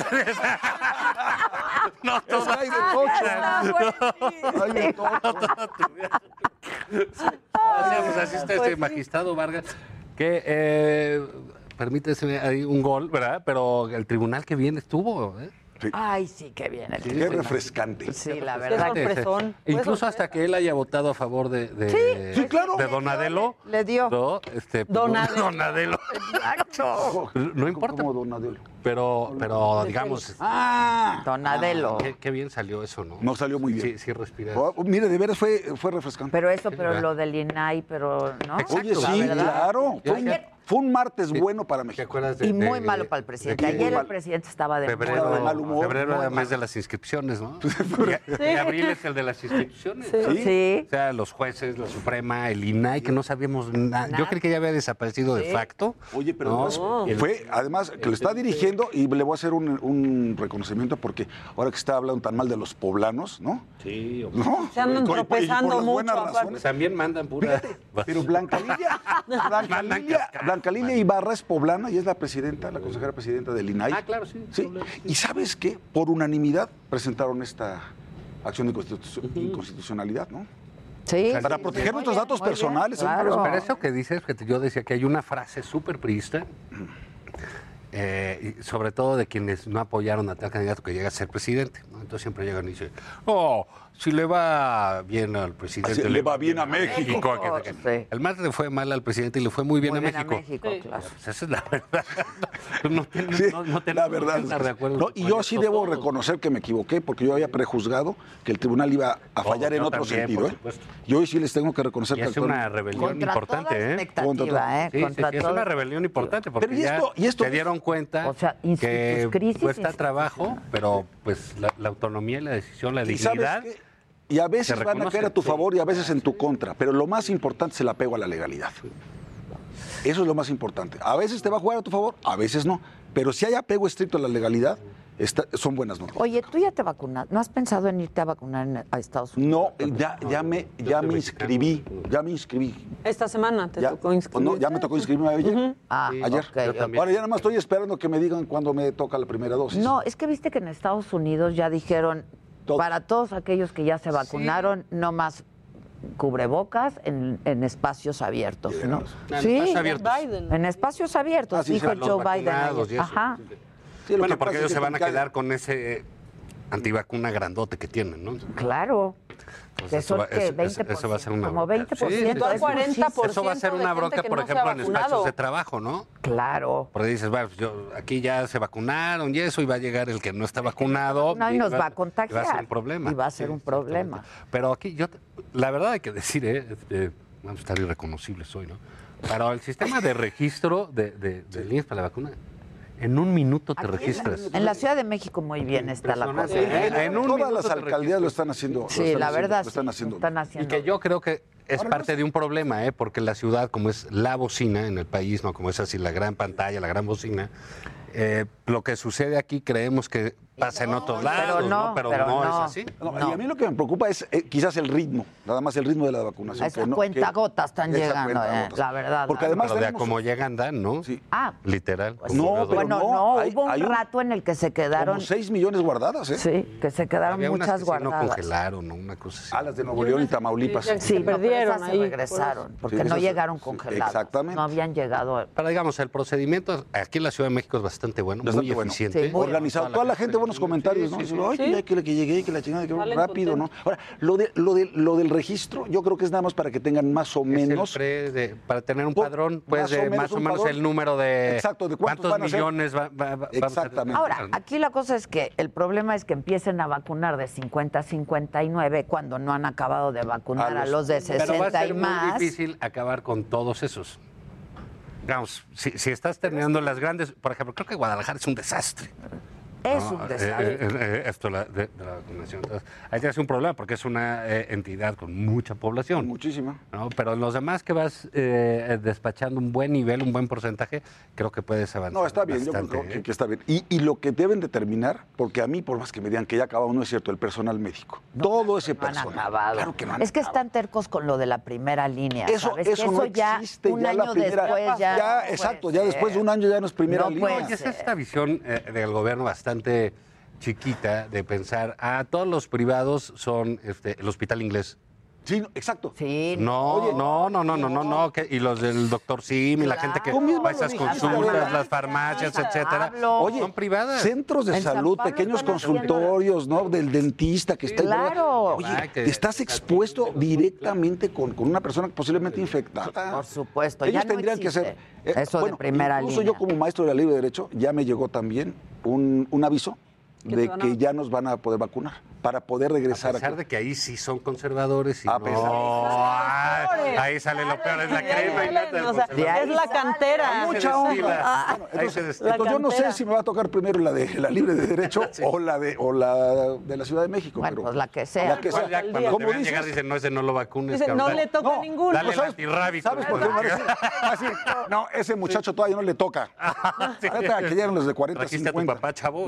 Speaker 24: No, toda
Speaker 23: hay de tocho.
Speaker 24: Hay de tocho. O sea, pues así está este magistrado Vargas, que permítese ahí un gol, ¿verdad? Pero el tribunal que bien estuvo, ¿eh?
Speaker 23: Sí.
Speaker 2: Ay, sí, qué bien.
Speaker 23: Qué refrescante.
Speaker 2: Sí, la verdad.
Speaker 24: Incluso hasta que él haya votado a favor
Speaker 23: sí, claro.
Speaker 24: de Donadelo.
Speaker 2: Le dio.
Speaker 24: ¿no? Donadelo.
Speaker 2: Exacto.
Speaker 23: No importa. Como Donadelo.
Speaker 24: Pero digamos...
Speaker 2: Donadelo.
Speaker 24: Qué bien salió eso, ¿no?
Speaker 23: No salió muy bien.
Speaker 24: Sí, respira.
Speaker 23: Mire, de veras fue refrescante.
Speaker 2: Pero lo del INAI, pero ¿no?
Speaker 23: Exacto, oye, sí, claro. Fue un martes bueno para México.
Speaker 24: ¿Te acuerdas
Speaker 2: y muy malo para el presidente. Ayer el presidente estaba de
Speaker 23: mal humor.
Speaker 24: Febrero era el mes de las inscripciones, ¿no? Y abril es el de las instituciones.
Speaker 2: Sí.
Speaker 24: O sea, los jueces, la Suprema, el INAI, que no sabíamos nada. Yo creí que ya había desaparecido de facto.
Speaker 23: Oye, pero fue, además, que lo está dirigiendo, y le voy a hacer un reconocimiento, porque ahora que está hablando tan mal de los poblanos, ¿no?
Speaker 24: Sí.
Speaker 23: ¿No?
Speaker 10: Se andan tropezando mucho.
Speaker 24: También mandan pura...
Speaker 23: Pero Blanca Lilia Ibarra es poblana y es la presidenta, la consejera presidenta del INAI.
Speaker 24: Ah, claro, sí.
Speaker 23: Y ¿sabes qué? Por unanimidad presentaron esta acción de inconstitucionalidad, ¿no?
Speaker 2: Sí.
Speaker 23: Para proteger nuestros datos personales.
Speaker 2: Claro.
Speaker 24: Pero eso que dices, que yo decía que hay una frase súper priista, y sobre todo de quienes no apoyaron a tal candidato que llega a ser presidente, ¿no? Entonces siempre llegan y dicen, si le va bien al presidente,
Speaker 23: le va bien a México.
Speaker 2: Sí.
Speaker 24: El MAS le fue mal al presidente y le fue muy bien a México.
Speaker 2: Claro.
Speaker 24: Pues esa es la verdad. No tenemos
Speaker 23: la verdad.
Speaker 24: que estar de acuerdo.
Speaker 23: Y yo sí debo reconocer que me equivoqué, porque yo había prejuzgado que el tribunal iba a fallar en otro sentido. Y hoy sí les tengo que reconocer que
Speaker 24: es una rebelión importante. Es una rebelión importante, porque ya se dieron cuenta que cuesta trabajo, pero pues la autonomía y la decisión, la dignidad...
Speaker 23: Y a veces van a caer a tu favor y a veces en tu contra, pero lo más importante es el apego a la legalidad. Eso es lo más importante. A veces te va a jugar a tu favor, a veces no. Pero si hay apego estricto a la legalidad, son buenas noticias.
Speaker 2: Oye, ¿tú ya te vacunas? ¿No has pensado en irte a vacunar a Estados Unidos?
Speaker 23: No, ya me inscribí.
Speaker 10: Esta semana te tocó inscribirte.
Speaker 23: No, ya me tocó inscribirme ayer.
Speaker 2: Ayer.
Speaker 23: Okay. Ahora ya nada más estoy esperando que me digan cuándo me toca la primera dosis.
Speaker 2: No, es que viste que en Estados Unidos ya dijeron, para todos aquellos que ya se vacunaron, no más cubrebocas en espacios abiertos, ¿no? En espacios abiertos, dijo Joe Biden. Ajá.
Speaker 24: Sí, bueno, porque ellos se van a quedar con ese antivacuna grandote que tienen, ¿no?
Speaker 2: Claro.
Speaker 24: Pues
Speaker 2: eso va a ser una como 20%.
Speaker 24: Sí,
Speaker 10: 40%.
Speaker 24: Eso va a ser una bronca, por ejemplo, en espacios de trabajo, ¿no?
Speaker 2: Claro.
Speaker 24: Porque dices, bueno, aquí ya se vacunaron y eso, y va a llegar el que no está vacunado.
Speaker 2: No, y nos va a contagiar.
Speaker 24: Y va a ser un problema.
Speaker 2: Y va a ser un problema.
Speaker 24: Pero aquí, la verdad hay que decir, vamos a estar irreconocibles hoy, ¿no? Pero el sistema de registro del IMSS para la vacuna, en un minuto te registras.
Speaker 2: En la Ciudad de México muy bien está la cosa.
Speaker 23: Todas las alcaldías lo están haciendo.
Speaker 2: Sí, la verdad,
Speaker 23: lo están haciendo.
Speaker 24: Y que yo creo que es parte de un problema, porque la ciudad, como es la bocina en el país, no como es así la gran pantalla, la gran bocina, lo que sucede aquí creemos que pasa en otros lados, pero no es así.
Speaker 23: Y a mí lo que me preocupa es quizás el ritmo, nada más el ritmo de la vacunación.
Speaker 2: Esas cuentagotas están llegando, la verdad.
Speaker 23: Porque además
Speaker 24: pero de como llegan dan, ¿no?
Speaker 23: Sí.
Speaker 24: Literal.
Speaker 2: Pues hubo un rato en el que se quedaron...
Speaker 23: Como 6 millones guardadas,
Speaker 2: Sí, que se quedaron muchas guardadas.
Speaker 24: No congelaron, ¿no? Una cosa así.
Speaker 23: Las de Nuevo León y Tamaulipas.
Speaker 2: Sí, perdieron ahí. Se regresaron, porque no llegaron congeladas.
Speaker 23: Exactamente.
Speaker 2: No habían llegado.
Speaker 24: Pero digamos, el procedimiento aquí en la Ciudad de México es bastante bueno, muy eficiente.
Speaker 23: Organizado. Toda la gente, buenos comentarios, ¿no? Ay, que llegué, que la chingada, que rápido, ¿no? Ahora, lo del registro, yo creo que es nada más para que tengan más o menos...
Speaker 24: para tener un padrón, pues más o menos el número de...
Speaker 23: Exacto, de
Speaker 24: cuántos millones va
Speaker 23: Exactamente.
Speaker 2: Ahora, aquí la cosa es que el problema es que empiecen a vacunar de 50 a 59 cuando no han acabado de vacunar a los de 60 y más.
Speaker 24: Pero va a ser muy difícil acabar con todos esos. Digamos, si estás terminando las grandes... Por ejemplo, creo que Guadalajara es un desastre.
Speaker 2: Es un desastre.
Speaker 24: Esto de la vacunación. Entonces, ahí tienes un problema porque es una entidad con mucha población.
Speaker 23: Muchísima.
Speaker 24: ¿No? Pero en los demás que vas despachando un buen nivel, un buen porcentaje, creo que puedes avanzar.
Speaker 23: No, está bien,
Speaker 24: bastante,
Speaker 23: yo creo que está bien. Y lo que deben determinar, porque a mí, por más que me digan que ya acabado, no es cierto, el personal médico. Todo ese personal.
Speaker 2: Acabado.
Speaker 23: Claro que no han
Speaker 2: es que están tercos con lo de la primera línea.
Speaker 23: Eso no
Speaker 2: ya
Speaker 23: existe.
Speaker 2: Un
Speaker 23: ya
Speaker 2: año
Speaker 23: la primera,
Speaker 2: después ya.
Speaker 23: Exacto, ya después de un año ya no es primera línea.
Speaker 24: Y esa es esta visión del gobierno bastante chiquita de pensar, todos los privados son el hospital inglés.
Speaker 23: Sí, exacto.
Speaker 2: Sí.
Speaker 24: No, y los del doctor Sim y la gente que va a esas consultas, las farmacias, etcétera, son privadas.
Speaker 23: Centros de salud, pequeños consultorios, ¿no? Del dentista que está...
Speaker 2: Claro.
Speaker 23: Oye, estás expuesto directamente con una persona posiblemente infectada.
Speaker 2: Por supuesto.
Speaker 23: Ellos
Speaker 2: ya
Speaker 23: tendrían que hacer...
Speaker 2: eso de primera línea.
Speaker 23: Incluso yo como maestro de la ley de derecho, ya me llegó también un aviso de que ya nos van a poder vacunar para poder regresar.
Speaker 24: A pesar de que ahí sí son conservadores y ahí sale lo peor, es la crema y nada.
Speaker 10: Es la cantera.
Speaker 23: Mucha honra. Entonces, yo no sé si me va a tocar primero la de la libre de derecho o la de la Ciudad de México.
Speaker 2: Bueno,
Speaker 23: pero
Speaker 2: pues la que sea.
Speaker 24: Cuando te vean llegar dicen, no, ese no lo vacunes.
Speaker 10: Dice, no le toca a ninguno.
Speaker 24: Dale el antirrábico.
Speaker 23: ¿Sabes por qué me parece? No, ese muchacho todavía no le toca. Ahorita que llegan los de 40, 50.
Speaker 24: Trajiste a tu papá, chavo.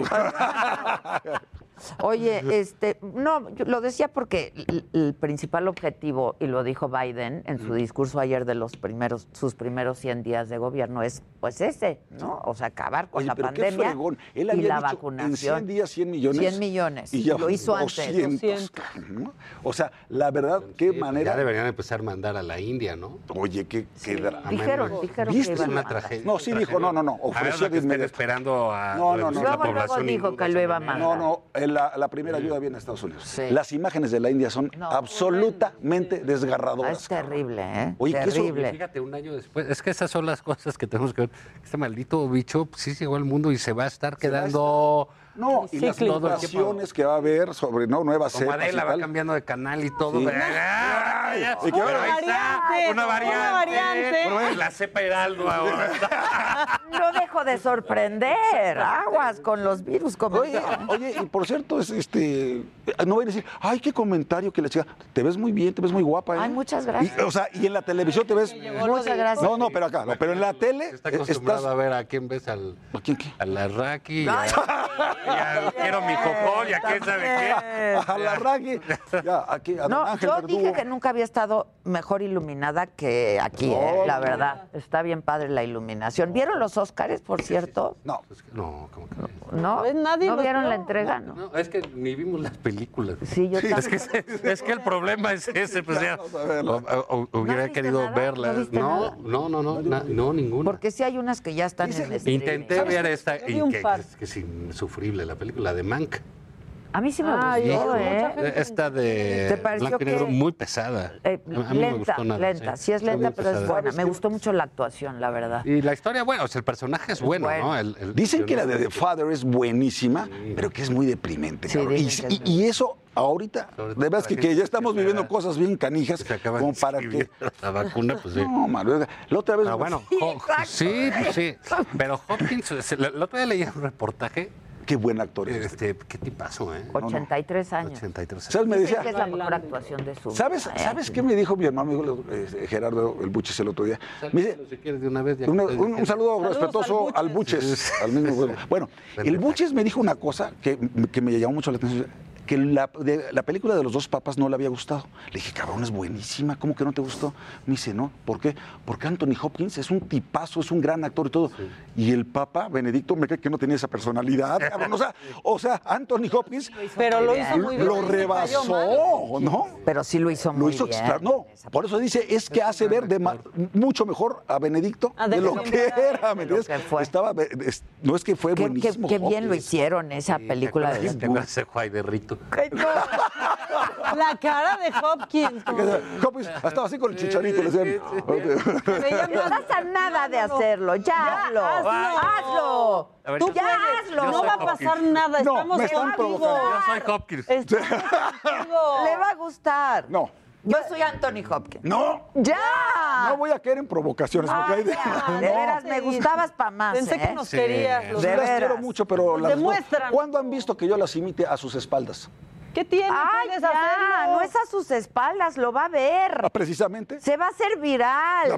Speaker 2: Oye, no, yo lo decía porque el principal objetivo, y lo dijo Biden en su discurso ayer de sus primeros 100 días de gobierno, es pues ese, ¿no? O sea, acabar con la pandemia
Speaker 23: y
Speaker 2: la vacunación.
Speaker 23: En 100 días, 100 millones.
Speaker 2: 100 millones.
Speaker 23: Y ya
Speaker 2: lo hizo
Speaker 23: 200.
Speaker 2: antes.
Speaker 23: O sea, la verdad, qué manera.
Speaker 24: Ya deberían empezar a mandar a la India, ¿no?
Speaker 23: Oye, qué drama.
Speaker 2: Dijeron
Speaker 23: ¿Viste?
Speaker 2: que iban
Speaker 24: una tragedia.
Speaker 23: No, sí dijo, no. Ofreció
Speaker 24: que estén esperando a la población.
Speaker 2: Luego dijo que lo iba a mandar.
Speaker 23: No, la primera ayuda viene a Estados Unidos.
Speaker 2: Sí.
Speaker 23: Las imágenes de la India son absolutamente desgarradoras.
Speaker 2: Es terrible, ¿eh?
Speaker 23: Oye,
Speaker 2: terrible.
Speaker 24: Fíjate, un año después, es que esas son las cosas que tenemos que ver. Este maldito bicho sí llegó al mundo y se va a estar quedando...
Speaker 23: No, y las mutaciones que va a haber sobre nuevas
Speaker 24: cepas.
Speaker 23: Como
Speaker 24: Adela va cambiando de canal y todo.
Speaker 23: Sí.
Speaker 24: Una variante. La cepa Heraldo ahora.
Speaker 2: No dejo de sorprender. Aguas con los virus.
Speaker 23: Oye, y por cierto, no voy a decir, ay, qué comentario que le chica. Te ves muy bien, te ves muy guapa.
Speaker 2: Ay, muchas gracias.
Speaker 23: Y en la televisión te ves...
Speaker 2: Muchas gracias.
Speaker 23: No, pero acá, pero en la tele...
Speaker 24: Está acostumbrado a ver a quién ves
Speaker 23: ¿A quién qué?
Speaker 24: A la Raki. Ya quiero mi cocol, ya quién sabe qué.
Speaker 23: A la Ragui. Ya, aquí, a don
Speaker 2: No,
Speaker 23: Ángel
Speaker 2: yo
Speaker 23: Verdugo.
Speaker 2: dije que nunca había estado mejor iluminada que aquí, la verdad. Está bien padre la iluminación. ¿Vieron los Óscares, por cierto?
Speaker 23: No.
Speaker 24: No, ¿cómo que no?
Speaker 2: ¿No?
Speaker 10: Nadie
Speaker 2: ¿No
Speaker 10: los
Speaker 2: vieron
Speaker 10: vio.
Speaker 2: la entrega? No.
Speaker 24: No, es que ni vimos las películas.
Speaker 2: Sí, yo también.
Speaker 24: Es que el problema es ese, pues ya. Hubiera
Speaker 2: viste
Speaker 24: querido
Speaker 2: nada?
Speaker 24: verlas.
Speaker 2: ¿No viste nada?
Speaker 24: No, ninguna.
Speaker 2: Porque sí hay unas que ya están en el streaming.
Speaker 24: Intenté ver esta
Speaker 10: Yo vi
Speaker 24: y
Speaker 10: un
Speaker 24: que
Speaker 10: par.
Speaker 24: es insufrible, la película de Mank.
Speaker 2: A mí sí me gustó,
Speaker 24: Esta
Speaker 2: ¿Te
Speaker 24: de
Speaker 2: pareció
Speaker 24: blanco y negro
Speaker 2: que-
Speaker 24: muy pesada. A mí no me
Speaker 2: Lenta,
Speaker 24: gustó nada.
Speaker 2: lenta. Sí es lenta,
Speaker 24: muy
Speaker 2: pero es
Speaker 24: pesada.
Speaker 2: buena. Me gustó mucho la actuación, la verdad.
Speaker 24: Y la historia, bueno, o sea, el personaje es bueno, ¿no?
Speaker 23: Dicen que la de The Father es buenísima, pero que es muy deprimente.
Speaker 2: Sí,
Speaker 23: cabrón.
Speaker 2: dicen que es
Speaker 23: Y eso ahorita, de verdad es que ya estamos viviendo cosas bien canijas, como para que...
Speaker 24: La vacuna, pues sí.
Speaker 23: No, mano, la otra vez...
Speaker 24: Ah, bueno, sí, pues sí. Pero Hopkins, el otro día leí un reportaje.
Speaker 23: Qué buen actor es.
Speaker 24: ¿Qué tipazo,
Speaker 2: 83 años.
Speaker 24: 83
Speaker 23: ¿Sabes? Me
Speaker 2: Dicen
Speaker 23: decía...
Speaker 2: que es la mejor actuación de su
Speaker 23: ¿Sabes qué me dijo mi hermano amigo Gerardo el Buches el otro día? Me dice,
Speaker 24: Si quieres de una vez. Ya
Speaker 23: un saludo respetuoso al Buches. Al mismo, bueno, el Buches me dijo una cosa que me llamó mucho la atención. Que la película de los dos papas no le había gustado. Le dije, cabrón, es buenísima, ¿cómo que no te gustó? Me dice, no, ¿por qué? Porque Anthony Hopkins es un tipazo, es un gran actor y todo. Sí. Y el Papa Benedicto me cree que no tenía esa personalidad, cabrón. O sea, Anthony Hopkins
Speaker 10: pero lo hizo muy bien.
Speaker 23: Lo rebasó, ¿no?
Speaker 2: Pero sí lo hizo muy bien.
Speaker 23: Claro, no, por eso dice, es que hace ver mucho mejor a Benedicto de lo que era, ¿me entiendes? No es que fue buenísimo.
Speaker 2: Qué bien lo hicieron esa película de
Speaker 24: ese Juay de Rito.
Speaker 10: La cara de Hopkins.
Speaker 23: Hopkins estaba así con el chicharito. Le decían,
Speaker 2: no pasa nada de hacerlo. Ya hazlo. Hazlo. Tú ya hazlo.
Speaker 10: No va a pasar nada. Estamos contigo.
Speaker 24: Yo soy Hopkins.
Speaker 2: Le va a gustar.
Speaker 23: No.
Speaker 2: Yo soy Anthony Hopkins.
Speaker 23: ¡No!
Speaker 2: ¡Ya!
Speaker 23: No voy a caer en provocaciones.
Speaker 2: De veras, me gustabas para más.
Speaker 10: Pensé que nos querías.
Speaker 23: Yo las quiero mucho, pero ¿cuándo han visto que yo las imite a sus espaldas?
Speaker 10: ¿Qué tiene? Puedes hacerlo.
Speaker 2: No es a sus espaldas, lo va a ver.
Speaker 23: Precisamente.
Speaker 2: Se va a hacer viral.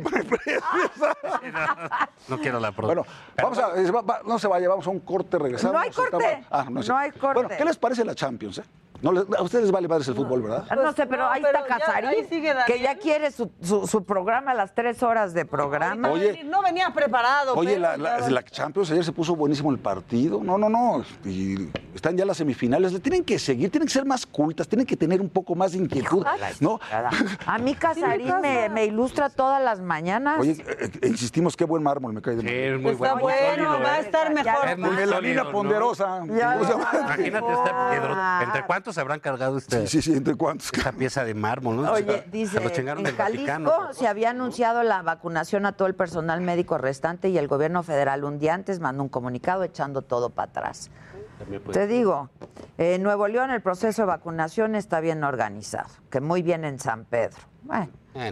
Speaker 24: No quiero la producción.
Speaker 23: Bueno, no se vaya, vamos a un corte, regresamos.
Speaker 2: No hay corte.
Speaker 23: No
Speaker 2: hay corte.
Speaker 23: Bueno, ¿qué les parece la Champions, a ustedes les vale madres el fútbol, ¿verdad?
Speaker 2: No sé, pero ahí está Casarín, que ya quiere su programa, las 3 horas de programa.
Speaker 23: Oye,
Speaker 10: no venía preparado.
Speaker 23: Oye, la Champions ayer se puso buenísimo el partido. No. Y están ya las semifinales. Le tienen que seguir, tienen que ser más cultas, tienen que tener un poco más de inquietud, ¿no?
Speaker 2: A mí Casarín me ilustra todas las mañanas.
Speaker 23: Oye, insistimos, qué buen mármol me cae de
Speaker 24: madre. Sí, es muy
Speaker 10: Está bueno, va a estar mejor.
Speaker 23: Melanina ponderosa.
Speaker 24: Imagínate entre cuántos habrán cargado
Speaker 23: Sí, entre cuántos.
Speaker 24: Esta pieza de mármol, ¿no?
Speaker 2: Oye, dice, en Jalisco se había anunciado la vacunación a todo el personal médico restante y el gobierno federal un día antes mandó un comunicado echando todo para atrás. Te digo, en Nuevo León el proceso de vacunación está bien organizado, que muy bien en San Pedro. Bueno,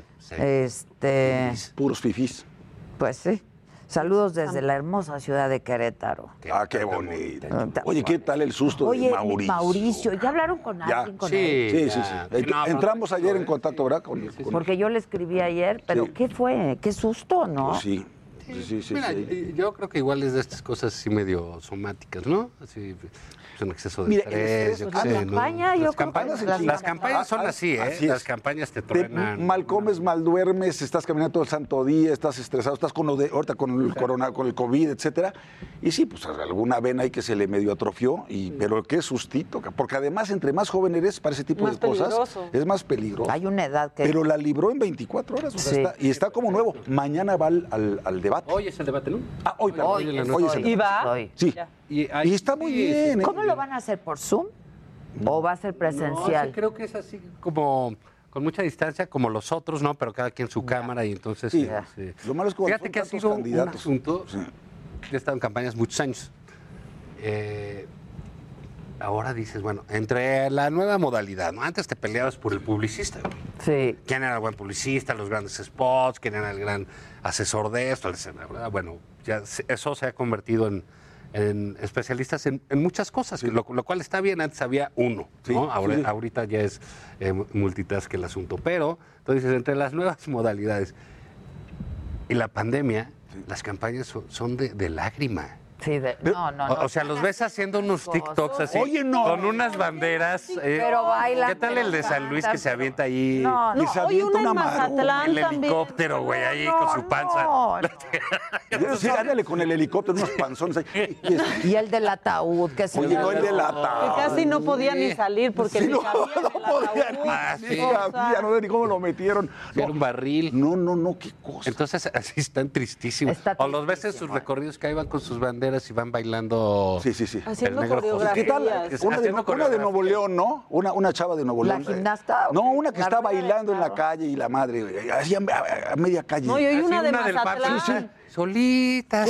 Speaker 23: puros fifís.
Speaker 2: Pues sí. Saludos desde la hermosa ciudad de Querétaro.
Speaker 23: Qué bonito. Oye, ¿qué tal el susto de
Speaker 2: Mauricio? ¿Ya hablaron con alguien con él?
Speaker 23: Sí. Entramos ayer en contacto, ¿verdad?
Speaker 2: Porque yo le escribí ayer, pero ¿qué fue? ¿Qué susto, no?
Speaker 23: Pues sí.
Speaker 24: Mira, yo creo que igual es de estas cosas así medio somáticas, ¿no? Así, un exceso de estrés, yo qué sé, ¿no? Las campañas son así, ¿eh?
Speaker 23: Así
Speaker 24: las campañas te truenan.
Speaker 23: Mal comes, mal duermes, estás caminando todo el santo día, estás estresado, estás ahorita con el COVID, etcétera. Y sí, pues alguna vena ahí que se le medio atrofió, pero qué sustito, porque además entre más joven eres para ese tipo de cosas, es más peligroso.
Speaker 2: Hay una edad que...
Speaker 23: Pero la libró en 24 horas, o sea, y está como nuevo. Mañana va al debate.
Speaker 24: Hoy es el debate, ¿no?
Speaker 23: Hoy es el debate.
Speaker 10: ¿Y va?
Speaker 23: Sí. Y está muy bien.
Speaker 2: ¿Cómo lo van a hacer? ¿Por Zoom? ¿O va a ser presencial?
Speaker 24: No, creo que es así como con mucha distancia, como los otros, ¿no? Pero cada quien su cámara y entonces...
Speaker 23: Sí. Lo malo es que
Speaker 24: fíjate que ha sido un asunto... He estado en campañas muchos años. Ahora dices, bueno, entre la nueva modalidad, ¿no? Antes te peleabas por el publicista.
Speaker 2: Sí.
Speaker 24: ¿Quién era el buen publicista? Los grandes spots, ¿quién era el gran asesor de esto? ¿Verdad? Bueno, ya eso se ha convertido en especialistas en muchas cosas, lo cual está bien. Antes había uno, ¿no? Ahorita ya es multitask el asunto. Pero, entonces, entre las nuevas modalidades y la pandemia, las campañas son de lágrima.
Speaker 2: Sí,
Speaker 24: O sea, los ves haciendo unos TikToks así,
Speaker 23: Oye, no.
Speaker 24: con unas banderas.
Speaker 2: Pero bailan.
Speaker 24: ¿Qué tal el de San Luis que se avienta ahí?
Speaker 10: No, oye, una en Mazatlán
Speaker 24: el
Speaker 10: también.
Speaker 24: helicóptero, güey, ahí con su panza.
Speaker 23: Sí, ándale con el helicóptero, unos panzones ahí.
Speaker 2: Y el del ataúd, que se
Speaker 23: Oye, no, el del ataúd.
Speaker 10: Que casi no podía ni salir porque
Speaker 23: Sí,
Speaker 10: ni
Speaker 23: no,
Speaker 10: cabía en
Speaker 23: no
Speaker 10: el
Speaker 23: podía
Speaker 10: ataúd.
Speaker 23: ni cabía, no sé ni cómo lo metieron.
Speaker 24: Era un barril.
Speaker 23: No, qué cosa.
Speaker 24: Entonces, así están tristísimos. O los ves en sus recorridos que ahí van con sus banderas y van bailando.
Speaker 23: Sí.
Speaker 10: Haciendo
Speaker 23: ¿Qué tal?
Speaker 10: coreografías.
Speaker 23: Una de Nuevo León, ¿no? Una chava de Nuevo
Speaker 2: ¿La
Speaker 23: León.
Speaker 2: gimnasta?
Speaker 23: No, una que está bailando en la calle y la madre, así a media calle.
Speaker 10: No, y hay una de
Speaker 24: del
Speaker 10: Mazatlán.
Speaker 24: Sí. Solitas.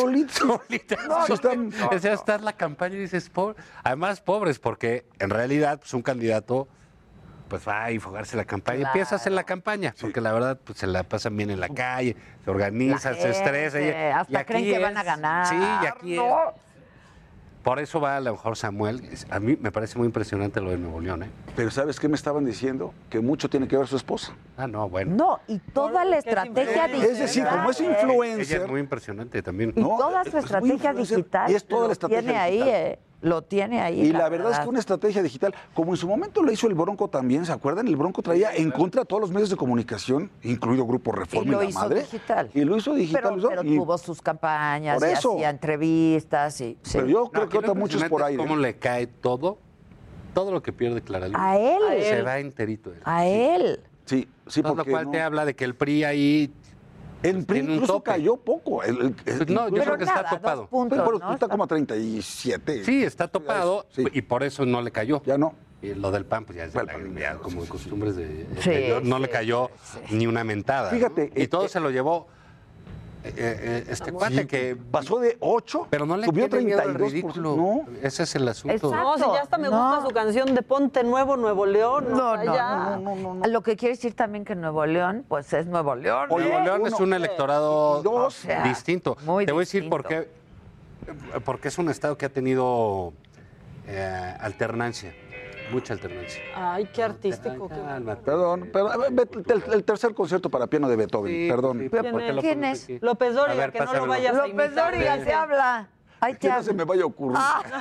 Speaker 23: No.
Speaker 24: O sea, está en la campaña y dices, además pobres, porque en realidad pues, un candidato pues va a enfocarse en la campaña.
Speaker 2: Claro.
Speaker 24: Empiezas en la campaña, porque la verdad pues se la pasan bien en la calle, se organizan, se estresan.
Speaker 2: Hasta creen que van a ganar.
Speaker 24: Sí, y aquí es. Por eso va a lo mejor Samuel. A mí me parece muy impresionante lo de Nuevo León, ¿eh?
Speaker 23: Pero ¿sabes qué me estaban diciendo? Que mucho tiene que ver su esposa.
Speaker 24: Ah, no, bueno.
Speaker 2: No, y toda la estrategia digital.
Speaker 23: Es decir, como es influencer.
Speaker 24: Ella es muy impresionante también.
Speaker 2: Y toda su estrategia digital.
Speaker 23: Y es toda la estrategia digital.
Speaker 2: Lo tiene ahí.
Speaker 23: Y la verdad es que una estrategia digital, como en su momento lo hizo el Bronco también, ¿se acuerdan? El Bronco traía en contra a todos los medios de comunicación, incluido Grupo Reforma y,
Speaker 2: lo
Speaker 23: la
Speaker 2: hizo
Speaker 23: madre.
Speaker 2: digital.
Speaker 23: Y lo hizo digital.
Speaker 2: Pero tuvo sus campañas,
Speaker 23: por
Speaker 2: y
Speaker 23: eso.
Speaker 2: hacía entrevistas. Sí.
Speaker 23: Pero yo creo que otra mucho es por aire.
Speaker 24: ¿Cómo le cae todo lo que pierde Clara Luz?
Speaker 2: A él.
Speaker 24: Se va enterito.
Speaker 2: A él.
Speaker 23: Sí,
Speaker 24: todo lo cual te habla de que el PRI ahí.
Speaker 23: El PRI incluso cayó poco.
Speaker 24: No, yo creo que está topado.
Speaker 23: Pero está como a 37.
Speaker 24: Sí, está topado y por eso no le cayó.
Speaker 23: Ya no.
Speaker 24: Y lo del PAN, pues ya, ya como en costumbres de no le cayó ni una mentada.
Speaker 23: Fíjate.
Speaker 24: ¿No? Y todo se lo llevó este cuate que
Speaker 23: pasó de 8,
Speaker 24: pero no le
Speaker 23: subió
Speaker 24: tiene miedo al
Speaker 23: 32%.
Speaker 24: ridículo.
Speaker 23: No.
Speaker 24: Ese es el asunto.
Speaker 10: No, si ya hasta me gusta su canción de Ponte Nuevo, Nuevo León.
Speaker 2: No. Lo que quiere decir también que Nuevo León, pues es Nuevo León.
Speaker 24: Nuevo León es un electorado distinto. Te voy a decir por qué. Porque es un estado que ha tenido alternancia. Mucha alternancia.
Speaker 10: Ay, qué artístico.
Speaker 23: Perdón, pero el tercer concierto para piano de Beethoven, perdón.
Speaker 2: ¿Quién es?
Speaker 10: López Dóriga, que no lo vayas a imitar.
Speaker 2: López Dóriga se habla. Ay,
Speaker 23: que no se me vaya a ocurrir.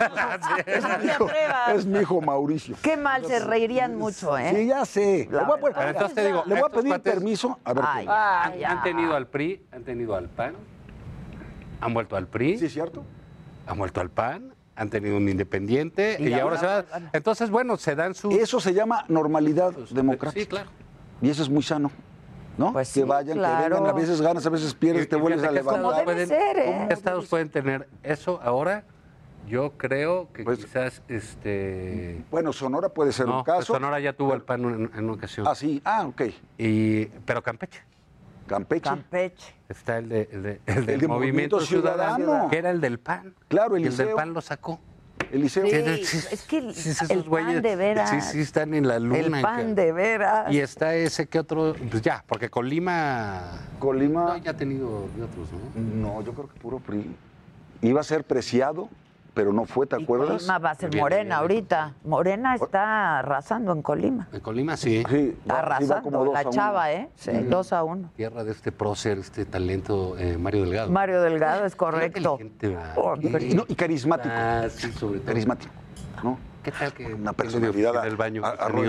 Speaker 23: Es mi hijo Mauricio.
Speaker 2: Qué mal, se reirían mucho, ¿eh?
Speaker 23: Sí, ya sé.
Speaker 24: Entonces te digo,
Speaker 23: le voy a pedir permiso. A ver.
Speaker 24: Han tenido al PRI, han tenido al PAN, han vuelto al PRI.
Speaker 23: Sí, cierto.
Speaker 24: Han vuelto al PAN. Han tenido un independiente y ahora se va. Entonces, bueno, se dan su.
Speaker 23: Eso se llama normalidad democrática.
Speaker 24: Sí, claro.
Speaker 23: Y eso es muy sano, ¿no?
Speaker 2: Pues
Speaker 23: que vayan, que vengan, a veces ganas, a veces pierdes, te vuelves a levantar.
Speaker 24: ¿Qué estados pueden tener eso ahora? Yo creo que quizás
Speaker 23: Bueno, Sonora puede ser un caso.
Speaker 24: Sonora ya tuvo el PAN en una ocasión.
Speaker 23: Ah, sí. Ah, ok.
Speaker 24: Pero Campeche. Está el del Movimiento Ciudadano, que era el del PAN.
Speaker 23: Claro,
Speaker 24: el del PAN lo sacó.
Speaker 23: Eliseo.
Speaker 2: Es que el PAN de veras.
Speaker 24: Sí, están en la luna.
Speaker 2: El PAN de veras.
Speaker 24: Y está ese que otro, pues ya, porque Colima no, ya ha tenido de otros, ¿no?
Speaker 23: No, yo creo que puro PRI. Iba a ser preciado, pero no fue, ¿te acuerdas?
Speaker 2: Colima va a ser Morena ahorita. Morena está arrasando en Colima.
Speaker 24: En Colima sí.
Speaker 2: Está arrasando la chava, ¿eh? Sí, 2-1.
Speaker 24: Tierra de este prócer, este talento, Mario Delgado.
Speaker 2: Mario Delgado es correcto.
Speaker 23: Y carismático.
Speaker 24: Ah, sí, sobre todo.
Speaker 23: Carismático, ¿no?
Speaker 24: ¿Qué tal que
Speaker 23: una personalidad
Speaker 24: en el baño?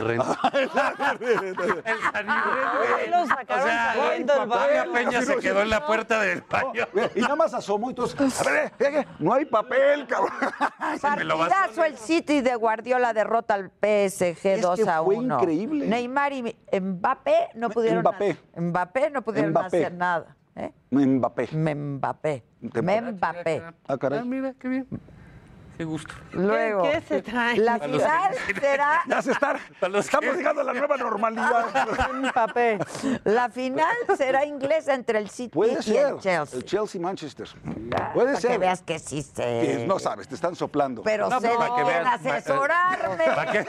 Speaker 10: Lo sacaron saliendo del baño.
Speaker 24: Peña se quedó en la puerta del baño.
Speaker 23: Y nada más asomó y todos, a ver, no hay papel, cabrón.
Speaker 2: Partidazo el City de Guardiola derrota al PSG 2-1.
Speaker 23: Fue increíble.
Speaker 2: Neymar y Mbappé no pudieron hacer nada. Mbappé.
Speaker 23: Ah, caray.
Speaker 24: Ah, mira, qué bien. Qué gusto.
Speaker 2: Luego,
Speaker 10: ¿Qué se trae?
Speaker 2: la final será...
Speaker 23: Ya estamos llegando a la nueva normalidad.
Speaker 10: Mbappé.
Speaker 2: La final será inglesa entre el City
Speaker 23: Puede
Speaker 2: y
Speaker 23: ser.
Speaker 2: el Chelsea.
Speaker 23: El Chelsea-Manchester.
Speaker 2: Para
Speaker 23: Puede ser.
Speaker 2: que veas que sí sé.
Speaker 23: No sabes, te están soplando.
Speaker 2: Pero sé de quién asesorarme.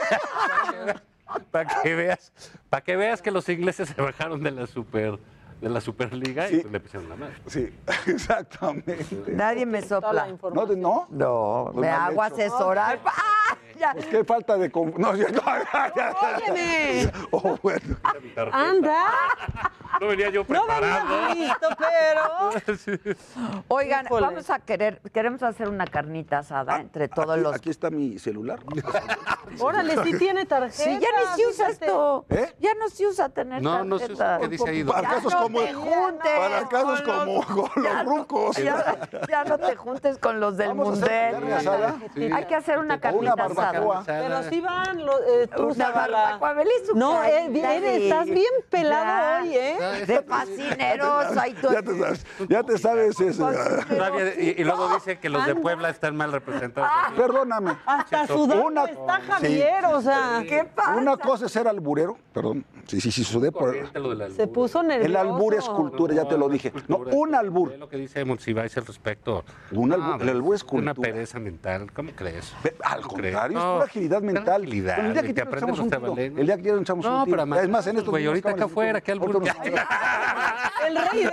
Speaker 24: Para que veas que los ingleses se bajaron de la Superliga y pues le pisaron la madre.
Speaker 23: Sí, exactamente.
Speaker 2: Nadie me sopla.
Speaker 23: ¿No?
Speaker 2: No, me hago asesorar. ¡Ah! Ya.
Speaker 23: Pues qué falta de... No,
Speaker 10: ¡Óyeme!
Speaker 23: Oh, bueno.
Speaker 10: ¡Anda!
Speaker 24: No venía yo preparado.
Speaker 10: No venía listo, pero...
Speaker 24: Sí.
Speaker 2: Oigan,
Speaker 10: Híjole.
Speaker 2: queremos hacer una carnita asada entre todos los...
Speaker 23: Aquí está mi celular.
Speaker 10: Órale, sí tiene tarjeta.
Speaker 2: Sí, ya ni se usa esto.
Speaker 23: ¿Eh?
Speaker 2: Ya no se usa tener
Speaker 24: No, no se usa. ¿Qué dice ahí?
Speaker 23: Para casos como
Speaker 2: Para
Speaker 23: casos como con los rucos.
Speaker 2: Ya no te juntes con los del Mundel. Hay que hacer una carnita asada.
Speaker 10: Pero sí van tú,
Speaker 2: Una barbacoa. Vele su
Speaker 10: No,
Speaker 2: carita
Speaker 10: estás bien pelado hoy, ¿eh?
Speaker 2: De fascineros. Ahí tú.
Speaker 23: Ya te sabes eso.
Speaker 24: Y luego dice que los de Puebla están mal representados.
Speaker 23: Perdóname.
Speaker 10: Hasta sudando está Javier, o sea.
Speaker 2: ¿Qué pasa?
Speaker 23: Una cosa es ser alburero, perdón. Sí, sudé por...
Speaker 10: Se puso nervioso.
Speaker 23: El albur es cultura, ya te lo dije. No, un albur.
Speaker 24: Es lo que dice Monsiváis al respecto.
Speaker 23: Un albur, el albur es cultura.
Speaker 24: Una pereza mental, ¿cómo crees?
Speaker 23: Al contrario, es pura agilidad mental. El día que
Speaker 24: te aprendes los
Speaker 23: tabalenguos. El día que ya nos echamos un tiro.
Speaker 24: No, pero
Speaker 23: es más, en estos
Speaker 24: güey, ahorita acá afuera, ¿qué albur?
Speaker 10: El rey.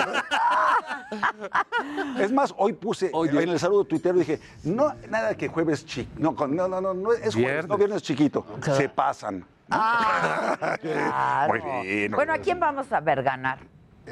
Speaker 23: Es más, hoy puse en el saludo tuitero, dije, no, nada que jueves chico. No, es jueves, no viernes chiquito. Se pasan.
Speaker 2: Claro.
Speaker 23: Muy bien.
Speaker 2: Bueno, ¿a quién vamos a ver ganar?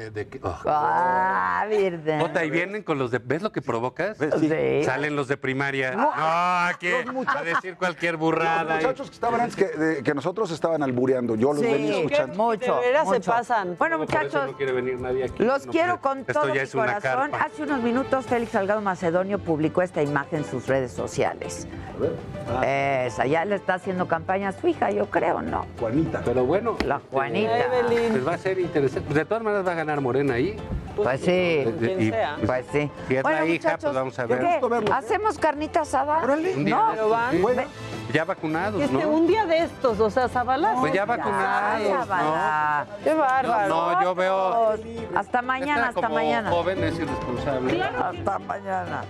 Speaker 2: Virgen.
Speaker 24: Jota, y vienen con los de... ¿Ves lo que provocas?
Speaker 2: Sí.
Speaker 24: Salen los de primaria.
Speaker 23: No,
Speaker 24: aquí a decir cualquier burrada.
Speaker 23: Los muchachos que estaban antes que nosotros estaban albureando. Yo los venía escuchando.
Speaker 2: Mucho.
Speaker 10: De veras se pasan.
Speaker 2: Bueno,
Speaker 24: Por eso
Speaker 2: muchachos,
Speaker 24: no quiere venir nadie aquí.
Speaker 2: los
Speaker 24: No,
Speaker 2: quiero
Speaker 24: pues,
Speaker 2: con
Speaker 24: esto
Speaker 2: todo
Speaker 24: ya
Speaker 2: mi
Speaker 24: es una
Speaker 2: corazón.
Speaker 24: carpa.
Speaker 2: Hace unos minutos, Félix Salgado Macedonio publicó esta imagen en sus redes sociales. Ya le está haciendo campaña a su hija, yo creo, ¿no?
Speaker 23: Juanita.
Speaker 24: Pero bueno.
Speaker 2: La Juanita.
Speaker 24: Pues va a ser interesante. Pues de todas maneras va a ganar Morena ahí.
Speaker 2: Pues sí. Pues sí.
Speaker 24: Si es
Speaker 2: Bueno,
Speaker 24: la hija,
Speaker 2: muchachos,
Speaker 24: pues vamos a ver.
Speaker 2: ¿qué? ¿Hacemos carnita asada?
Speaker 24: Un día
Speaker 2: No,
Speaker 24: de estos, sí.
Speaker 2: Ve-
Speaker 24: Ya vacunados, ¿no?
Speaker 10: Un día de estos, o sea, Zavala.
Speaker 24: Pues ya vacunados,
Speaker 2: Zavala.
Speaker 10: Qué bárbaro.
Speaker 24: No, yo veo...
Speaker 2: Hasta mañana, hasta
Speaker 24: como
Speaker 2: mañana.
Speaker 24: joven es irresponsable.
Speaker 2: Hasta mañana.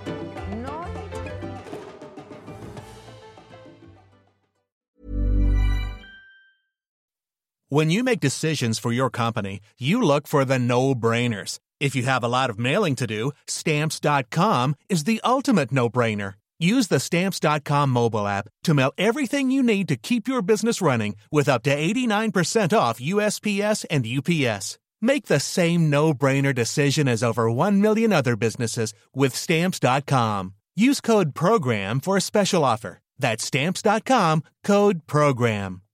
Speaker 5: When you make decisions for your company, you look for the no-brainers. If you have a lot of mailing to do, Stamps.com is the ultimate no-brainer. Use the Stamps.com mobile app to mail everything you need to keep your business running with up to 89% off USPS and UPS. Make the same no-brainer decision as over 1 million other businesses with Stamps.com. Use code PROGRAM for a special offer. That's Stamps.com, code PROGRAM.